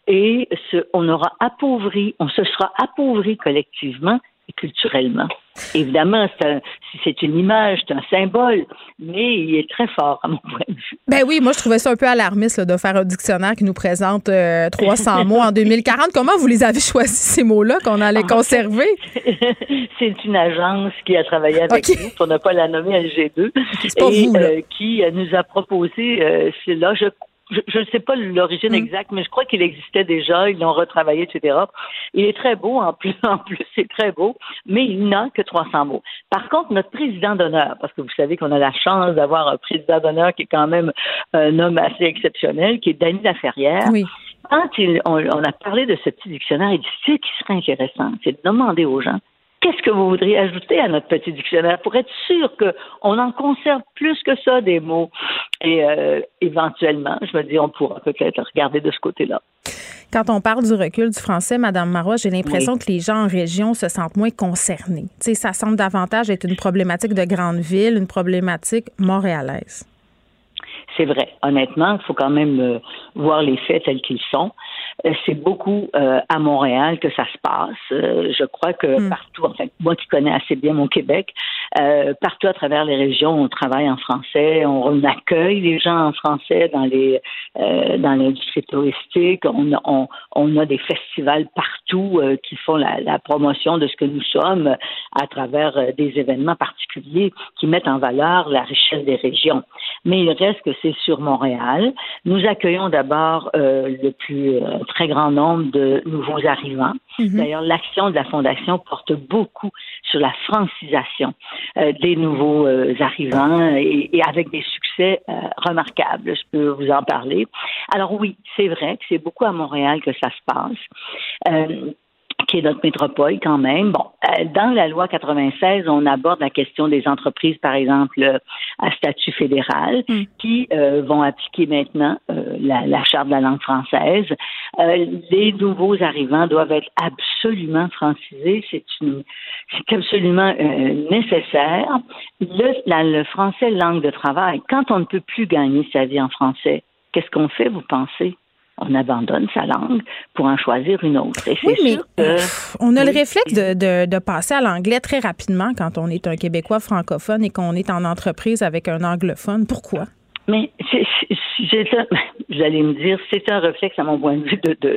et ce, on aura appauvri, on se sera appauvri collectivement et culturellement. Évidemment, c'est, un, c'est une image, c'est un symbole, mais il est très fort à mon point de vue. Ben oui, moi je trouvais ça un peu alarmiste là, de faire un dictionnaire qui nous présente euh, trois cents mots en deux mille quarante. Comment vous les avez choisis, ces mots-là, qu'on allait en conserver? Fait, c'est une agence qui a travaillé avec okay. nous, pour ne pas la nommer L G deux, c'est pas et vous, là. Euh, qui nous a proposé, euh, c'est là, je Je ne sais pas l'origine mm. exacte, mais je crois qu'il existait déjà, ils l'ont retravaillé, et cetera. Il est très beau, en plus, en plus, c'est très beau, mais il n'a que trois cents mots. Par contre, notre président d'honneur, parce que vous savez qu'on a la chance d'avoir un président d'honneur qui est quand même un homme assez exceptionnel, qui est Dany Laferrière. Oui. Quand il, on, on a parlé de ce petit dictionnaire, il dit, ce qui serait intéressant, c'est de demander aux gens, qu'est-ce que vous voudriez ajouter à notre petit dictionnaire pour être sûr qu'on en conserve plus que ça des mots? Et euh, éventuellement, je me dis, on pourra peut-être regarder de ce côté-là. Quand on parle du recul du français, Mme Marois, j'ai l'impression oui. que les gens en région se sentent moins concernés. Tu sais, ça semble davantage être une problématique de grande ville, une problématique montréalaise. C'est vrai. Honnêtement, il faut quand même euh, voir les faits tels qu'ils sont. Euh, c'est beaucoup euh, à Montréal que ça se passe. Euh, je crois que mm. partout, enfin, moi qui connais assez bien mon Québec, euh, partout à travers les régions, on travaille en français, on accueille les gens en français dans les euh, dans l'industrie touristique. On, on, on a des festivals partout euh, qui font la, la promotion de ce que nous sommes à travers euh, des événements particuliers qui mettent en valeur la richesse des régions. Mais il reste que c'est sur Montréal. Nous accueillons d'abord euh, le plus euh, très grand nombre de nouveaux arrivants. Mm-hmm. D'ailleurs, l'action de la Fondation porte beaucoup sur la francisation euh, des nouveaux euh, arrivants et, et avec des succès euh, remarquables. Je peux vous en parler. Alors oui, c'est vrai que c'est beaucoup à Montréal que ça se passe. Euh, qui est notre métropole quand même. Bon, euh, dans la loi quatre-vingt-seize, on aborde la question des entreprises, par exemple, euh, à statut fédéral, mm. qui euh, vont appliquer maintenant euh, la, la charte de la langue française. Euh, les nouveaux arrivants doivent être absolument francisés. C'est une, c'est absolument euh, nécessaire. Le, la, le français, langue de travail. Quand on ne peut plus gagner sa vie en français, qu'est-ce qu'on fait, vous pensez? On abandonne sa langue pour en choisir une autre. Et oui, c'est mais sûr que, on a oui, le réflexe de, de, de passer à l'anglais très rapidement quand on est un Québécois francophone et qu'on est en entreprise avec un anglophone. Pourquoi? Mais c'est, c'est, c'est un, vous allez me dire, c'est un réflexe à mon point de vue de, de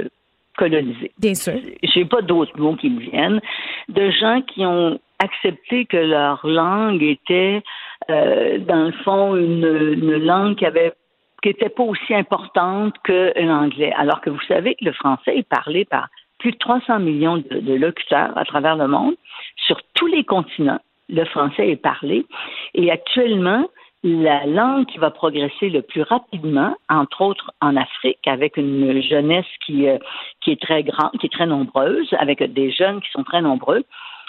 colonisés. Bien sûr. J'ai pas d'autres mots qui me viennent. De gens qui ont accepté que leur langue était, euh, dans le fond, une, une langue qui avait qui n'était pas aussi importante que l'anglais. Alors que vous savez que le français est parlé par plus de trois cents millions de, de locuteurs à travers le monde. Sur tous les continents, le français est parlé. Et actuellement, la langue qui va progresser le plus rapidement, entre autres en Afrique, avec une jeunesse qui, euh, qui est très grande, qui est très nombreuse, avec des jeunes qui sont très nombreux,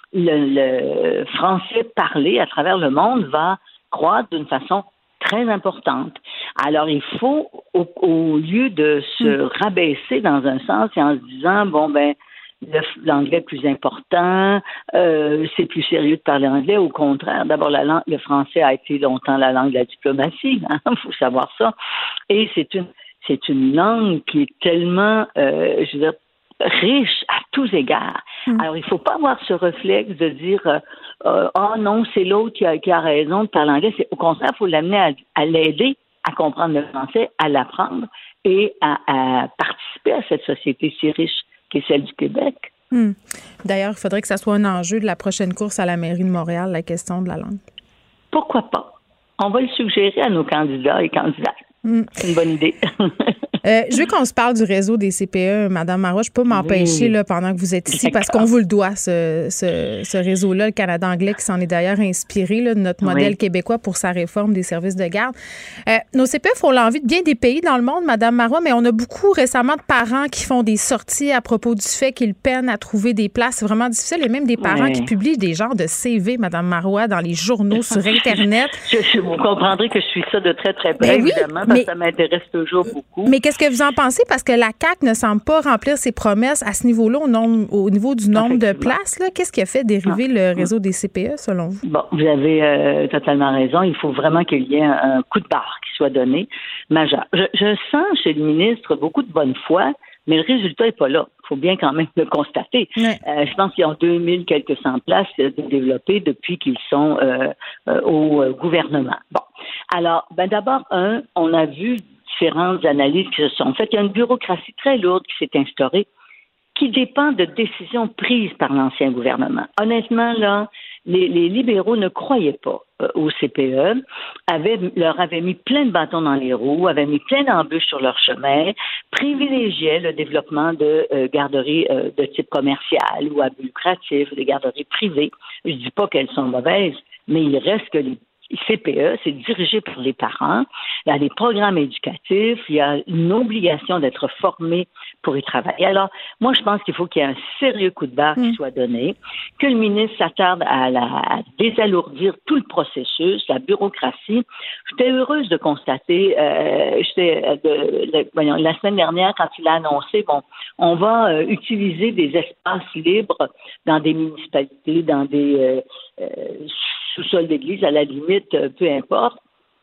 le, le français parlé à travers le monde va croître d'une façon très importante. Alors, il faut, au, au lieu de se mmh. rabaisser dans un sens et en se disant, bon, ben, le, l'anglais est plus important, euh, c'est plus sérieux de parler anglais. Au contraire, d'abord, la langue, le français a été longtemps la langue de la diplomatie, il hein, faut savoir ça. Et c'est une, c'est une langue qui est tellement, euh, je veux dire, riche à tous égards. Mmh. Alors, il ne faut pas avoir ce réflexe de dire euh, euh, « Ah non, c'est l'autre qui a, qui a raison de parler anglais ». C'est, au contraire, il faut l'amener à, à l'aider à comprendre le français, à l'apprendre et à, à participer à cette société si riche qui est celle du Québec. Mmh. D'ailleurs, il faudrait que ça soit un enjeu de la prochaine course à la mairie de Montréal, la question de la langue. Pourquoi pas? On va le suggérer à nos candidats et candidates. Mmh. C'est une bonne idée. Euh, je veux qu'on se parle du réseau des C P E, Mme Marois. Je ne peux pas m'empêcher oui. là, pendant que vous êtes ici, parce qu'on vous le doit, ce, ce, ce réseau-là, le Canada anglais, qui s'en est d'ailleurs inspiré là, de notre oui. modèle québécois pour sa réforme des services de garde. Euh, nos C P E font l'envie de bien des pays dans le monde, Mme Marois, mais on a beaucoup récemment de parents qui font des sorties à propos du fait qu'ils peinent à trouver des places. C'est vraiment difficile. Et même des parents oui. qui publient des genres de C V, Mme Marois, dans les journaux, sur Internet. je, je, vous comprendrez que je suis ça de très, très près, ben oui, évidemment, parce mais, que ça m'intéresse toujours beaucoup. Mais qu'est-ce que vous en pensez? Parce que la C A Q ne semble pas remplir ses promesses à ce niveau-là, au, nombre, au niveau du nombre de places. Là. Qu'est-ce qui a fait dériver ah. le réseau des C P E, selon vous? Bon, vous avez euh, totalement raison. Il faut vraiment qu'il y ait un, un coup de barre qui soit donné majeur. Je, je sens chez le ministre beaucoup de bonne foi, mais le résultat n'est pas là. Il faut bien quand même le constater. Ouais. Euh, je pense qu'ils ont deux mille quelques cent places développées depuis qu'ils sont euh, euh, au euh, gouvernement. Bon. Alors, ben d'abord, un, on a vu différentes analyses qui se sont faites. Il y a une bureaucratie très lourde qui s'est instaurée qui dépend de décisions prises par l'ancien gouvernement. Honnêtement, là, les, les libéraux ne croyaient pas euh, au C P E, avaient, leur avaient mis plein de bâtons dans les roues, avaient mis plein d'embûches sur leur chemin, privilégiaient le développement de euh, garderies euh, de type commercial ou à but lucratif, des garderies privées. Je dis pas qu'elles sont mauvaises, mais il reste que les C P E, c'est dirigé par les parents. Il y a des programmes éducatifs, il y a une obligation d'être formé pour y travailler. Alors, moi, je pense qu'il faut qu'il y ait un sérieux coup de barre mmh. qui soit donné, que le ministre s'attarde à, la, à désalourdir tout le processus, la bureaucratie. J'étais heureuse de constater, euh, j'étais de, de, voyons, la semaine dernière, quand il a annoncé, bon, on va euh, utiliser des espaces libres dans des municipalités, dans des euh, euh, sous-sol d'église, à la limite, euh, peu importe,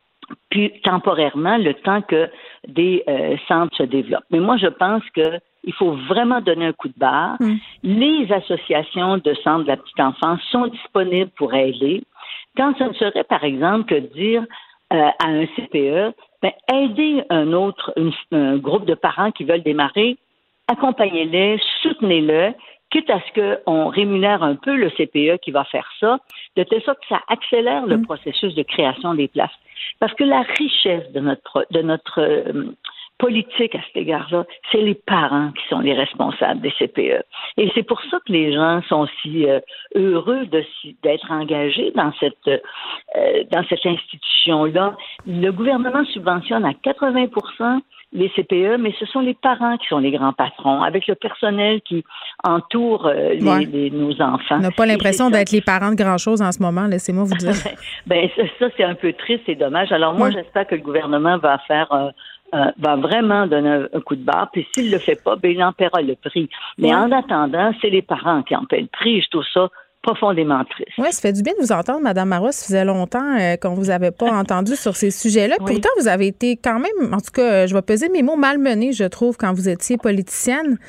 puis temporairement, le temps que des euh, centres se développent. Mais moi, je pense qu'il faut vraiment donner un coup de barre. Mmh. Les associations de centres de la petite enfance sont disponibles pour aider. Quand ce ne serait, par exemple, que de dire euh, à un C P E, ben, aider un autre, une, un groupe de parents qui veulent démarrer, accompagnez-les, soutenez-le, quitte à ce qu'on rémunère un peu le C P E qui va faire ça, de telle sorte que ça accélère le mmh. processus de création des places. Parce que la richesse de notre de notre euh, politique à cet égard-là, c'est les parents qui sont les responsables des C P E. Et c'est pour ça que les gens sont si euh, heureux de, d'être engagés dans cette euh, dans cette institution-là. Le gouvernement subventionne à quatre-vingts pour cent les C P E, mais ce sont les parents qui sont les grands patrons, avec le personnel qui entoure euh, les, ouais. les, nos enfants. On n'a pas l'impression d'être les parents de grand-chose en ce moment, laissez-moi vous dire. ben ça, ça, c'est un peu triste et dommage. Alors moi, ouais. j'espère que le gouvernement va faire... Euh, Euh, va vraiment donner un, un coup de barre, puis s'il le fait pas, ben il en paiera le prix. Mais ouais. en attendant, c'est les parents qui en paient le prix. Je trouve ça profondément triste. Oui, ça fait du bien de vous entendre, Mme Marois. Ça faisait longtemps euh, qu'on vous avait pas entendu sur ces sujets-là. Oui. Pourtant, vous avez été quand même, en tout cas, je vais peser mes mots, malmenée, je trouve, quand vous étiez politicienne.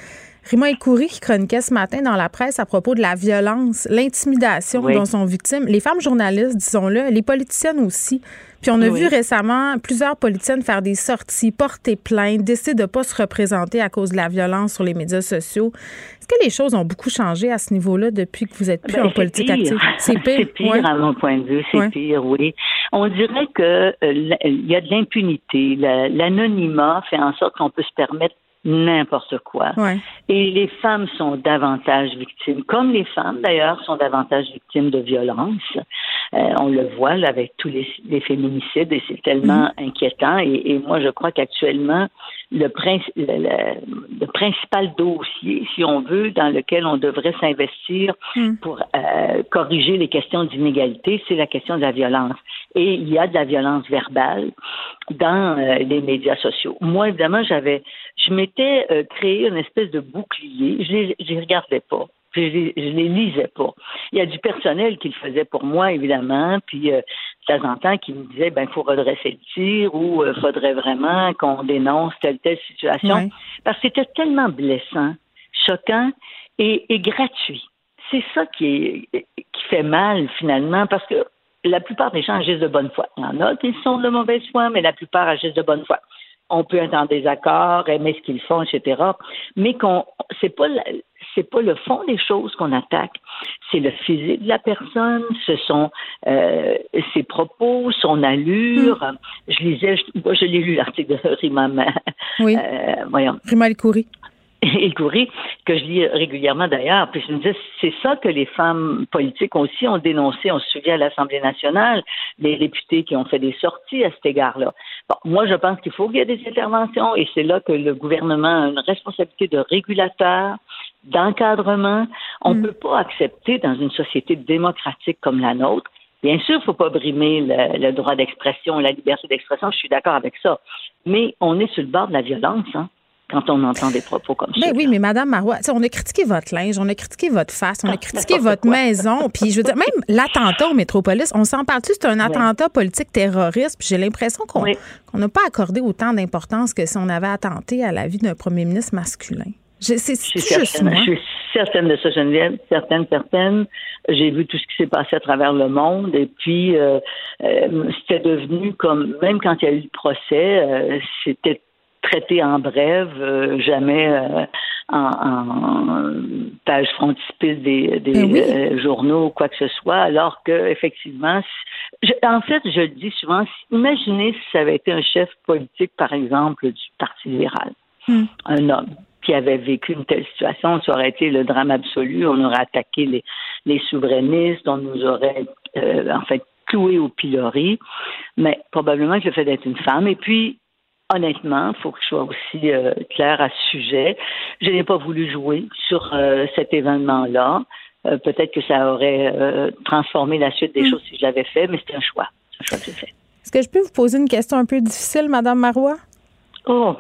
Rima El-Khoury qui chroniquait ce matin dans la presse à propos de la violence, l'intimidation oui. dont sont victimes les femmes journalistes, disons-le, les politiciennes aussi. Puis on a oui. vu récemment plusieurs politiciennes faire des sorties, porter plainte, décider de ne pas se représenter à cause de la violence sur les médias sociaux. Est-ce que les choses ont beaucoup changé à ce niveau-là depuis que vous êtes plus ben, en politique pire. active? C'est pire. C'est pire ouais. à mon point de vue. C'est ouais. pire, oui. On dirait que il euh, y a de l'impunité. La, l'anonymat fait en sorte qu'on peut se permettre n'importe quoi. Ouais. Et les femmes sont davantage victimes, comme les femmes d'ailleurs sont davantage victimes de violences. Euh, on le voit là, avec tous les, les féminicides et c'est tellement mmh. inquiétant. Et, et moi, je crois qu'actuellement, le, princi- le, le, le principal dossier, si on veut, dans lequel on devrait s'investir mmh. pour euh, corriger les questions d'inégalité, c'est la question de la violence. Et il y a de la violence verbale dans euh, les médias sociaux. Moi, évidemment, j'avais, je m'étais euh, créé une espèce de bouclier. Je les, je les regardais pas. Je les, je les lisais pas. Il y a du personnel qui le faisait pour moi, évidemment, puis euh, de temps en temps qui me disait, ben, il faut redresser le tir ou il euh, faudrait vraiment qu'on dénonce telle telle situation. Ouais. Parce que c'était tellement blessant, choquant et, et gratuit. C'est ça qui est qui fait mal, finalement, parce que la plupart des gens agissent de bonne foi. Il y en a qui sont de mauvaise foi, mais la plupart agissent de bonne foi. On peut être en désaccord, aimer ce qu'ils font, et cetera. Mais qu'on, c'est pas la, c'est pas le fond des choses qu'on attaque. C'est le physique de la personne, ce sont euh, ses propos, son allure. Mmh. Je lisais, je, moi, je l'ai lu l'article de Rima. Oui. Euh, voyons. Rima El-Khoury. El-Khoury, que je lis régulièrement d'ailleurs, puis je me disais, c'est ça que les femmes politiques aussi ont dénoncé, on se souvient à l'Assemblée nationale, les députés qui ont fait des sorties à cet égard-là. Bon, moi, je pense qu'il faut qu'il y ait des interventions, et c'est là que le gouvernement a une responsabilité de régulateur, d'encadrement. On ne mmh. peut pas accepter dans une société démocratique comme la nôtre. Bien sûr, il ne faut pas brimer le, le droit d'expression, la liberté d'expression, je suis d'accord avec ça, mais on est sur le bord de la violence, hein, quand on entend des propos comme ça. Mais oui, mais Mme Marois, on a critiqué votre linge, on a critiqué votre face, on a critiqué ah, votre quoi. maison, puis je veux dire, même l'attentat au Métropolis, on s'en parle-tu, c'est un attentat oui. politique terroriste, puis j'ai l'impression qu'on oui. qu'on n'a pas accordé autant d'importance que si on avait attenté à la vie d'un premier ministre masculin. Je, c'est, c'est je, suis juste moi. je suis certaine de ça, Geneviève, certaine, certaine. J'ai vu tout ce qui s'est passé à travers le monde, et puis euh, euh, c'était devenu comme, même quand il y a eu le procès, euh, c'était traité en brève, euh, jamais euh, en, en page frontispice des, des oui. euh, journaux ou quoi que ce soit, alors que effectivement, je, en fait, je le dis souvent, imaginez si ça avait été un chef politique, par exemple, du Parti libéral, hmm. un homme qui avait vécu une telle situation, ça aurait été le drame absolu, on aurait attaqué les, les souverainistes, on nous aurait euh, en fait cloué au pilori, mais probablement que le fait d'être une femme, et puis honnêtement, il faut que je sois aussi euh, claire à ce sujet. Je n'ai pas voulu jouer sur euh, cet événement-là. Euh, peut-être que ça aurait euh, transformé la suite des mmh. choses si je l'avais fait, mais c'était un choix. C'est un choix que j'ai fait. Est-ce que je peux vous poser une question un peu difficile, Mme Marois? Oh,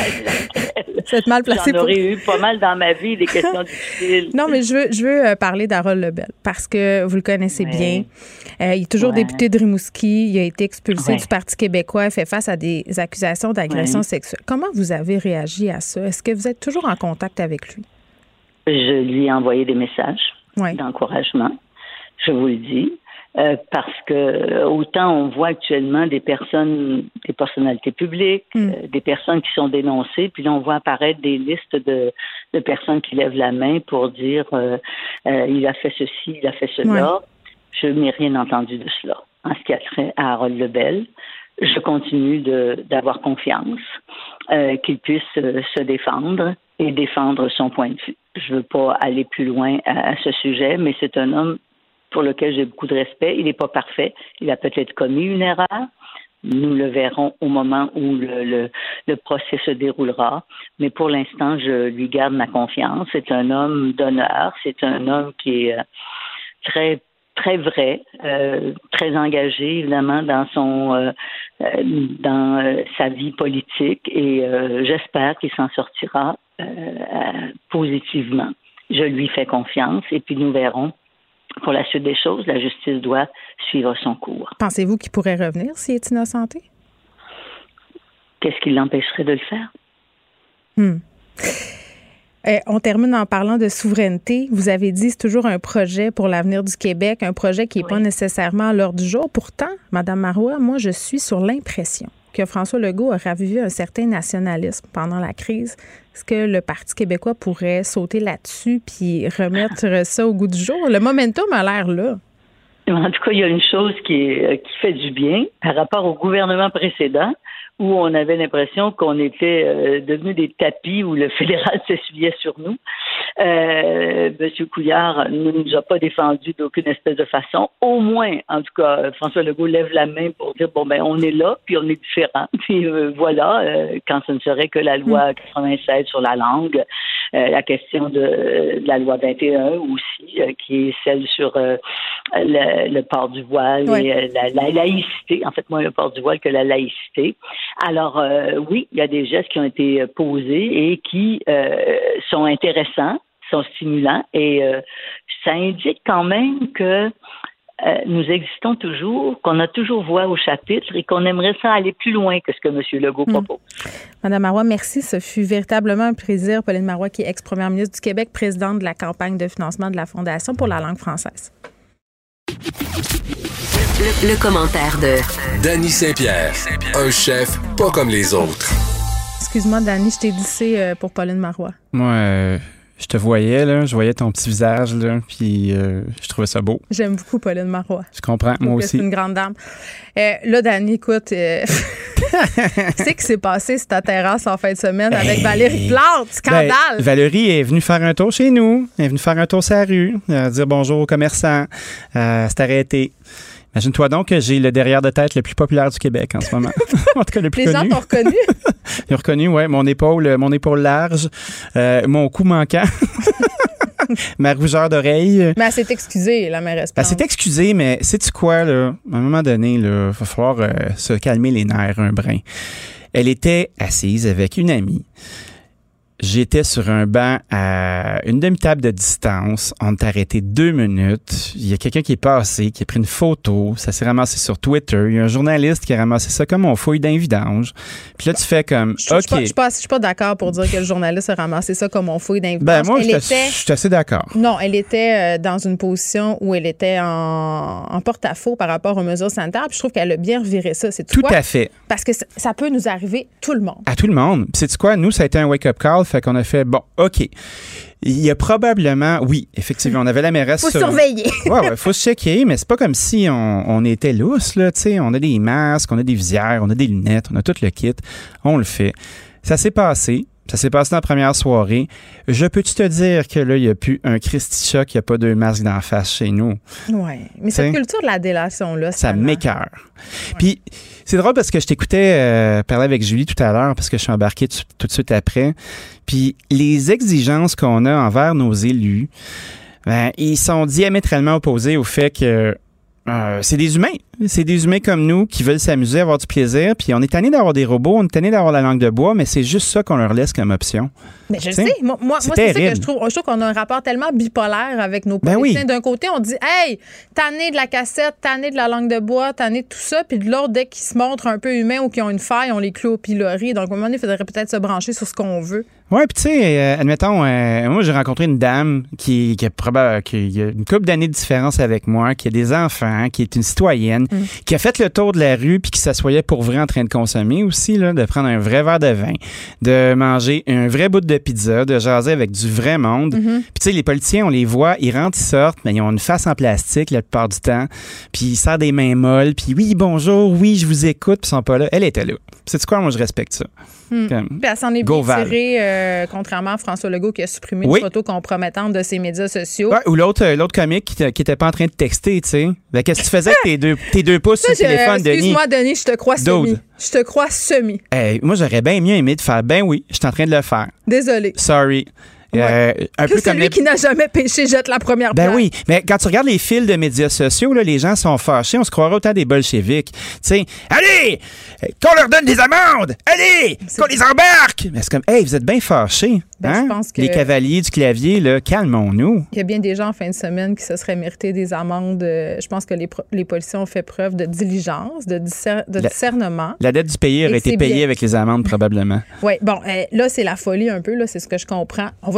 vous êtes mal placée. J'en aurais pour... eu pas mal dans ma vie, des questions difficiles. Non, mais je veux, je veux parler d'Harold Lebel parce que vous le connaissez ouais. bien. Euh, il est toujours ouais. député de Rimouski. Il a été expulsé ouais. du Parti québécois. Il fait face à des accusations d'agression ouais. sexuelle. Comment vous avez réagi à ça? Est-ce que vous êtes toujours en contact avec lui? Je lui ai envoyé des messages ouais. d'encouragement. Je vous le dis. Euh, parce que autant on voit actuellement des personnes, des personnalités publiques, mm. euh, des personnes qui sont dénoncées, puis là on voit apparaître des listes de, de personnes qui lèvent la main pour dire euh, euh, il a fait ceci, il a fait cela. Ouais. Je n'ai rien entendu de cela. En ce qui a trait à Harold Lebel, je continue de, d'avoir confiance euh, qu'il puisse euh, se défendre et défendre son point de vue. Je ne veux pas aller plus loin à, à ce sujet, mais c'est un homme pour lequel j'ai beaucoup de respect. Il n'est pas parfait. Il a peut-être commis une erreur. Nous le verrons au moment où le, le, le procès se déroulera. Mais pour l'instant, je lui garde ma confiance. C'est un homme d'honneur. C'est un homme qui est très, très vrai, euh, très engagé, évidemment, dans son, euh, dans euh, sa vie politique. Et euh, j'espère qu'il s'en sortira euh, positivement. Je lui fais confiance et puis nous verrons. Pour la suite des choses, la justice doit suivre son cours. Pensez-vous qu'il pourrait revenir s'il est innocenté? Qu'est-ce qui l'empêcherait de le faire? Hmm. Euh, on termine en parlant de souveraineté. Vous avez dit que c'est toujours un projet pour l'avenir du Québec, un projet qui n'est oui. pas nécessairement à l'heure du jour. Pourtant, Mme Marois, moi, je suis sur l'impression que François Legault a ravivé un certain nationalisme pendant la crise. Est-ce que le Parti québécois pourrait sauter là-dessus puis remettre ça au goût du jour? Le momentum a l'air là. En tout cas, il y a une chose qui, est, qui fait du bien par rapport au gouvernement précédent, où on avait l'impression qu'on était euh, devenus des tapis, où le fédéral s'essuyait sur nous. Euh, M. Couillard ne nous a pas défendus d'aucune espèce de façon. Au moins, en tout cas, François Legault lève la main pour dire, bon, ben, on est là, puis on est différents. Puis euh, voilà, euh, quand ce ne serait que la loi quatre-vingt-seize sur la langue, euh, la question de, de la loi vingt et un aussi, euh, qui est celle sur euh, le, le port du voile oui. et euh, la, la laïcité. En fait, moins le port du voile que la laïcité. Alors, euh, oui, il y a des gestes qui ont été posés et qui euh, sont intéressants, sont stimulants et euh, ça indique quand même que euh, nous existons toujours, qu'on a toujours voix au chapitre et qu'on aimerait ça aller plus loin que ce que M. Legault mmh. propose. Madame Marois, merci. Ce fut véritablement un plaisir. Pauline Marois, qui est ex-première ministre du Québec, présidente de la campagne de financement de la Fondation pour la langue française. Le, le commentaire de Dany Saint-Pierre, un chef pas comme les autres. Excuse-moi, Dany, je t'ai dissé pour Pauline Marois. Moi, euh, je te voyais, là, je voyais ton petit visage, là, puis euh, je trouvais ça beau. J'aime beaucoup Pauline Marois. Je comprends, je moi aussi. C'est une grande dame. Euh, là, Dany, écoute, euh, qu'est-ce qui s'est passé sur ta terrasse en fin de semaine avec hey. Valérie Plante? Scandale! Ben, Valérie est venue faire un tour chez nous. Elle est venue faire un tour sur la rue, euh, dire bonjour aux commerçants. Euh, c'est arrêté. Imagine-toi donc que j'ai le derrière de tête le plus populaire du Québec en ce moment. En tout cas, le plus Les connu. gens t'ont reconnu? Ils ont reconnu, oui. Mon épaule, mon épaule large, euh, mon cou manquant. Ma rougeur d'oreille. Mais elle s'est excusée, la mairesse Plante. Elle s'est excusée, mais sais-tu quoi, là? À un moment donné, il va falloir euh, se calmer les nerfs un brin. Elle était assise avec une amie. J'étais sur un banc à une demi-table de distance. On t'a arrêté deux minutes. Il y a quelqu'un qui est passé, qui a pris une photo. Ça s'est ramassé sur Twitter. Il y a un journaliste qui a ramassé ça comme on fouille d'un vidange. Puis là, tu fais comme, je, OK. Je ne suis, pas, suis pas d'accord pour dire que le journaliste a ramassé ça comme on fouille d'un vidange. Ben moi, je suis assez d'accord. Non, elle était dans une position où elle était en, en porte-à-faux par rapport aux mesures sanitaires. Puis je trouve qu'elle a bien reviré ça. C'est tout quoi? à fait. Parce que ça, ça peut nous arriver tout le monde. À tout le monde. Puis sais-tu quoi? Nous, ça a été un wake-up call. Fait qu'on a fait, bon, OK. Il y a probablement, oui, effectivement, on avait la mairesse. Faut sur... surveiller. Ouais, ouais, faut se checker, mais c'est pas comme si on, on était lousse, là, tu sais. On a des masques, on a des visières, on a des lunettes, on a tout le kit. On le fait. Ça s'est passé. Ça s'est passé dans la première soirée. Je peux-tu te dire que là, il n'y a plus un Christy Choc, il n'y a pas deux masques d'en face chez nous? Oui, mais cette culture de la délation-là, ça m'écoeure. Ouais. Puis, c'est drôle parce que je t'écoutais euh, parler avec Julie tout à l'heure parce que je suis embarqué tout, tout de suite après. Puis, les exigences qu'on a envers nos élus, ben, ils sont diamétralement opposés au fait que Euh, c'est des humains. C'est des humains comme nous qui veulent s'amuser, avoir du plaisir. Puis on est tanné d'avoir des robots, on est tanné d'avoir la langue de bois, mais c'est juste ça qu'on leur laisse comme option. Mais je T'sais, sais. Moi, moi c'est, moi, c'est ça que je trouve. Je trouve qu'on a un rapport tellement bipolaire avec nos politiciens. Ben oui. D'un côté, on dit, hey, tanné de la cassette, tanné de la langue de bois, tanné de tout ça. Puis de l'autre, dès qu'ils se montrent un peu humains ou qu'ils ont une faille, on les cloue au pilori. Donc, à un moment donné, il faudrait peut-être se brancher sur ce qu'on veut. Oui, puis tu sais, euh, admettons, euh, moi, j'ai rencontré une dame qui, qui, a probable, qui a une couple d'années de différence avec moi, qui a des enfants, qui est une citoyenne, mm. qui a fait le tour de la rue puis qui s'assoyait pour vrai en train de consommer aussi, là, de prendre un vrai verre de vin, de manger un vrai bout de pizza, de jaser avec du vrai monde. Mm-hmm. Puis tu sais, les politiciens, on les voit, ils rentrent, ils sortent, mais ils ont une face en plastique la plupart du temps, puis ils serrent des mains molles, puis oui, bonjour, oui, je vous écoute, puis ils sont pas là. Elle était là. C'est quoi, moi, je respecte ça. Mm. Comme, puis elle s'en est bien tirée, euh, contrairement à François Legault qui a supprimé oui. une photo compromettante de ses médias sociaux. Ouais, ou l'autre, euh, l'autre comique qui, qui était pas en train de texter, tu sais. Ben, qu'est-ce que tu faisais avec tes deux, tes deux pouces sur le téléphone, Denis? Excuse-moi, Denis, je te crois semi. Je te crois semi. Hey, moi, j'aurais bien mieux aimé de faire, ben oui, je suis en train de le faire. Désolé. Sorry. Ouais. Euh, un que peu celui comme les... qui n'a jamais péché jette la première ben pierre. Oui, mais quand tu regardes les fils de médias sociaux, là, les gens sont fâchés. On se croirait autant des bolcheviks. Tu sais, allez, qu'on leur donne des amendes. Allez, c'est qu'on les embarque. Mais c'est comme, hey, vous êtes bien fâchés. Ben, hein? Je pense que les cavaliers du clavier, là, calmons-nous. Il y a bien des gens en fin de semaine qui se seraient mérités des amendes. Je pense que les, pro- les policiers ont fait preuve de diligence, de, discer- de la, discernement. La dette du pays aurait été payée bien avec les amendes, probablement. Oui, bon, euh, là, c'est la folie un peu. Là, c'est ce que je comprends. On va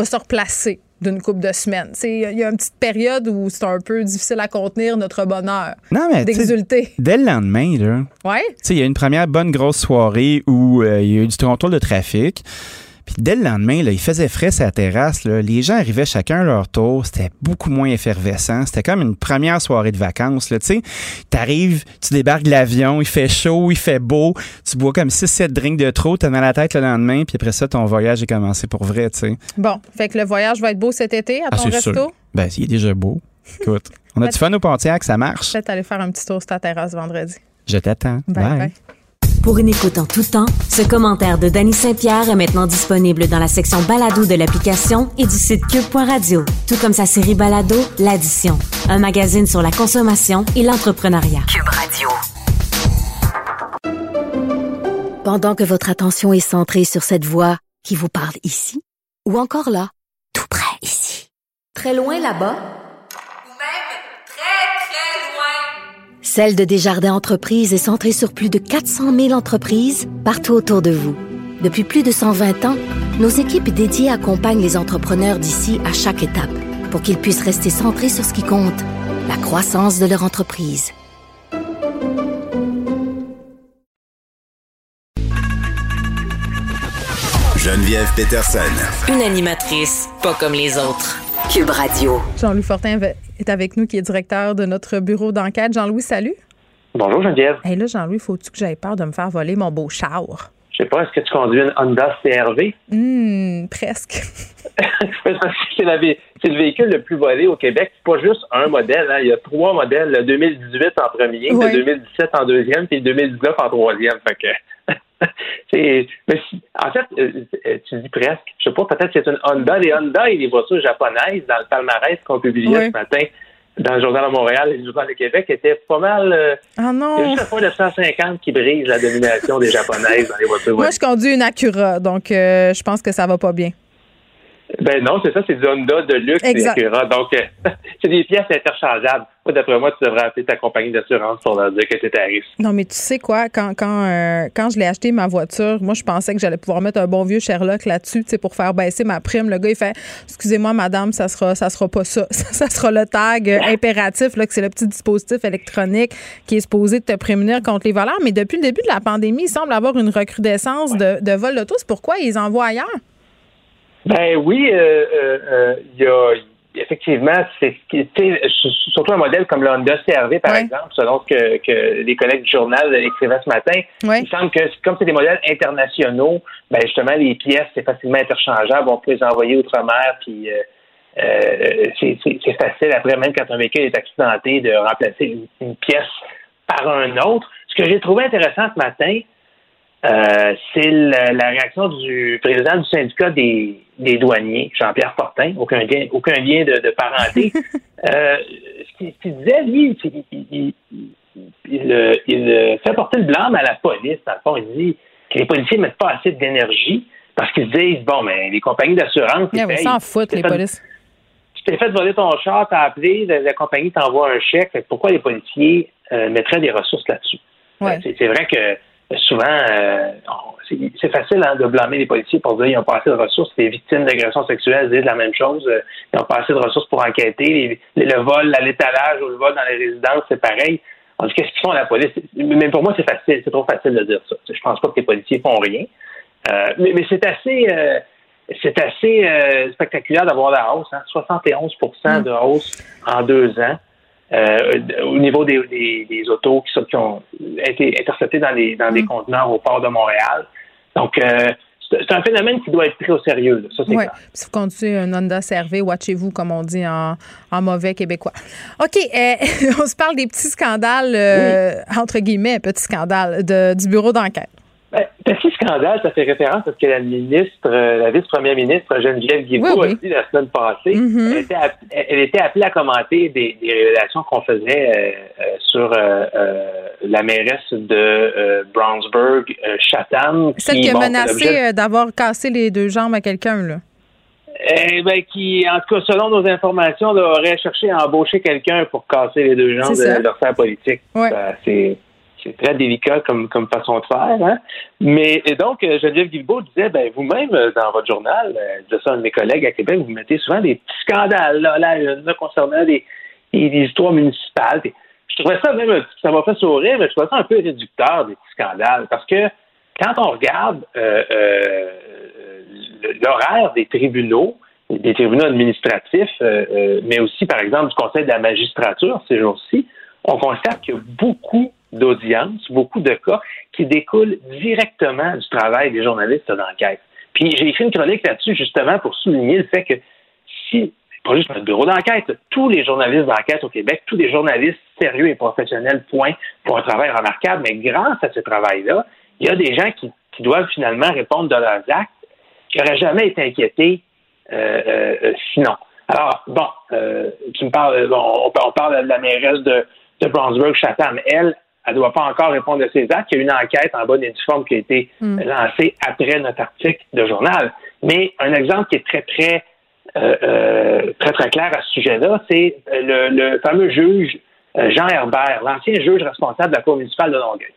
va se replacer d'une couple de semaines. Il y a une petite période où c'est un peu difficile à contenir notre bonheur non, mais d'exulter. Dès le lendemain, là, ouais. il y a une première bonne grosse soirée où euh, il y a eu du contrôle de trafic. Puis dès le lendemain, là, il faisait frais sur la terrasse. Là. Les gens arrivaient chacun à leur tour. C'était beaucoup moins effervescent. C'était comme une première soirée de vacances. Tu sais, t'arrives, tu débarques de l'avion, il fait chaud, il fait beau. Tu bois comme six sept drinks de trop, t'as mal à la tête le lendemain. Puis après ça, ton voyage est commencé pour vrai. T'sais. Bon, fait que le voyage va être beau cet été à ah, ton c'est resto? Sûr. Ben, il est déjà beau. Écoute, on a du fun au Pontiac, ça marche. Peut-être aller faire un petit tour sur ta terrasse vendredi. Je t'attends. Bye. Bye. Bye. Pour une écoute en tout temps, ce commentaire de Dany Saint-Pierre est maintenant disponible dans la section balado de l'application et du site cube point radio, tout comme sa série balado L'Addition, un magazine sur la consommation et l'entrepreneuriat. Cube Radio. Pendant que votre attention est centrée sur cette voix qui vous parle ici, ou encore là, tout près ici, très loin là-bas, Celle de Desjardins Entreprises est centrée sur plus de quatre cent mille entreprises partout autour de vous. Depuis plus de cent vingt ans, nos équipes dédiées accompagnent les entrepreneurs d'ici à chaque étape pour qu'ils puissent rester centrés sur ce qui compte, la croissance de leur entreprise. Geneviève Peterson. Une animatrice pas comme les autres. Cube Radio. Jean-Louis Fortin est avec nous, qui est directeur de notre bureau d'enquête. Jean-Louis, salut. Bonjour, Geneviève. Hey, là, Jean-Louis, faut-tu que j'aie peur de me faire voler mon beau char? Je sais pas, est-ce que tu conduis une Honda C R V? Hum, presque. c'est, la, c'est le véhicule le plus volé au Québec. C'est pas juste un modèle. Hein. Il y a trois modèles. Le deux mille dix-huit en premier, oui. Le deux mille dix-sept en deuxième, puis le deux mille dix-neuf en troisième. Fait que... c'est, mais si, en fait, euh, tu dis presque. Je sais pas, peut-être que c'est une Honda. Les Honda et les voitures japonaises dans le palmarès qu'on publiait oui. ce matin dans le Journal de Montréal et le Journal de Québec étaient pas mal. Euh, ah non! Il y a juste un point de cent cinquante qui brise la domination des Japonaises dans les voitures. Moi, je conduis une Acura, donc euh, je pense que ça va pas bien. Ben non, c'est ça, c'est du Honda de luxe et Acura. Donc, euh, c'est des pièces interchangeables. Moi, d'après moi, tu devrais appeler ta compagnie d'assurance pour leur dire que c'est à risque. Non, mais tu sais quoi, quand quand euh, quand je l'ai acheté, ma voiture, moi, je pensais que j'allais pouvoir mettre un bon vieux Sherlock là-dessus, tu sais, pour faire baisser ma prime. Le gars, il fait « Excusez-moi, madame, ça sera ça sera pas ça. Ça sera le tag euh, impératif, là, que c'est le petit dispositif électronique qui est supposé de te prémunir contre les voleurs. » Mais depuis le début de la pandémie, il semble avoir une recrudescence de, de vols d'auto. C'est pourquoi ils les envoient ailleurs? Ben oui, il euh, euh, y a effectivement, c'est surtout un modèle comme le Honda C R V, par ouais. exemple, selon ce que, que les collègues du journal écrivaient ce matin. Ouais. Il semble que comme c'est des modèles internationaux, ben justement, les pièces, c'est facilement interchangeable. On peut les envoyer outre-mer, puis euh, euh, c'est, c'est, c'est facile, après, même quand un véhicule est accidenté, de remplacer une, une pièce par un autre. Ce que j'ai trouvé intéressant ce matin, Euh, c'est la, la réaction du président du syndicat des, des douaniers, Jean-Pierre Fortin, aucun lien, aucun lien de, de parenté. euh, ce qu'il ce qu'il disait, lui, il, il, il, il, il fait porter le blâme à la police. Dans le fond, il dit que les policiers ne mettent pas assez d'énergie parce qu'ils se disent, bon, mais les compagnies d'assurance, ils yeah, s'en foutent, les fait, polices. Tu t'es fait voler ton char, t'as appelé, la, la compagnie t'envoie un chèque. Pourquoi les policiers euh, mettraient des ressources là-dessus? Ouais. Euh, c'est, c'est vrai que souvent, euh, c'est, c'est facile hein, de blâmer les policiers pour dire qu'ils n'ont pas assez de ressources. Les victimes d'agressions sexuelles disent la même chose. Euh, ils n'ont pas assez de ressources pour enquêter. Les, le vol, l'étalage ou le vol dans les résidences, c'est pareil. On dit qu'est-ce qu'ils font à la police? Mais pour moi, c'est facile. C'est trop facile de dire ça. Je pense pas que les policiers font rien. Euh, mais, mais c'est assez, euh, c'est assez euh, spectaculaire d'avoir la hausse. Hein? soixante et onze pour cent de hausse en deux ans. Euh, au niveau des, des, des autos qui, sont, qui ont été interceptées dans, les, dans mmh. des conteneurs au port de Montréal. Donc, euh, c'est, c'est un phénomène qui doit être pris au sérieux. Là. Ça, c'est oui. clair. Si vous conduisez un Honda C R V, watchez-vous, comme on dit en, en mauvais québécois. OK, euh, on se parle des petits scandales, euh, oui. entre guillemets, petits scandales de, du bureau d'enquête. Ben, petit scandale, ça fait référence à ce que la ministre, la vice-première ministre Geneviève Guilbeault oui, oui. a dit la semaine passée. Mm-hmm. Elle, était appelée, elle était appelée à commenter des, des révélations qu'on faisait euh, sur euh, euh, la mairesse de euh, Brownsburg, euh, Chatham. Celle qui, qui a bon, menacé d'avoir cassé les deux jambes à quelqu'un, là. Eh ben, qui, en tout cas, selon nos informations, là, aurait cherché à embaucher quelqu'un pour casser les deux jambes de, de leur faire politique. Ouais. Ça, c'est... c'est très délicat comme, comme façon de faire. Hein? Mais et donc, Geneviève Guilbeault disait, ben vous-même, dans votre journal, de ça, un de mes collègues à Québec, vous mettez souvent des petits scandales là, là, là concernant des, des, des histoires municipales. Puis, je trouvais ça même, ça m'a fait sourire, mais je trouvais ça un peu réducteur, des petits scandales. Parce que quand on regarde euh, euh, l'horaire des tribunaux, des tribunaux administratifs, euh, euh, mais aussi, par exemple, du Conseil de la magistrature ces jours-ci, on constate qu'il y a beaucoup d'audiences, beaucoup de cas qui découlent directement du travail des journalistes d'enquête. Puis j'ai écrit une chronique là-dessus justement pour souligner le fait que si, pas juste notre bureau d'enquête, tous les journalistes d'enquête au Québec, tous les journalistes sérieux et professionnels, point, font un travail remarquable, mais grâce à ce travail-là, il y a des gens qui, qui doivent finalement répondre de leurs actes qui n'auraient jamais été inquiétés Euh, euh, sinon. Alors, bon, euh, tu me parles, bon, on parle de la mairesse de, de Brownsburg-Chatham. Elle, elle ne doit pas encore répondre de ses actes. Il y a une enquête en bonne et due forme qui a été mm. lancée après notre article de journal. Mais un exemple qui est très, très, euh, euh, très, très clair à ce sujet-là, c'est le, le fameux juge euh, Jean Herbert, l'ancien juge responsable de la Cour municipale de Longueuil.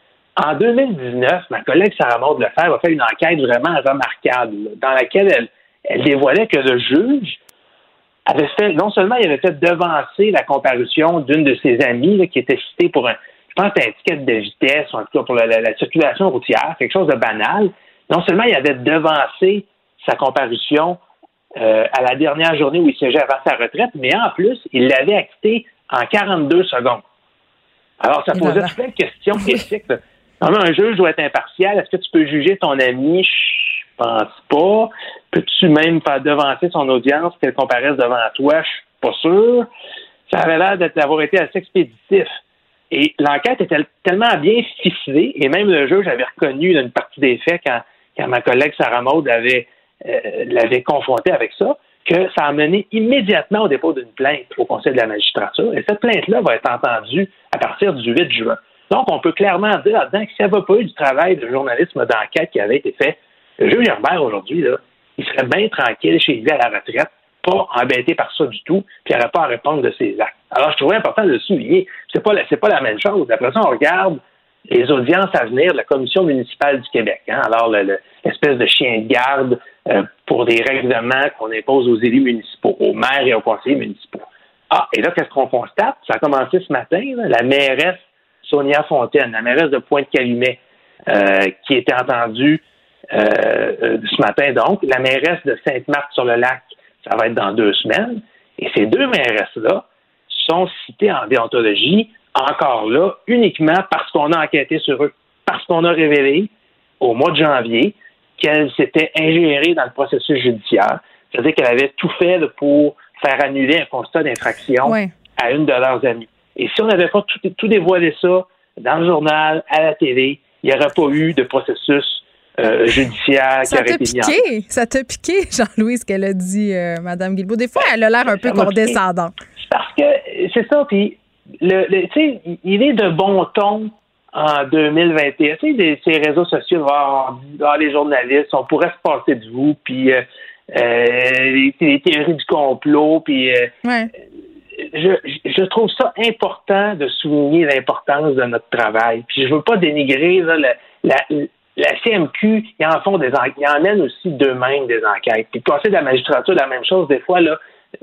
En deux mille dix-neuf, ma collègue Sarah Maud Lefebvre a fait une enquête vraiment remarquable, là, dans laquelle elle Elle dévoilait que le juge avait fait, non seulement il avait fait devancer la comparution d'une de ses amies là, qui était citée pour un, je pense, un ticket de vitesse, ou en tout cas pour la, la, la circulation routière, quelque chose de banal. Non seulement il avait devancé sa comparution euh, à la dernière journée où il siégeait avant sa retraite, mais en plus, il l'avait acquitté en quarante-deux secondes. Alors, ça posait plein de questions éthiques. Normalement, un juge doit être impartial. Est-ce que tu peux juger ton ami? Je pense pas. Peux-tu même faire devancer son audience qu'elle comparaisse devant toi? Je suis pas sûr. Ça avait l'air d'avoir été assez expéditif. Et l'enquête était tellement bien ficelée, et même le juge avait reconnu une partie des faits quand, quand ma collègue Sarah Maud avait, euh, l'avait confronté avec ça, que ça a mené immédiatement au dépôt d'une plainte au Conseil de la magistrature. Et cette plainte-là va être entendue à partir du huit juin. Donc, on peut clairement dire là-dedans que s'il n'y avait pas eu du travail de journalisme d'enquête qui avait été fait, le juge Herbert, aujourd'hui, là, il serait bien tranquille chez lui à la retraite, pas embêté par ça du tout, puis il n'aurait pas à répondre de ses actes. Alors, je trouvais important de le souligner. C'est pas, c'est pas la même chose. Après ça, on regarde les audiences à venir de la Commission municipale du Québec. Hein? Alors, le, le, l'espèce de chien de garde euh, pour des règlements qu'on impose aux élus municipaux, aux maires et aux conseillers municipaux. Ah, et là, qu'est-ce qu'on constate? Ça a commencé ce matin, là, la mairesse Sonia Fontaine, la mairesse de Pointe-Calumet, euh, qui était entendue Euh, euh, ce matin, donc, la mairesse de Sainte-Marthe-sur-le-Lac, ça va être dans deux semaines, et ces deux mairesses-là sont citées en déontologie, encore là, uniquement parce qu'on a enquêté sur eux, parce qu'on a révélé, au mois de janvier, qu'elles s'étaient ingérées dans le processus judiciaire, c'est-à-dire qu'elle avait tout fait pour faire annuler un constat d'infraction ouais. à une de leurs amies. Et si on n'avait pas tout, tout dévoilé ça dans le journal, à la télé, il n'y aurait pas eu de processus Euh, judiciaire ça qui aurait été mis en place. Ça t'a piqué, Jean-Louis, ce qu'elle a dit, euh, Mme Guilbeault. Des fois, elle a l'air un peu condescendante. Parce que c'est ça, puis le, le, tu sais, il est de bon ton en deux mille vingt et un. Tu sais, ces réseaux sociaux, oh, oh, les journalistes, on pourrait se passer de vous, puis euh, euh, les, les théories du complot, puis euh, ouais. je, je trouve ça important de souligner l'importance de notre travail. Puis je veux pas dénigrer là, la, la La C M Q, ils en font des enquêtes, ils en mènent aussi d'eux-mêmes des enquêtes. Puis le Conseil de la magistrature, la même chose, des fois, là,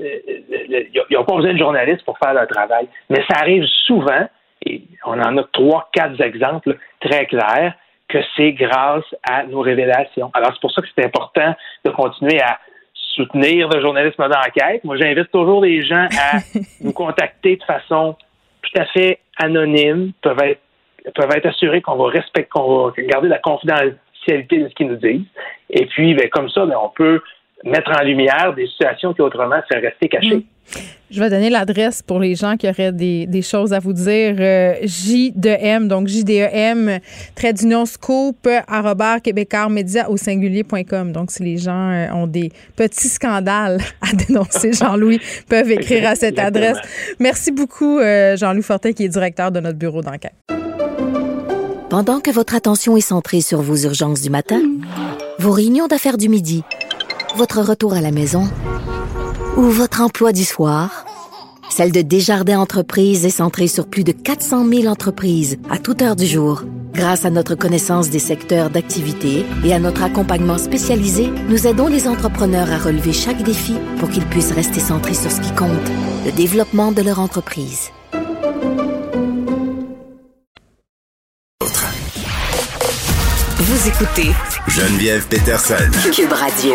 euh, ils n'ont pas besoin de journalistes pour faire leur travail. Mais ça arrive souvent, et on en a trois, quatre exemples très clairs, que c'est grâce à nos révélations. Alors, c'est pour ça que c'est important de continuer à soutenir le journalisme d'enquête. Moi, j'invite toujours les gens à nous contacter de façon tout à fait anonyme, peuvent être peuvent être assurés qu'on va respecter, qu'on va garder la confidentialité de ce qu'ils nous disent. Et puis, ben, comme ça, ben, on peut mettre en lumière des situations qui autrement seraient restées cachées. Mmh. Je vais donner l'adresse pour les gens qui auraient des, des choses à vous dire. Euh, J D M, donc J D E M, trait d'union scoop, arobase québécoismedia au singulier point com. Donc, si les gens euh, ont des petits scandales à dénoncer, Jean-Louis, peuvent écrire à cette adresse. Merci beaucoup, euh, Jean-Louis Fortin, qui est directeur de notre bureau d'enquête. Pendant que votre attention est centrée sur vos urgences du matin, vos réunions d'affaires du midi, votre retour à la maison ou votre emploi du soir, Celle de Desjardins Entreprises est centrée sur plus de quatre cent mille entreprises à toute heure du jour. Grâce à notre connaissance des secteurs d'activité et à notre accompagnement spécialisé, nous aidons les entrepreneurs à relever chaque défi pour qu'ils puissent rester centrés sur ce qui compte, le développement de leur entreprise. Vous écoutez Geneviève Peterson. Cube Radio.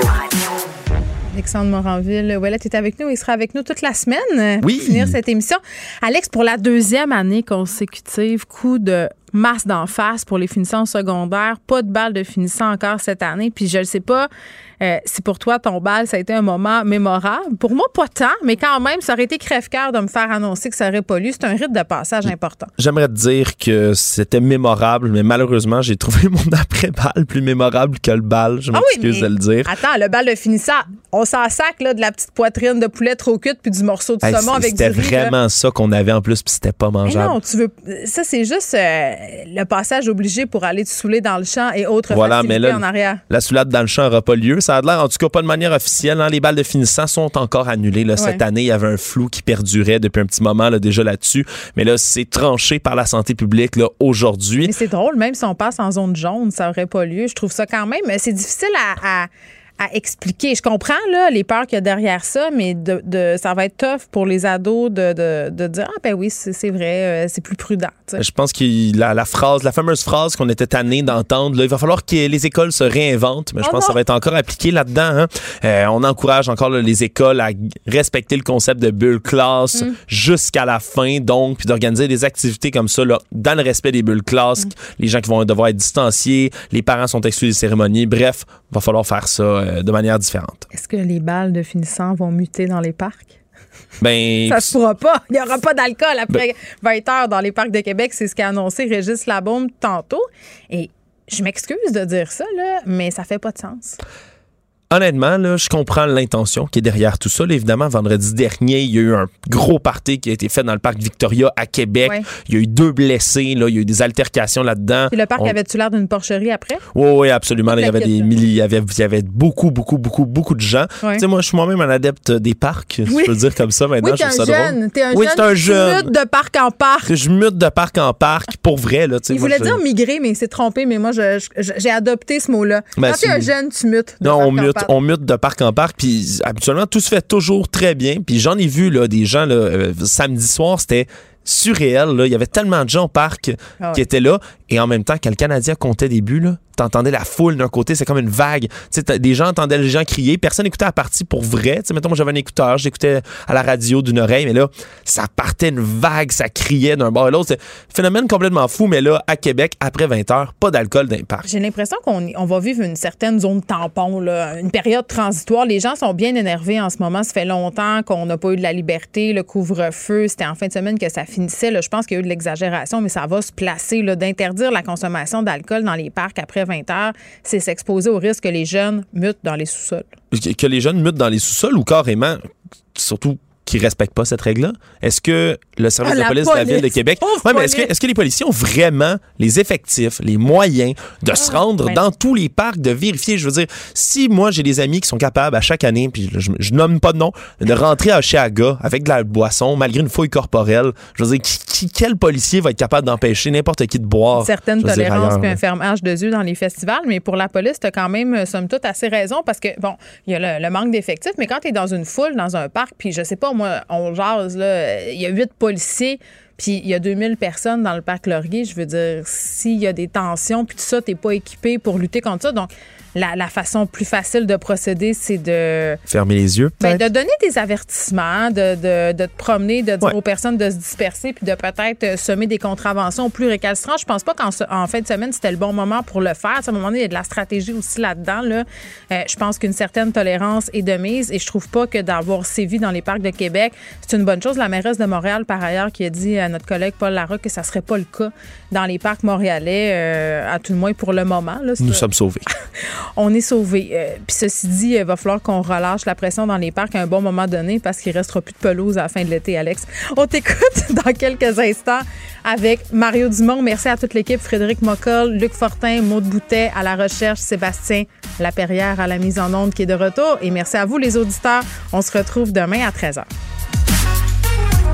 Alexandre Moranville, Ouellet est avec nous. Il sera avec nous toute la semaine oui. pour finir cette émission. Alex, pour la deuxième année consécutive, coup de masse d'en face pour les finissants secondaires. Pas de balle de finissant encore cette année. Puis je ne sais pas euh, si pour toi, ton bal, ça a été un moment mémorable. Pour moi, pas tant, mais quand même, ça aurait été crève-cœur de me faire annoncer que ça n'aurait pas lieu. C'est un rite de passage important. J'aimerais te dire que c'était mémorable, mais malheureusement, j'ai trouvé mon après-bal plus mémorable que le bal. Je m'excuse ah oui, de le dire. Attends, le bal de finissant, on s'en sac là, de la petite poitrine de poulet trop cuite puis du morceau de hey, saumon avec du riz. C'était vraiment là. ça qu'on avait en plus, puis c'était pas mangeable. Mais non, tu veux. Ça, c'est juste euh, le passage obligé pour aller te saouler dans le champ et autres voilà, facilités mais là, en arrière. La soulade dans le champ n'aura pas lieu. Ça a l'air, en tout cas, pas de manière officielle. Hein. Les balles de finissant sont encore annulées. Là. Ouais. Cette année, il y avait un flou qui perdurait depuis un petit moment là, déjà là-dessus. Mais là, c'est tranché par la santé publique là, aujourd'hui. Mais c'est drôle, même si on passe en zone jaune, ça n'aurait pas lieu. Je trouve ça quand même. C'est difficile à. à à expliquer. Je comprends là, les peurs qu'il y a derrière ça, mais de, de, ça va être tough pour les ados de, de, de dire « Ah ben oui, c'est, c'est vrai, euh, c'est plus prudent. » Je pense que la, la phrase, la fameuse phrase qu'on était tanné d'entendre, là, il va falloir que les écoles se réinventent, mais je oh pense non. que ça va être encore appliqué là-dedans. Hein. Euh, on encourage encore là, les écoles à respecter le concept de bulle classe mm. jusqu'à la fin, donc, puis d'organiser des activités comme ça, là, dans le respect des bulles classe, mm. les gens qui vont devoir être distanciés, les parents sont exclus des cérémonies, bref, il va falloir faire ça de manière différente. Est-ce que les balles de finissants vont muter dans les parcs? Ben, ça se pourra pas. Il n'y aura pas d'alcool après ben, vingt heures dans les parcs de Québec. C'est ce qu'a annoncé Régis Labaume tantôt. Et je m'excuse de dire ça, là, mais ça fait pas de sens. Honnêtement, là, je comprends l'intention qui est derrière tout ça. Là, évidemment, vendredi dernier, il y a eu un gros party qui a été fait dans le parc Victoria à Québec. Ouais. Il y a eu deux blessés. Là, il y a eu des altercations là-dedans. Puis le parc On... avait-tu l'air d'une porcherie après? Oui, oui, absolument. Là, il y avait des milli... il y avait, il y avait beaucoup, beaucoup, beaucoup, beaucoup de gens. Ouais. Tu sais, moi, je suis moi-même un adepte des parcs. Oui. Je peux le dire comme ça maintenant. Oui, t'es je trouve un ça jeune. drôle. T'es un oui, jeune. T'es un jeune. Tu mutes de parc en parc. Je mute de parc en parc. Pour vrai, là. Il moi, voulait je... dire migrer, mais il s'est trompé. Mais moi, je, je, j'ai adopté ce mot-là. Ben, Quand t'es un jeune, tu mutes. Non, on mute, on mute de parc en parc. Puis habituellement, tout se fait toujours très bien. Puis j'en ai vu là, des gens, là, euh, samedi soir, c'était surréel. Là. Il y avait tellement de gens au parc ah ouais. qui étaient là. Et en même temps, quand le Canadien comptait des buts, là, t'entendais la foule d'un côté, c'est comme une vague. Des gens entendaient les gens crier. Personne n'écoutait la partie pour vrai. T'sais, mettons, moi, j'avais un écouteur, j'écoutais à la radio d'une oreille, mais là, ça partait une vague, ça criait d'un bord à l'autre. C'est un phénomène complètement fou, mais là, à Québec, après vingt heures, pas d'alcool dans les parcs. J'ai l'impression qu'on on va vivre une certaine zone tampon, là, une période transitoire. Les gens sont bien énervés en ce moment. Ça fait longtemps qu'on n'a pas eu de la liberté. Le couvre-feu, c'était en fin de semaine que ça finissait. Là. Je pense qu'il y a eu de l'exagération, mais ça va se placer. Là, d'interdire la consommation d'alcool dans les parcs après vingt heures, c'est s'exposer au risque que les jeunes mutent dans les sous-sols. Que les jeunes mutent dans les sous-sols ou carrément, surtout qui ne respectent pas cette règle-là? Est-ce que le service ah, de police, police de la Ville de Québec... Ouais, mais est-ce que, est-ce que les policiers ont vraiment les effectifs, les moyens de ah, se rendre ben... dans tous les parcs, de vérifier? Je veux dire, si moi, j'ai des amis qui sont capables à chaque année, puis je, je nomme pas de nom, de rentrer à Oshéaga avec de la boisson, malgré une fouille corporelle, je veux dire, qui, qui, quel policier va être capable d'empêcher n'importe qui de boire? Une certaine tolérance puis un fermage de yeux dans les festivals, mais pour la police, tu as quand même, somme toute, assez raison, parce que, bon, il y a le, le manque d'effectifs, mais quand tu es dans une foule, dans un parc, puis je sais pas, moi, on jase, là, il y a huit policiers, puis il y a deux mille personnes dans le parc Laurier. Je veux dire, s'il y a des tensions, puis tout ça, t'es pas équipé pour lutter contre ça. Donc, la, la façon plus facile de procéder, c'est de... Fermer les yeux, ben, de donner des avertissements, de, de, de te promener, de dire ouais. aux personnes de se disperser, puis de peut-être semer des contraventions plus récalcitrantes. Je pense pas qu'en en fin de semaine, c'était le bon moment pour le faire. À un moment donné, il y a de la stratégie aussi là-dedans. Là. Euh, je pense qu'une certaine tolérance est de mise, et je trouve pas que d'avoir sévi dans les parcs de Québec, c'est une bonne chose. La mairesse de Montréal, par ailleurs, qui a dit à notre collègue Paul Larocque que ça serait pas le cas dans les parcs montréalais, euh, à tout le moins pour le moment. Là, Nous sommes sauvés. On est sauvés. Euh, Puis ceci dit, il va falloir qu'on relâche la pression dans les parcs à un bon moment donné parce qu'il ne restera plus de pelouse à la fin de l'été, Alex. On t'écoute dans quelques instants avec Mario Dumont. Merci à toute l'équipe. Frédéric Mocoll, Luc Fortin, Maude Boutet à la recherche, Sébastien Laperrière à la mise en onde qui est de retour. Et merci à vous, les auditeurs. On se retrouve demain à treize heures.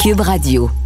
Cube Radio.